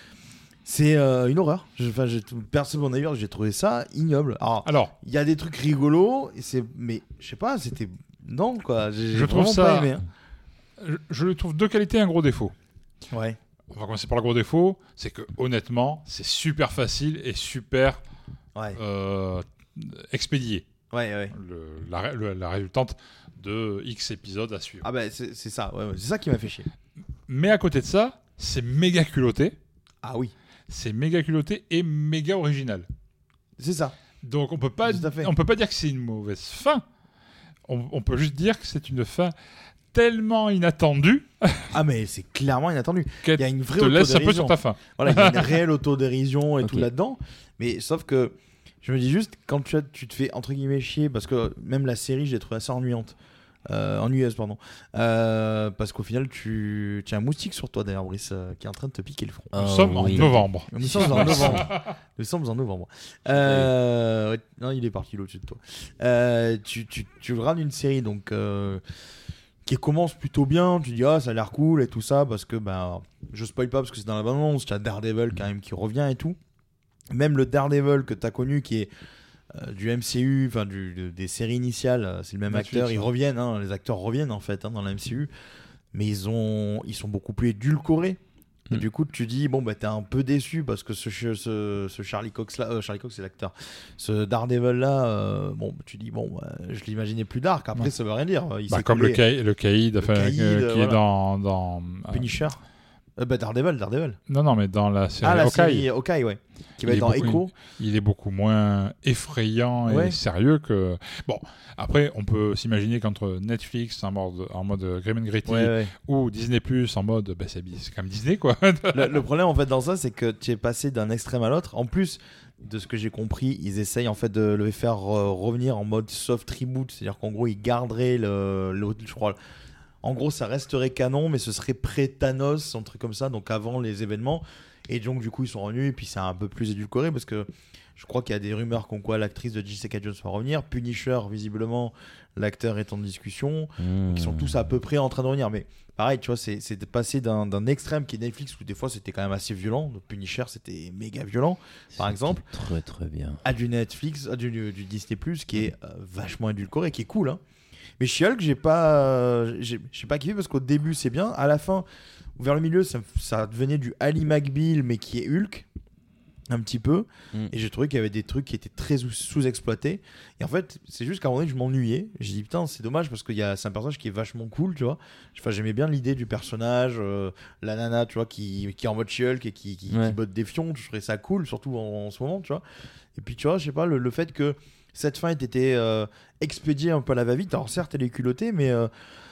[SPEAKER 6] c'est euh, une horreur. Je, enfin, j'ai personne mon avis, j'ai trouvé ça ignoble. Alors,
[SPEAKER 7] Alors,
[SPEAKER 6] il y a des trucs rigolos, et c'est mais je sais pas, c'était non quoi. J'ai,
[SPEAKER 7] Je
[SPEAKER 6] j'ai
[SPEAKER 7] trouve
[SPEAKER 6] vraiment
[SPEAKER 7] ça-
[SPEAKER 6] pas aimé. hein.
[SPEAKER 7] je, je le trouve deux qualités, un gros défaut.
[SPEAKER 6] Ouais.
[SPEAKER 7] On va commencer par le gros défaut, c'est que honnêtement, c'est super facile et super
[SPEAKER 6] Ouais.
[SPEAKER 7] euh, expédié.
[SPEAKER 6] Ouais, ouais.
[SPEAKER 7] Le- la, le- la résultante de X épisodes à suivre.
[SPEAKER 6] Ah bah c'est, c'est ça, ouais, ouais. C'est ça qui m'a fait chier.
[SPEAKER 7] Mais à côté de ça, c'est méga culotté.
[SPEAKER 6] Ah oui,
[SPEAKER 7] C'est méga culotté et méga original.
[SPEAKER 6] c'est ça.
[SPEAKER 7] Donc on peut pas,
[SPEAKER 6] Tout à fait.
[SPEAKER 7] on peut pas dire que c'est une mauvaise fin. On, on peut juste dire que c'est une fin tellement inattendue
[SPEAKER 6] Ah mais c'est clairement inattendu.
[SPEAKER 7] qu'elle
[SPEAKER 6] Il y a une vraie
[SPEAKER 7] te laisse un peu
[SPEAKER 6] autodérision.
[SPEAKER 7] sur ta fin.
[SPEAKER 6] Voilà, il y a une réelle autodérision et
[SPEAKER 8] Ok.
[SPEAKER 6] tout là-dedans. Mais sauf que je me dis juste, quand tu, as- tu te fais entre guillemets chier, parce que même la série, je l'ai trouvée assez ennuyante. Euh, ennuyeuse, pardon. Euh, parce qu'au final, tu, tu as un moustique sur toi d'ailleurs, Brice, euh, qui est en train de te piquer le front.
[SPEAKER 8] Ah,
[SPEAKER 7] Nous sommes
[SPEAKER 8] oui.
[SPEAKER 7] en novembre.
[SPEAKER 6] Nous sommes en novembre. Nous sommes en novembre. Euh, ouais, non, il est parti là au-dessus de toi. Euh, tu, tu, tu regardes une série donc euh, qui commence plutôt bien. Tu dis ah ça a l'air cool et tout ça parce que bah je spoil pas parce que c'est dans la bande-annonce. Tu as Daredevil quand même qui revient et tout. Même le Daredevil que tu as connu qui est euh, du M C U, enfin du, de- des séries initiales, euh, c'est le même
[SPEAKER 7] Netflix,
[SPEAKER 6] acteur. Ils
[SPEAKER 7] ouais.
[SPEAKER 6] reviennent, hein, les acteurs reviennent en fait hein, dans la M C U, mais ils ont ils sont beaucoup plus édulcorés. Et
[SPEAKER 8] Mm.
[SPEAKER 6] du coup, tu dis, bon, bah, t'es un peu déçu parce que ce, ch- ce, ce Charlie Cox là, euh, Charlie Cox, c'est l'acteur, ce Daredevil là, euh, bon, tu dis, bon, bah, je l'imaginais plus dark. Après,
[SPEAKER 7] Ouais.
[SPEAKER 6] ça veut rien dire. Il
[SPEAKER 7] Bah,
[SPEAKER 6] s'est
[SPEAKER 7] comme le,
[SPEAKER 6] collé-
[SPEAKER 7] caïd, le caïd, enfin,
[SPEAKER 6] caïd,
[SPEAKER 7] euh, qui
[SPEAKER 6] voilà.
[SPEAKER 7] est dans, dans euh,
[SPEAKER 6] Punisher. Euh, bah, Daredevil, Daredevil.
[SPEAKER 7] non non mais dans la série
[SPEAKER 6] Ah, la
[SPEAKER 7] Hawkeye,
[SPEAKER 6] série Hawkeye, ouais. Qui va
[SPEAKER 7] Il
[SPEAKER 6] être
[SPEAKER 7] est
[SPEAKER 6] dans
[SPEAKER 7] beaucoup-
[SPEAKER 6] Echo.
[SPEAKER 7] il est beaucoup moins effrayant et
[SPEAKER 6] Ouais.
[SPEAKER 7] sérieux que bon. Après, on peut s'imaginer qu'entre Netflix en mode en mode Grim and Gritty
[SPEAKER 6] Ouais, ouais.
[SPEAKER 7] ou Disney Plus en mode bah, c'est c'est comme Disney quoi.
[SPEAKER 6] le, le problème en fait dans ça, c'est que tu es passé d'un extrême à l'autre. En plus de ce que j'ai compris, ils essayent en fait de le faire euh, revenir en mode soft reboot, c'est-à-dire qu'en gros ils garderaient le, le je crois. En gros, ça resterait canon, mais ce serait pré-Thanos, un truc comme ça, donc avant les événements. Et donc, du coup, ils sont revenus, et puis c'est un peu plus édulcoré, parce que je crois qu'il y a des rumeurs comme quoi l'actrice de Jessica Jones va revenir. Punisher, visiblement, l'acteur est en discussion.
[SPEAKER 8] Mmh.
[SPEAKER 6] Ils sont tous à peu près en train de revenir. Mais pareil, tu vois, c'est, c'est de passer d'un, d'un extrême qui est Netflix, où des fois c'était quand même assez violent. Le Punisher, c'était méga violent, par
[SPEAKER 8] C'était
[SPEAKER 6] exemple.
[SPEAKER 8] Très très bien.
[SPEAKER 6] À du Netflix, à du, du Disney+, qui est euh, vachement édulcoré, qui est cool, hein. Mais She-Hulk, j'ai pas, j'ai, j'ai pas kiffé parce qu'au début c'est bien, à la fin, vers le milieu, ça, ça devenait du Ali McBeal, mais qui est Hulk, un petit peu.
[SPEAKER 8] Mm.
[SPEAKER 6] Et j'ai trouvé qu'il y avait des trucs qui étaient très sous- sous-exploités. Et en fait, c'est juste qu'à un moment donné, je m'ennuyais. J'ai dit putain, c'est dommage parce que y a, c'est un personnage qui est vachement cool, tu vois. Enfin, j'aimais bien l'idée du personnage, euh, la nana, tu vois, qui, qui est en mode She-Hulk et qui, qui,
[SPEAKER 8] Ouais.
[SPEAKER 6] qui botte des fions. Je trouvais ça cool, surtout en, en ce moment, tu vois. Et puis, tu vois, je sais pas, le, le fait que cette fin ait été euh, expédiée un peu à la va-vite. Alors, certes, elle est culottée, mais euh,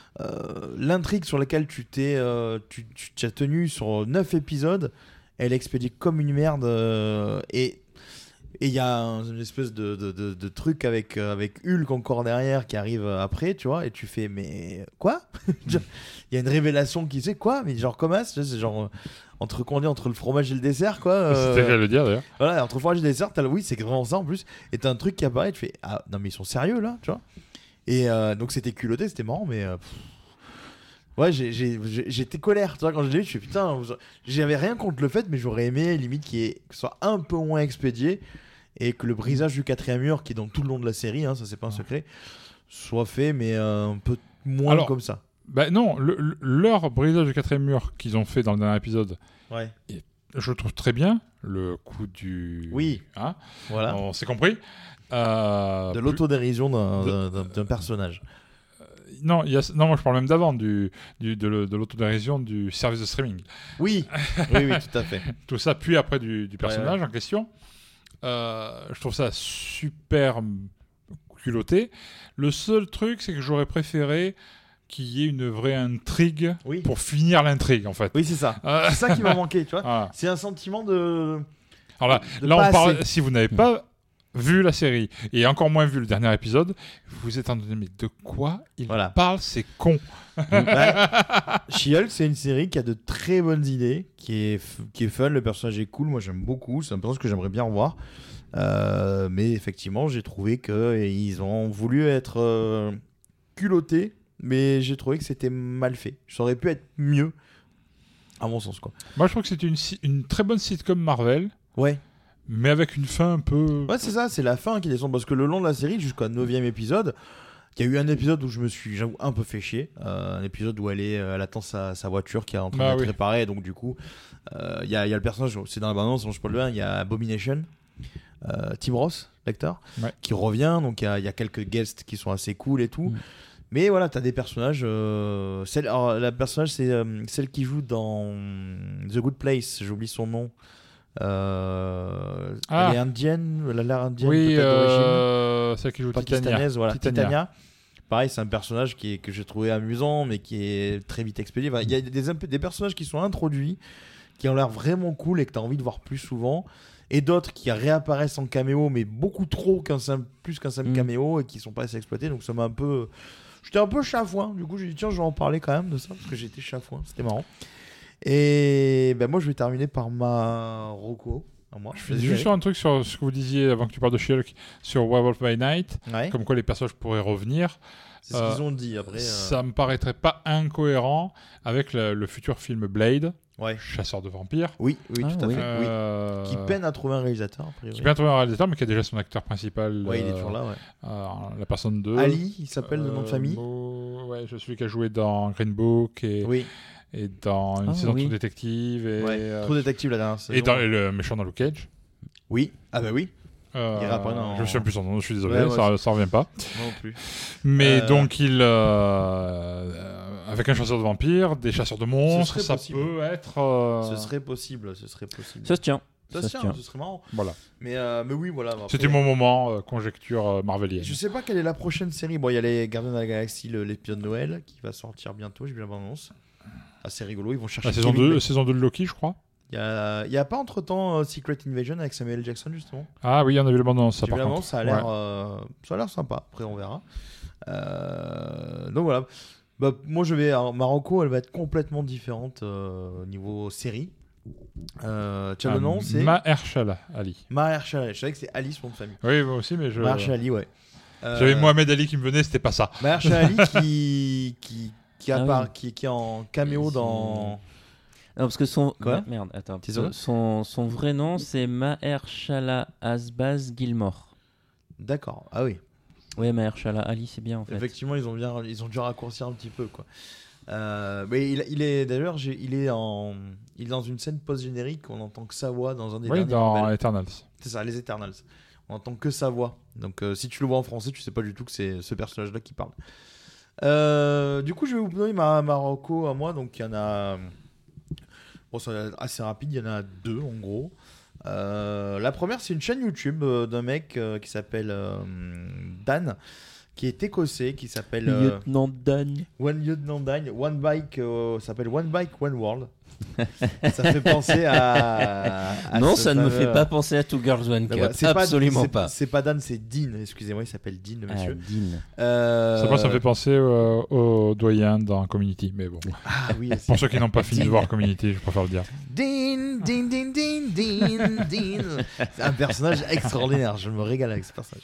[SPEAKER 6] euh, l'intrigue sur laquelle tu t'es, euh, tu, tu t'as tenu sur neuf épisodes, elle est expédiée comme une merde euh, et et il y a un, une espèce de, de, de, de truc avec, euh, avec Hulk encore derrière qui arrive après, tu vois, et tu fais mais quoi? Il y a une révélation qui sait quoi? Mais genre comment? C'est genre euh, entre qu'on dit entre le fromage et le dessert quoi. Euh,
[SPEAKER 7] C'était à le dire d'ailleurs.
[SPEAKER 6] Voilà, entre le fromage et le dessert, t'as le... oui c'est vraiment ça en plus. Et t'as un truc qui apparaît, tu fais ah non mais ils sont sérieux là, tu vois. Et euh, donc c'était culotté, c'était marrant, mais euh, pff, ouais, j'ai, j'ai, j'ai, j'étais colère, tu vois, quand je l'ai vu, je suis putain, j'avais rien contre le fait, mais j'aurais aimé limite qu'il y ait, que ce soit un peu moins expédié et que le brisage du quatrième mur, qui est dans tout le long de la série, hein, ça c'est pas un secret, soit fait, mais euh, un peu moins
[SPEAKER 7] Alors,
[SPEAKER 6] comme ça.
[SPEAKER 7] Bah non, le, le- leur brisage du quatrième mur qu'ils ont fait dans le dernier épisode,
[SPEAKER 6] Ouais.
[SPEAKER 7] et je le trouve très bien. Le coup du.
[SPEAKER 6] Oui.
[SPEAKER 7] Hein,
[SPEAKER 6] Voilà.
[SPEAKER 7] on s'est compris. Euh,
[SPEAKER 6] De
[SPEAKER 7] plus-
[SPEAKER 6] l'autodérision d'un,
[SPEAKER 7] de-
[SPEAKER 6] d'un, d'un, d'un personnage.
[SPEAKER 7] Non, il y a... non, moi je parle même d'avant, du, du, de, le- de l'autodérision du service de streaming.
[SPEAKER 6] Oui, oui, oui, tout à fait.
[SPEAKER 7] Tout ça, puis après du, du personnage
[SPEAKER 6] Ouais, ouais.
[SPEAKER 7] en question. Euh, je trouve ça super culotté. Le seul truc, c'est que j'aurais préféré qu'il y ait une vraie intrigue
[SPEAKER 6] Oui.
[SPEAKER 7] pour finir l'intrigue, en fait.
[SPEAKER 6] Oui, c'est ça.
[SPEAKER 7] Euh,
[SPEAKER 6] C'est ça qui m'a manqué, tu vois.
[SPEAKER 7] Voilà.
[SPEAKER 6] C'est un sentiment de.
[SPEAKER 7] Alors là,
[SPEAKER 6] de
[SPEAKER 7] là
[SPEAKER 6] pas
[SPEAKER 7] on parle,
[SPEAKER 6] assez.
[SPEAKER 7] si vous n'avez pas vu la série et encore moins vu le dernier épisode, vous êtes en train de dire mais de quoi il
[SPEAKER 6] Voilà.
[SPEAKER 7] parle, c'est con.
[SPEAKER 6] Ouais. She-Hulk, c'est une série qui a de très bonnes idées, qui est, f- qui est fun, le personnage est cool, moi j'aime beaucoup, c'est un personnage que j'aimerais bien revoir. Euh, mais effectivement, j'ai trouvé qu'ils ont voulu être euh, culottés, mais j'ai trouvé que c'était mal fait. Ça aurait pu être mieux, à mon sens, quoi.
[SPEAKER 7] Moi je trouve que c'est une, si- une très bonne sitcom Marvel,
[SPEAKER 6] Ouais.
[SPEAKER 7] mais avec une fin un peu.
[SPEAKER 6] Ouais, c'est ça, c'est la fin qui descend, parce que le long de la série, jusqu'au neuvième épisode, il y a eu un épisode où je me suis, j'avoue, un peu fait chier. Euh, un épisode où elle, est, euh, elle attend sa, sa voiture qui est en train
[SPEAKER 7] Bah
[SPEAKER 6] d'être
[SPEAKER 7] oui.
[SPEAKER 6] réparée, donc du coup, euh, il y, a, il y a le personnage, c'est dans la bande-annonce, je peux le dire, il y a Abomination, euh, Tim Ross, l'acteur,
[SPEAKER 7] Ouais.
[SPEAKER 6] qui revient, donc il y a, il y a quelques guests qui sont assez cool et tout.
[SPEAKER 8] Mm.
[SPEAKER 6] Mais voilà, t'as des personnages. Euh, celle, alors, la personnage, c'est euh, celle qui joue dans The Good Place, j'oublie son nom. Euh,
[SPEAKER 7] Ah.
[SPEAKER 6] Elle est indienne, elle a l'air indienne,
[SPEAKER 7] Oui,
[SPEAKER 6] peut-être d'origine.
[SPEAKER 7] euh, celle qui joue Titania.
[SPEAKER 6] Pakistanaise, voilà.
[SPEAKER 7] Titania.
[SPEAKER 6] Titania. Pareil, c'est un personnage qui est, que j'ai trouvé amusant, mais qui est très vite expédié. Enfin, il y a des, des, des personnages qui sont introduits, qui ont l'air vraiment cool et que tu as envie de voir plus souvent. Et d'autres qui réapparaissent en caméo, mais beaucoup trop, qu'un simple, plus qu'un simple
[SPEAKER 8] Mm.
[SPEAKER 6] caméo, et qui sont pas assez exploités. Donc ça m'a un peu. J'étais un peu chafouin. Du coup, j'ai dit, tiens, je vais en parler quand même de ça, parce que j'étais chafouin. C'était marrant. Et ben, moi, je vais terminer par ma Rocco. À moi.
[SPEAKER 7] Je faisais juste sur un truc sur ce que vous disiez avant que tu parles de She-Hulk sur Werewolf by Night,
[SPEAKER 6] Ouais.
[SPEAKER 7] comme quoi les personnages pourraient revenir.
[SPEAKER 6] C'est ce
[SPEAKER 7] Euh,
[SPEAKER 6] qu'ils ont dit après. euh,
[SPEAKER 7] Ça me paraîtrait pas incohérent avec le, le futur film Blade,
[SPEAKER 6] Ouais.
[SPEAKER 7] chasseur de vampires,
[SPEAKER 6] Oui, oui,
[SPEAKER 8] Ah,
[SPEAKER 6] tout à
[SPEAKER 8] oui.
[SPEAKER 6] fait. Oui.
[SPEAKER 7] euh,
[SPEAKER 6] Qui peine à trouver un réalisateur, a priori.
[SPEAKER 7] qui peine à trouver un réalisateur, mais qui a déjà son acteur principal.
[SPEAKER 6] Ouais, il est
[SPEAKER 7] euh,
[SPEAKER 6] toujours là, ouais.
[SPEAKER 7] euh, la personne de
[SPEAKER 6] Ali, il s'appelle le nom de
[SPEAKER 7] euh,
[SPEAKER 6] famille.
[SPEAKER 7] Mo- Ouais, je suis qui a joué dans Green Book et,
[SPEAKER 6] Oui,
[SPEAKER 7] et dans une
[SPEAKER 8] Ah,
[SPEAKER 7] saison
[SPEAKER 8] oui.
[SPEAKER 7] de True Detective et,
[SPEAKER 6] ouais.
[SPEAKER 7] euh,
[SPEAKER 6] Trop détective la dernière saison.
[SPEAKER 7] et dans et le méchant dans Luke Cage.
[SPEAKER 6] Oui, ah bah oui,
[SPEAKER 7] Euh,
[SPEAKER 6] Il réapparaît dans-
[SPEAKER 7] Je me souviens plus son nom, je suis désolé,
[SPEAKER 6] Ouais, ouais,
[SPEAKER 7] ça, ça revient pas.
[SPEAKER 6] moi non plus.
[SPEAKER 7] Mais
[SPEAKER 6] Euh,
[SPEAKER 7] donc il, euh, euh, avec un chasseur de vampires, des chasseurs de monstres,
[SPEAKER 6] serait
[SPEAKER 7] ça
[SPEAKER 6] possible.
[SPEAKER 7] peut être. euh,
[SPEAKER 6] Ce serait possible, ce serait possible.
[SPEAKER 8] Ça se tient.
[SPEAKER 6] Ça
[SPEAKER 8] Ça
[SPEAKER 6] se
[SPEAKER 8] se
[SPEAKER 6] tient,
[SPEAKER 8] tient.
[SPEAKER 6] ce serait marrant.
[SPEAKER 7] Voilà.
[SPEAKER 6] Mais, euh, mais oui, voilà. Après,
[SPEAKER 7] C'était mon moment euh, conjecture euh, marvelienne.
[SPEAKER 6] Je sais pas quelle est la prochaine série. Bon, il y a les Gardiens de la Galaxie, le- l'épisode de Noël, qui va sortir bientôt, j'ai vu la bande-annonce. Assez rigolo, ils vont chercher
[SPEAKER 7] La saison
[SPEAKER 6] Kevin
[SPEAKER 7] deux,
[SPEAKER 6] Bacon.
[SPEAKER 7] saison deux de Loki, je crois.
[SPEAKER 6] Il y a, il y a pas entre-temps euh, Secret Invasion avec Samuel Jackson, justement.
[SPEAKER 7] Ah oui, on a vu le bande ça
[SPEAKER 6] J'ai
[SPEAKER 7] par
[SPEAKER 6] vu
[SPEAKER 7] contre.
[SPEAKER 6] l'annonce, ça a l'air
[SPEAKER 7] Ouais.
[SPEAKER 6] euh, ça a l'air sympa. Après, on verra. Euh, donc voilà. Bah, moi, je vais. alors, Marocco, elle va être complètement différente euh, au niveau série. Euh, tu as le
[SPEAKER 7] Ah,
[SPEAKER 6] nom, c'est
[SPEAKER 7] Mahershala Ali.
[SPEAKER 6] Mahershala Ali. Je savais que c'est Ali, son nom de famille.
[SPEAKER 7] Oui, moi aussi, mais je.
[SPEAKER 6] Mahershala Ali, ouais. Euh,
[SPEAKER 7] J'avais Mohamed Ali qui me venait, c'était pas ça.
[SPEAKER 6] Mahershala Ali qui qui qui,
[SPEAKER 8] Ah
[SPEAKER 6] appara-
[SPEAKER 8] oui.
[SPEAKER 6] qui qui est en caméo
[SPEAKER 8] Et
[SPEAKER 6] dans.
[SPEAKER 8] Non, parce que son.
[SPEAKER 6] Quoi
[SPEAKER 8] Ah, merde, attends.
[SPEAKER 6] T'es sûr
[SPEAKER 8] Son, son vrai nom, c'est Mahershala Asbaz Gilmore.
[SPEAKER 6] D'accord. Ah oui.
[SPEAKER 8] Ouais, Mahershala Ali, c'est bien en fait.
[SPEAKER 6] Effectivement, ils ont bien, ils ont dû raccourcir un petit peu, quoi. Euh, mais il, il est d'ailleurs, j'ai- il est en, il est dans une scène post-générique. On entend que sa voix dans un des
[SPEAKER 7] Oui,
[SPEAKER 6] derniers
[SPEAKER 7] dans
[SPEAKER 6] Marvel.
[SPEAKER 7] Eternals.
[SPEAKER 6] C'est ça, les Eternals. On entend que sa voix. Donc, euh, si tu le vois en français, tu sais pas du tout que c'est ce personnage-là qui parle. Euh, du coup, je vais vous donner ma Marocco à moi. Donc, il y en a. Bon, ça va être assez rapide. Il y en a deux en gros. Euh, la première, c'est une chaîne YouTube euh, d'un mec euh, qui s'appelle euh, Dan, qui est écossais, qui s'appelle euh,
[SPEAKER 8] Lieutenant Dan.
[SPEAKER 6] One Lieutenant Dan, One Bike, euh, ça s'appelle One Bike, One World. Ça fait penser à. à
[SPEAKER 8] non,
[SPEAKER 6] ce
[SPEAKER 8] ça ne me
[SPEAKER 6] fameux-
[SPEAKER 8] fait pas penser à Two Girls One
[SPEAKER 6] Donc,
[SPEAKER 8] Cup.
[SPEAKER 6] voilà, c'est
[SPEAKER 8] Absolument
[SPEAKER 6] c'est-
[SPEAKER 8] pas.
[SPEAKER 6] C'est pas Dan, c'est Dean. Excusez-moi, il s'appelle Dean, le
[SPEAKER 8] Ah,
[SPEAKER 6] monsieur.
[SPEAKER 8] Dean.
[SPEAKER 6] Euh,
[SPEAKER 7] Ça, moi, ça me fait penser euh, au doyen dans Community, mais bon.
[SPEAKER 6] Ah oui.
[SPEAKER 7] Pour ceux qui n'ont pas fini de voir Community, je préfère le dire.
[SPEAKER 6] Dean, Dean, Dean, Dean, Dean, Dean. C'est un personnage extraordinaire. Je me régale avec ce personnage.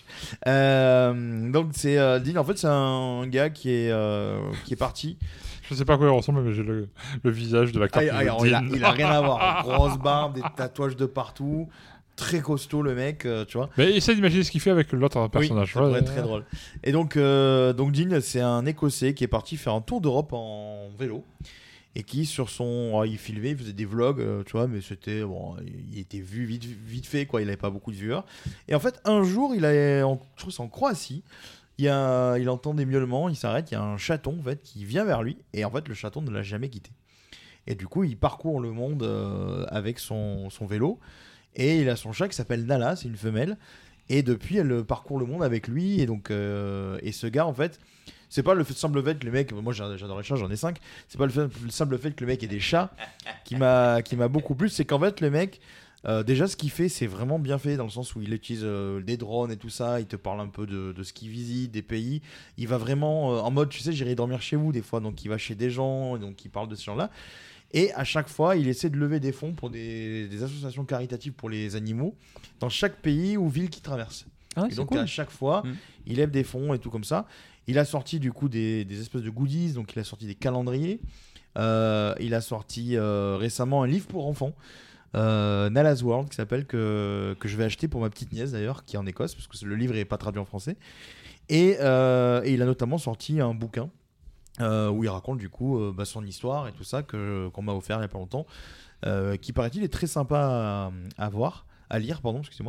[SPEAKER 6] Euh, donc c'est euh, Dean. En fait, c'est un gars qui est euh, qui est parti.
[SPEAKER 7] Je sais pas à quoi il ressemble, mais j'ai le, le visage de l'acteur.
[SPEAKER 6] Ah,
[SPEAKER 7] qui
[SPEAKER 6] ah,
[SPEAKER 7] joue
[SPEAKER 6] alors, il, a,
[SPEAKER 7] Dean.
[SPEAKER 6] il a rien à voir. Grosse barbe, des tatouages de partout. Très costaud le mec, euh, tu vois.
[SPEAKER 7] Mais essaye d'imaginer ce qu'il fait avec l'autre personnage.
[SPEAKER 6] Oui, ça pourrait être très drôle. Et donc, euh, donc Dean, c'est un Écossais qui est parti faire un tour d'Europe en vélo et qui sur son, oh, il filmait, il faisait des vlogs, euh, tu vois, mais c'était bon, il était vu vite, vite fait quoi. Il avait pas beaucoup de viewers. Et en fait, un jour, il est, en, je trouve que c'est en Croatie. Il, y a, il entend des miaulements, il s'arrête, il y a un chaton en fait qui vient vers lui et en fait le chaton ne l'a jamais quitté. Et du coup il parcourt le monde euh, avec son, son vélo et il a son chat qui s'appelle Nala, c'est une femelle et depuis elle parcourt le monde avec lui et donc euh, et ce gars en fait c'est pas le fait- simple fait que le mec, moi j'ai- j'adore les chats, j'en ai cinq, c'est pas le, fait- le simple fait que le mec ait des chats qui m'a qui m'a beaucoup plu, c'est qu'en fait le mec Euh, déjà, ce qu'il fait, c'est vraiment bien fait dans le sens où il utilise euh, des drones et tout ça. Il te parle un peu de, de ce qu'il visite, des pays. Il va vraiment euh, en mode, tu sais, j'irai dormir chez vous des fois. Donc, il va chez des gens, donc il parle de ces gens-là. Et à chaque fois, il essaie de lever des fonds pour des, des associations caritatives pour les animaux dans chaque pays ou ville qu'il traverse.
[SPEAKER 8] Ah,
[SPEAKER 6] et
[SPEAKER 8] c'est
[SPEAKER 6] donc,
[SPEAKER 8] cool.
[SPEAKER 6] à chaque fois,
[SPEAKER 8] Mm.
[SPEAKER 6] il lève des fonds et tout comme ça. Il a sorti du coup des, des espèces de goodies. Donc, il a sorti des calendriers. Euh, il a sorti euh, récemment un livre pour enfants. Euh, Nala's World qui s'appelle que, que je vais acheter pour ma petite nièce d'ailleurs qui est en Écosse parce que le livre n'est pas traduit en français et, euh, et il a notamment sorti un bouquin euh, où il raconte du coup euh, bah, son histoire et tout ça que, qu'on m'a offert il n'y a pas longtemps euh, qui paraît-il est très sympa à, à voir à lire pardon excusez-moi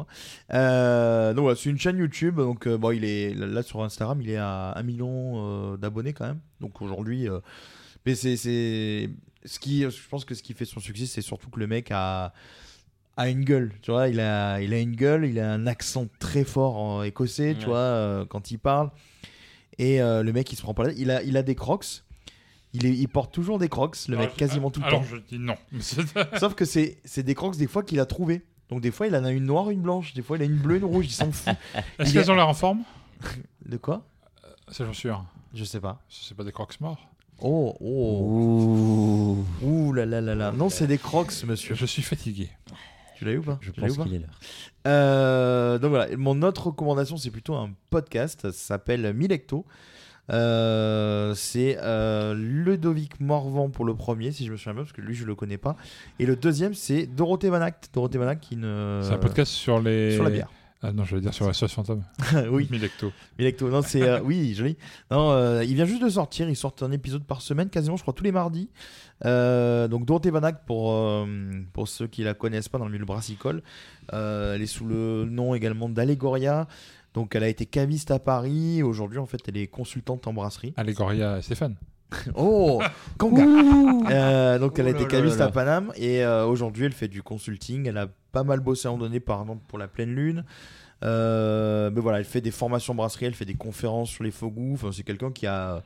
[SPEAKER 6] euh, donc voilà, c'est une chaîne YouTube donc euh, bon, il est là sur Instagram il est à un million euh, d'abonnés quand même donc aujourd'hui euh, mais c'est, c'est ce qui, je pense que ce qui fait son succès, c'est surtout que le mec a, a une gueule, tu vois, il a, il a une gueule, il a un accent très fort en écossais, tu
[SPEAKER 8] Ouais.
[SPEAKER 6] vois, euh, quand il parle. Et euh, le mec, il se prend pas la tête. Il a, il a des crocs. Il, est, il porte toujours des crocs, le
[SPEAKER 7] Alors,
[SPEAKER 6] mec,
[SPEAKER 7] je-
[SPEAKER 6] quasiment tout le
[SPEAKER 7] alors,
[SPEAKER 6] temps.
[SPEAKER 7] je dis non.
[SPEAKER 6] Sauf que c'est, c'est des crocs des fois qu'il a trouvé. Donc des fois, il en a une noire, une blanche. Des fois, il a une bleue, une rouge. Il s'en fout.
[SPEAKER 7] Est-ce
[SPEAKER 6] Il
[SPEAKER 7] qu'elles
[SPEAKER 6] est-
[SPEAKER 7] ont l'air en forme?
[SPEAKER 6] De quoi?
[SPEAKER 7] Ces chaussures.
[SPEAKER 6] Je sais pas.
[SPEAKER 7] C'est pas des crocs morts?
[SPEAKER 6] Oh, oh.
[SPEAKER 8] Ouh.
[SPEAKER 6] Ouh là là là là. Non, c'est des crocs, monsieur.
[SPEAKER 7] Je suis fatigué.
[SPEAKER 6] Tu l'as eu ou pas?
[SPEAKER 8] Je
[SPEAKER 6] Tu l'as eu
[SPEAKER 8] pense
[SPEAKER 6] ou pas
[SPEAKER 8] qu'il est l'heure.
[SPEAKER 6] Euh, donc voilà, mon autre recommandation, c'est plutôt un podcast. Ça s'appelle Milecto. Euh, c'est euh, Ludovic Morvan pour le premier, si je me souviens bien, parce que lui, je le connais pas. Et le deuxième, c'est Dorothée Vanac. Dorothée Vanac qui ne.
[SPEAKER 7] C'est un podcast sur les.
[SPEAKER 6] Sur la bière.
[SPEAKER 7] Ah non, je vais dire sur la sauce fantôme.
[SPEAKER 6] Oui.
[SPEAKER 7] Milecto.
[SPEAKER 6] Milecto. Non, c'est euh, oui, joli. Non, euh, il vient juste de sortir. Il sort un épisode par semaine, quasiment, je crois, tous les mardis. Euh, donc Dorothée Vanac, pour euh, pour ceux qui la connaissent pas dans le milieu brassicole, euh, elle est sous le nom également d'Allegoria. Donc elle a été caviste à Paris. Aujourd'hui, en fait, elle est consultante en brasserie.
[SPEAKER 7] Allégoria Stéphane.
[SPEAKER 6] Oh, Kanga. Euh, donc elle a
[SPEAKER 8] Oh là
[SPEAKER 6] été
[SPEAKER 8] là
[SPEAKER 6] caviste
[SPEAKER 8] là
[SPEAKER 6] à
[SPEAKER 8] là.
[SPEAKER 6] Paname et euh, aujourd'hui elle fait du consulting. Elle a pas mal bossé à un moment donné par exemple pour la pleine lune. Euh, mais voilà, elle fait des formations brasserie, elle fait des conférences sur les faux goûts. Enfin, c'est quelqu'un qui a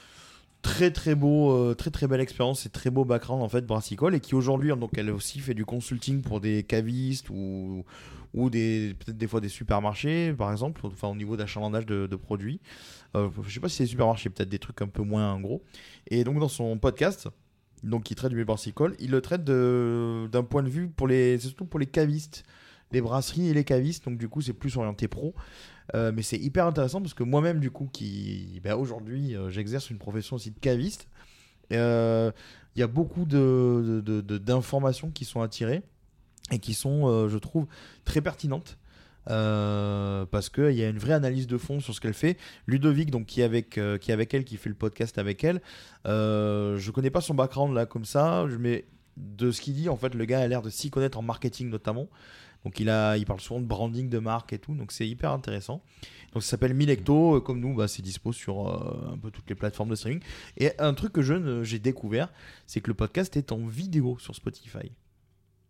[SPEAKER 6] très très beau, euh, très très belle expérience et très beau background en fait brassicole et qui aujourd'hui donc elle aussi fait du consulting pour des cavistes ou ou des peut-être des fois des supermarchés par exemple, enfin au niveau d'achalandage de, de produits. Euh, je sais pas si c'est des supermarchés, peut-être des trucs un peu moins gros. Et donc dans son podcast, donc qui traite du milieu brassicole, il le traite de, d'un point de vue pour les, c'est surtout pour les cavistes, les brasseries et les cavistes. Donc du coup c'est plus orienté pro. Euh, mais c'est hyper intéressant parce que moi-même du coup qui, ben, aujourd'hui euh, j'exerce une profession aussi de caviste. Il euh, y a beaucoup de, de, de, de, d'informations qui sont attirées et qui sont, euh, je trouve, très pertinentes. Euh, parce qu'il y a une vraie analyse de fond sur ce qu'elle fait. Ludovic, donc, qui, est avec, euh, qui est avec elle, qui fait le podcast avec elle, euh, je connais pas son background là comme ça, mais de ce qu'il dit, en fait, le gars a l'air de s'y connaître en marketing notamment. Donc il, a, il parle souvent de branding de marque et tout, donc c'est hyper intéressant. Donc ça s'appelle Milecto, euh, comme nous, bah, c'est dispo sur euh, un peu toutes les plateformes de streaming. Et un truc que je ne, j'ai découvert, c'est que le podcast est en vidéo sur Spotify.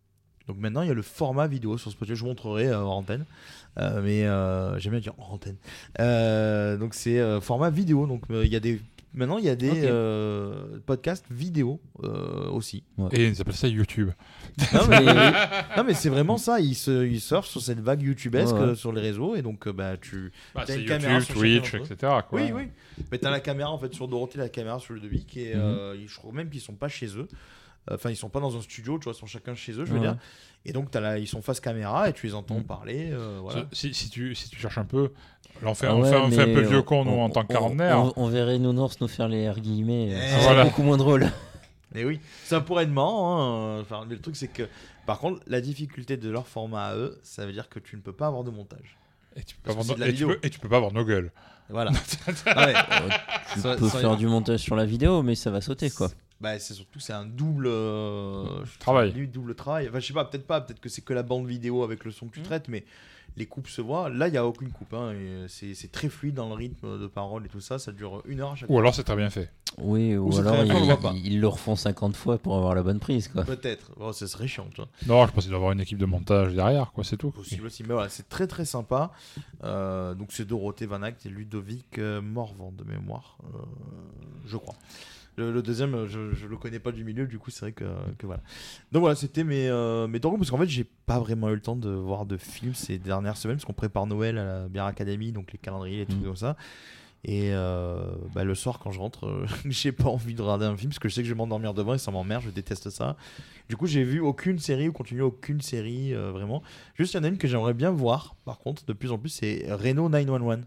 [SPEAKER 6] Donc maintenant, il y a le format vidéo sur Spotify. Je vous montrerai euh, en antenne. Euh, mais euh, j'aime bien dire en antenne. Euh, donc c'est euh, format vidéo. Donc il euh, y a des maintenant il y a des okay. euh, podcasts vidéo euh, aussi.
[SPEAKER 7] Ouais. Et ils appellent ça YouTube.
[SPEAKER 6] Non mais, non, mais c'est vraiment ça. Ils, se, ils surfent sur cette vague YouTubesque ouais, ouais. sur les réseaux et donc bah tu
[SPEAKER 7] bah, as une YouTube, caméra sur Twitch, et cetera. Quoi.
[SPEAKER 6] Oui oui. Mais t'as la caméra en fait sur Dorothée, la caméra sur Ludovic et mm-hmm. euh, je crois même qu'ils sont pas chez eux. Enfin, ils sont pas dans un studio, tu vois, ils sont chacun chez eux, je veux ouais. dire. Et donc, t'as la... ils sont face caméra et tu les entends mmh. parler. Euh, voilà.
[SPEAKER 7] si, si, tu, si tu cherches un peu, là, on fait, ah ouais, on fait, on fait un peu vieux con, nous, on, en tant que quarantenaire.
[SPEAKER 8] On, on verrait Nounours nous faire les R guillemets. C'est voilà. beaucoup moins drôle.
[SPEAKER 6] Et oui, ça pourrait être marrant. Hein. Enfin, mais le truc, c'est que, par contre, la difficulté de leur format à eux, ça veut dire que tu ne peux pas avoir de montage.
[SPEAKER 7] Et tu peux, avoir no... et tu peux, et tu peux pas avoir nos gueules.
[SPEAKER 6] Voilà. ah ouais.
[SPEAKER 8] Tu ça, peux ça faire du montage sur la vidéo, mais ça va sauter, quoi.
[SPEAKER 6] Bah, c'est surtout c'est un double euh,
[SPEAKER 7] travail.
[SPEAKER 6] Dis, double travail. Enfin, je sais pas, peut-être pas, peut-être que c'est que la bande vidéo avec le son que tu mmh. traites, mais les coupes se voient. Là, il y a aucune coupe. Hein, et c'est, c'est très fluide dans le rythme de parole et tout ça. Ça dure une heure à chaque
[SPEAKER 7] ou fois. Ou alors c'est très bien fait.
[SPEAKER 8] Oui, ou, ou alors ils il, il le refont cinquante fois pour avoir la bonne prise, quoi.
[SPEAKER 6] Peut-être. Oh, ça serait chiant, tu vois.
[SPEAKER 7] Non, je pense qu'il doit y avoir une équipe de montage derrière, quoi. C'est tout.
[SPEAKER 6] Possible aussi. Mais voilà, c'est très très sympa. Euh, donc c'est Dorothée Van Act et Ludovic euh, Morvan de mémoire, euh, je crois. Le, le deuxième, je, je le connais pas du milieu, du coup, c'est vrai que, que voilà. Donc voilà, c'était mes, euh, mes dorons, parce qu'en fait, j'ai pas vraiment eu le temps de voir de films ces dernières semaines, parce qu'on prépare Noël à la Bière Academy, donc les calendriers, les trucs mmh. comme ça. Et euh, bah, le soir, quand je rentre, euh, j'ai pas envie de regarder un film, parce que je sais que je vais m'endormir devant et ça m'emmerde, je déteste ça. Du coup, j'ai vu aucune série ou continué aucune série, euh, vraiment. Juste, il y en a une que j'aimerais bien voir, par contre, de plus en plus, c'est Reno neuf un un.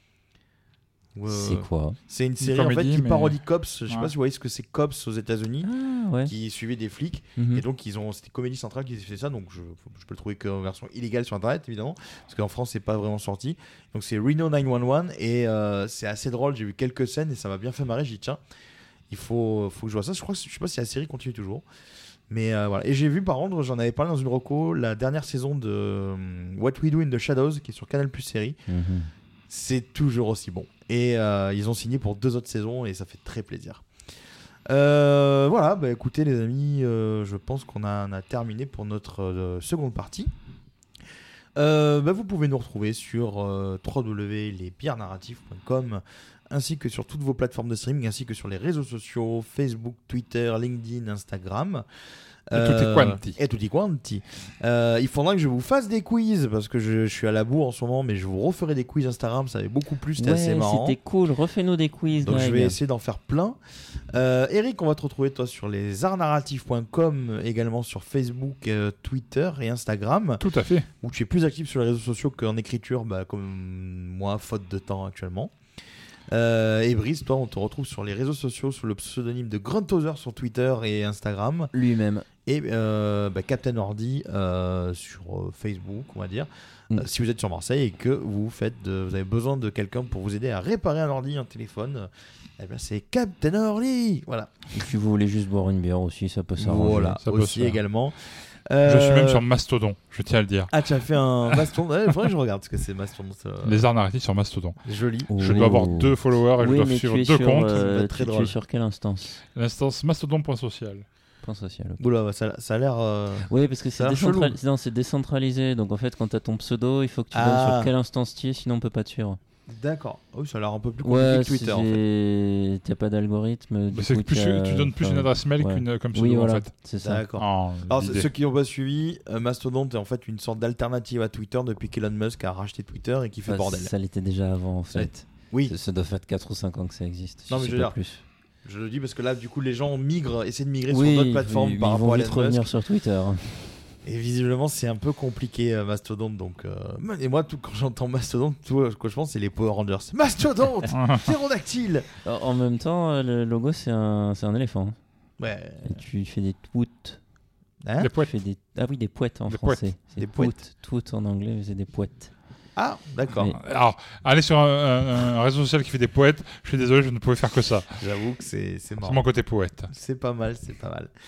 [SPEAKER 8] Euh, c'est quoi?
[SPEAKER 6] C'est une série
[SPEAKER 7] une comédie,
[SPEAKER 6] en fait qui
[SPEAKER 7] mais...
[SPEAKER 6] parodie Cops. Je sais
[SPEAKER 7] ouais.
[SPEAKER 6] pas si vous voyez ce que c'est Cops aux États-Unis,
[SPEAKER 8] ah, ouais.
[SPEAKER 6] qui suivait des flics.
[SPEAKER 8] Mm-hmm.
[SPEAKER 6] Et donc ils ont c'était Comédie Centrale qui fait ça. Donc je, je peux le trouver qu'en version illégale sur internet évidemment, parce qu'en France c'est pas vraiment sorti. Donc c'est Reno neuf un un et euh, c'est assez drôle. J'ai vu quelques scènes et ça m'a bien fait marrer. J'ai dit tiens, il faut faut que je vois ça. Je crois que je sais pas si la série continue toujours. Mais euh, voilà. Et j'ai vu par contre, j'en avais parlé dans une reco, la dernière saison de um, What We Do in the Shadows qui est sur Canal Plus série.
[SPEAKER 8] Mm-hmm.
[SPEAKER 6] C'est toujours aussi bon. Et euh, ils ont signé pour deux autres saisons et ça fait très plaisir. Euh, voilà, bah écoutez les amis, euh, je pense qu'on a, on a terminé pour notre euh, seconde partie. Euh, bah vous pouvez nous retrouver sur euh, w w w point les bières narratives point com ainsi que sur toutes vos plateformes de streaming, ainsi que sur les réseaux sociaux, Facebook, Twitter, LinkedIn, Instagram.
[SPEAKER 7] Et tutti quanti.
[SPEAKER 6] Et tutti quanti. Euh, il faudra que je vous fasse des quiz parce que je, je suis à la bourre en ce moment, mais je vous referai des quiz Instagram, ça avait beaucoup plu, c'était
[SPEAKER 8] ouais,
[SPEAKER 6] assez marrant.
[SPEAKER 8] C'était cool, refais-nous des quiz.
[SPEAKER 6] Donc
[SPEAKER 8] Greg.
[SPEAKER 6] Je vais essayer d'en faire plein. Euh, Eric, on va te retrouver toi sur les arts narratifs point com, également sur Facebook, euh, Twitter et Instagram.
[SPEAKER 7] Tout à fait.
[SPEAKER 6] Où tu es plus actif sur les réseaux sociaux qu'en écriture, bah, comme moi, faute de temps actuellement. Euh, et Brice, toi, on te retrouve sur les réseaux sociaux sous le pseudonyme de Grunthauser sur Twitter et Instagram.
[SPEAKER 8] Lui-même.
[SPEAKER 6] Et euh, bah, Captain Ordi euh, sur euh, Facebook, on va dire. Mm. Euh, si vous êtes sur Marseille et que vous faites, de, vous avez besoin de quelqu'un pour vous aider à réparer un ordi, un téléphone, eh bien c'est Captain Ordi. Voilà.
[SPEAKER 8] Et si vous voulez juste boire une bière aussi, ça peut s'arranger.
[SPEAKER 6] Voilà,
[SPEAKER 7] ça
[SPEAKER 6] aussi également.
[SPEAKER 7] Euh... Je suis même sur Mastodon, je tiens à le dire.
[SPEAKER 6] Ah, tu as fait un Mastodon. Il faudrait que je regarde ce que c'est Mastodon. Ça...
[SPEAKER 7] Les arts narratifs sur Mastodon.
[SPEAKER 6] Joli.
[SPEAKER 7] Oh. Je dois avoir deux followers et
[SPEAKER 8] oui,
[SPEAKER 7] je dois suivre deux
[SPEAKER 8] sur,
[SPEAKER 7] comptes.
[SPEAKER 8] Euh,
[SPEAKER 6] très
[SPEAKER 8] tu,
[SPEAKER 6] drôle.
[SPEAKER 8] tu es sur quelle instance?
[SPEAKER 7] L'instance mastodon.social.
[SPEAKER 8] Point social. Okay.
[SPEAKER 6] Oula, ça, ça a l'air. Euh...
[SPEAKER 8] Oui, parce que c'est, décentral... non, c'est décentralisé. Donc en fait, quand tu as ton pseudo, il faut que tu ah. donnes sur quelle instance tu es, sinon on peut pas te suivre.
[SPEAKER 6] D'accord. Oui, ça a l'air un peu plus compliqué
[SPEAKER 8] ouais,
[SPEAKER 6] que Twitter en fait.
[SPEAKER 8] T'as pas d'algorithme.
[SPEAKER 7] Bah, c'est
[SPEAKER 8] coup,
[SPEAKER 7] plus,
[SPEAKER 8] a...
[SPEAKER 7] Tu donnes plus
[SPEAKER 8] enfin,
[SPEAKER 7] une adresse mail ouais. qu'une comme pseudo
[SPEAKER 8] oui, voilà,
[SPEAKER 7] en fait.
[SPEAKER 8] C'est ça.
[SPEAKER 6] D'accord.
[SPEAKER 7] Oh,
[SPEAKER 6] Alors ceux qui n'ont pas suivi, euh, Mastodon est en fait une sorte d'alternative à Twitter depuis qu'Elon Musk a racheté Twitter et qui fait
[SPEAKER 8] enfin,
[SPEAKER 6] bordel.
[SPEAKER 8] Ça l'était déjà avant en fait.
[SPEAKER 6] Ouais. Oui.
[SPEAKER 8] Ça, ça doit faire quatre ou cinq ans que ça existe.
[SPEAKER 6] Non
[SPEAKER 8] je
[SPEAKER 6] mais
[SPEAKER 8] sais
[SPEAKER 6] je veux
[SPEAKER 8] pas
[SPEAKER 6] dire,
[SPEAKER 8] plus.
[SPEAKER 6] Je le dis parce que là du coup les gens migrent, essaient de migrer
[SPEAKER 8] oui,
[SPEAKER 6] sur d'autres plateformes
[SPEAKER 8] oui,
[SPEAKER 6] par
[SPEAKER 8] ils
[SPEAKER 6] rapport
[SPEAKER 8] vont
[SPEAKER 6] à
[SPEAKER 8] vite
[SPEAKER 6] Elon
[SPEAKER 8] revenir
[SPEAKER 6] Musk.
[SPEAKER 8] sur Twitter.
[SPEAKER 6] Et visiblement, c'est un peu compliqué, euh, Mastodon. Donc, euh... Et moi, tout, quand j'entends Mastodon, tout ce que je pense, c'est les Power Rangers. Mastodon, ptérodactyle.
[SPEAKER 8] En même temps, le logo, c'est un, c'est un éléphant.
[SPEAKER 6] Ouais.
[SPEAKER 8] Et tu fais des tweets.
[SPEAKER 6] Hein
[SPEAKER 7] des poètes.
[SPEAKER 8] Des... Ah oui, des poètes en
[SPEAKER 7] des
[SPEAKER 8] français.
[SPEAKER 7] Poètes.
[SPEAKER 8] C'est
[SPEAKER 6] des
[SPEAKER 8] poètes. Tweet en anglais, mais c'est des poètes.
[SPEAKER 6] Ah, d'accord.
[SPEAKER 7] Mais... Alors, allez sur un, un, un réseau social qui fait des poètes. Je suis désolé, je ne pouvais faire que ça.
[SPEAKER 6] J'avoue que c'est, c'est marrant.
[SPEAKER 7] C'est mon côté poète.
[SPEAKER 6] C'est pas mal, c'est pas mal.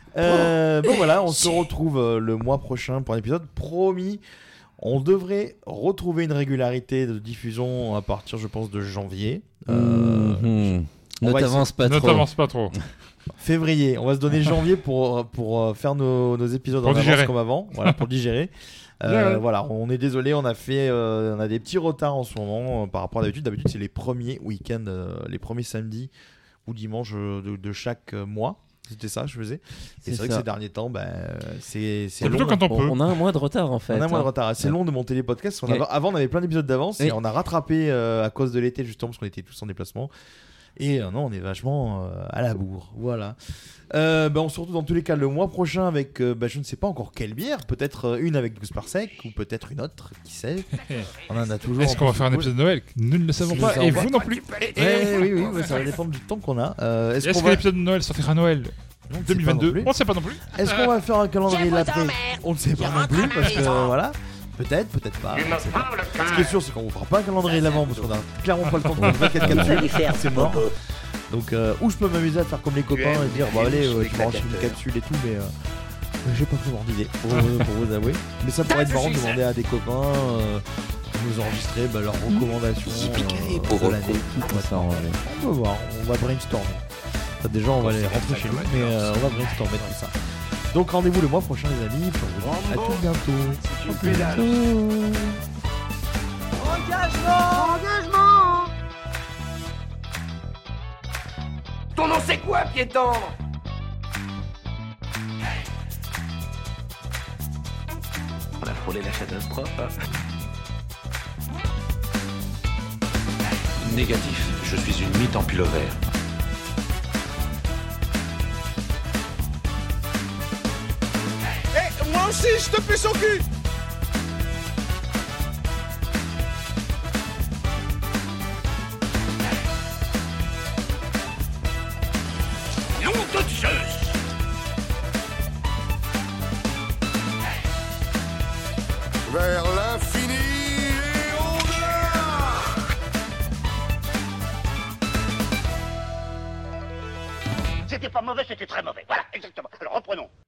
[SPEAKER 6] Euh, bon voilà, on se retrouve euh, le mois prochain pour un épisode promis. On devrait retrouver une régularité de diffusion à partir, je pense, de janvier. Euh,
[SPEAKER 8] mmh. Ne t'avance pas
[SPEAKER 7] ne
[SPEAKER 8] trop.
[SPEAKER 7] Ne t'avance pas trop.
[SPEAKER 6] Février. On va se donner janvier pour, pour faire nos, nos épisodes
[SPEAKER 7] pour
[SPEAKER 6] en
[SPEAKER 7] digérer.
[SPEAKER 6] avance comme avant. Voilà, pour digérer. Euh, ouais. Voilà, on est désolé, on a fait, euh, on a des petits retards en ce moment euh, par rapport à d'habitude. D'habitude, c'est les premiers week-ends, euh, les premiers samedis ou dimanches de, de chaque mois. C'était ça, je faisais. Et c'est, c'est vrai ça. que ces derniers temps, ben, c'est, c'est, c'est long.
[SPEAKER 8] Quand on, peut. on a un mois de retard en fait.
[SPEAKER 6] On a un mois de retard. C'est ouais. long de monter les podcasts. On avait, avant, on avait plein d'épisodes d'avance et, et on a rattrapé euh, à cause de l'été justement parce qu'on était tous en déplacement. Et euh, non, on est vachement euh, à la bourre. Voilà. Euh, bah, on se retrouve dans tous les cas le mois prochain avec, euh, bah, je ne sais pas encore quelle bière. Peut-être euh, une avec douze par sec ou peut-être une autre. Qui sait. On en a toujours.
[SPEAKER 7] Est-ce qu'on va faire un épisode de Noël? Nous ne le savons pas. Et vous non plus.
[SPEAKER 6] Ouais, oui, oui, oui, ça va dépendre du temps qu'on a. Euh, est-ce,
[SPEAKER 7] est-ce
[SPEAKER 6] qu'on
[SPEAKER 7] que
[SPEAKER 6] va...
[SPEAKER 7] l'épisode de Noël sortira à Noël non, deux mille vingt-deux? On ne sait pas non plus.
[SPEAKER 6] Est-ce qu'on va faire un calendrier l'après? On ne sait pas non plus parce que voilà. Peut-être, peut-être pas. pas. Ce qui est sûr, c'est qu'on ne fera pas un calendrier l'avant parce qu'on a clairement pas le temps de faire vingt-quatre capsules. C'est mort. Donc, euh, ou je peux m'amuser à faire comme les copains et dire, bon allez, euh, je branche une capsule et tout, mais euh, j'ai pas vraiment d'idée pour, euh, pour vous avouer. Mais ça pourrait être marrant de demander à des copains euh, de nous enregistrer bah, leurs recommandations euh, pour de l'année.
[SPEAKER 8] On va s'arranger.
[SPEAKER 6] On va voir, on va brainstormer. Enfin, déjà, on va aller rentrer chez nous, mais euh, on va brainstormer tout ça. Donc rendez-vous le mois prochain, les amis. Puis on vous dit à tout bientôt.
[SPEAKER 10] À bientôt. Engagement, engagement.
[SPEAKER 2] Ton nom c'est quoi, pied tendre?
[SPEAKER 4] On a frôlé la catastrophe.
[SPEAKER 1] Négatif, je suis une mythe en pullover.
[SPEAKER 10] Hé, hey, moi aussi, je te pue son cul. Vers l'infini et au-delà.
[SPEAKER 2] C'était pas mauvais, c'était très mauvais. Voilà, exactement. Alors reprenons.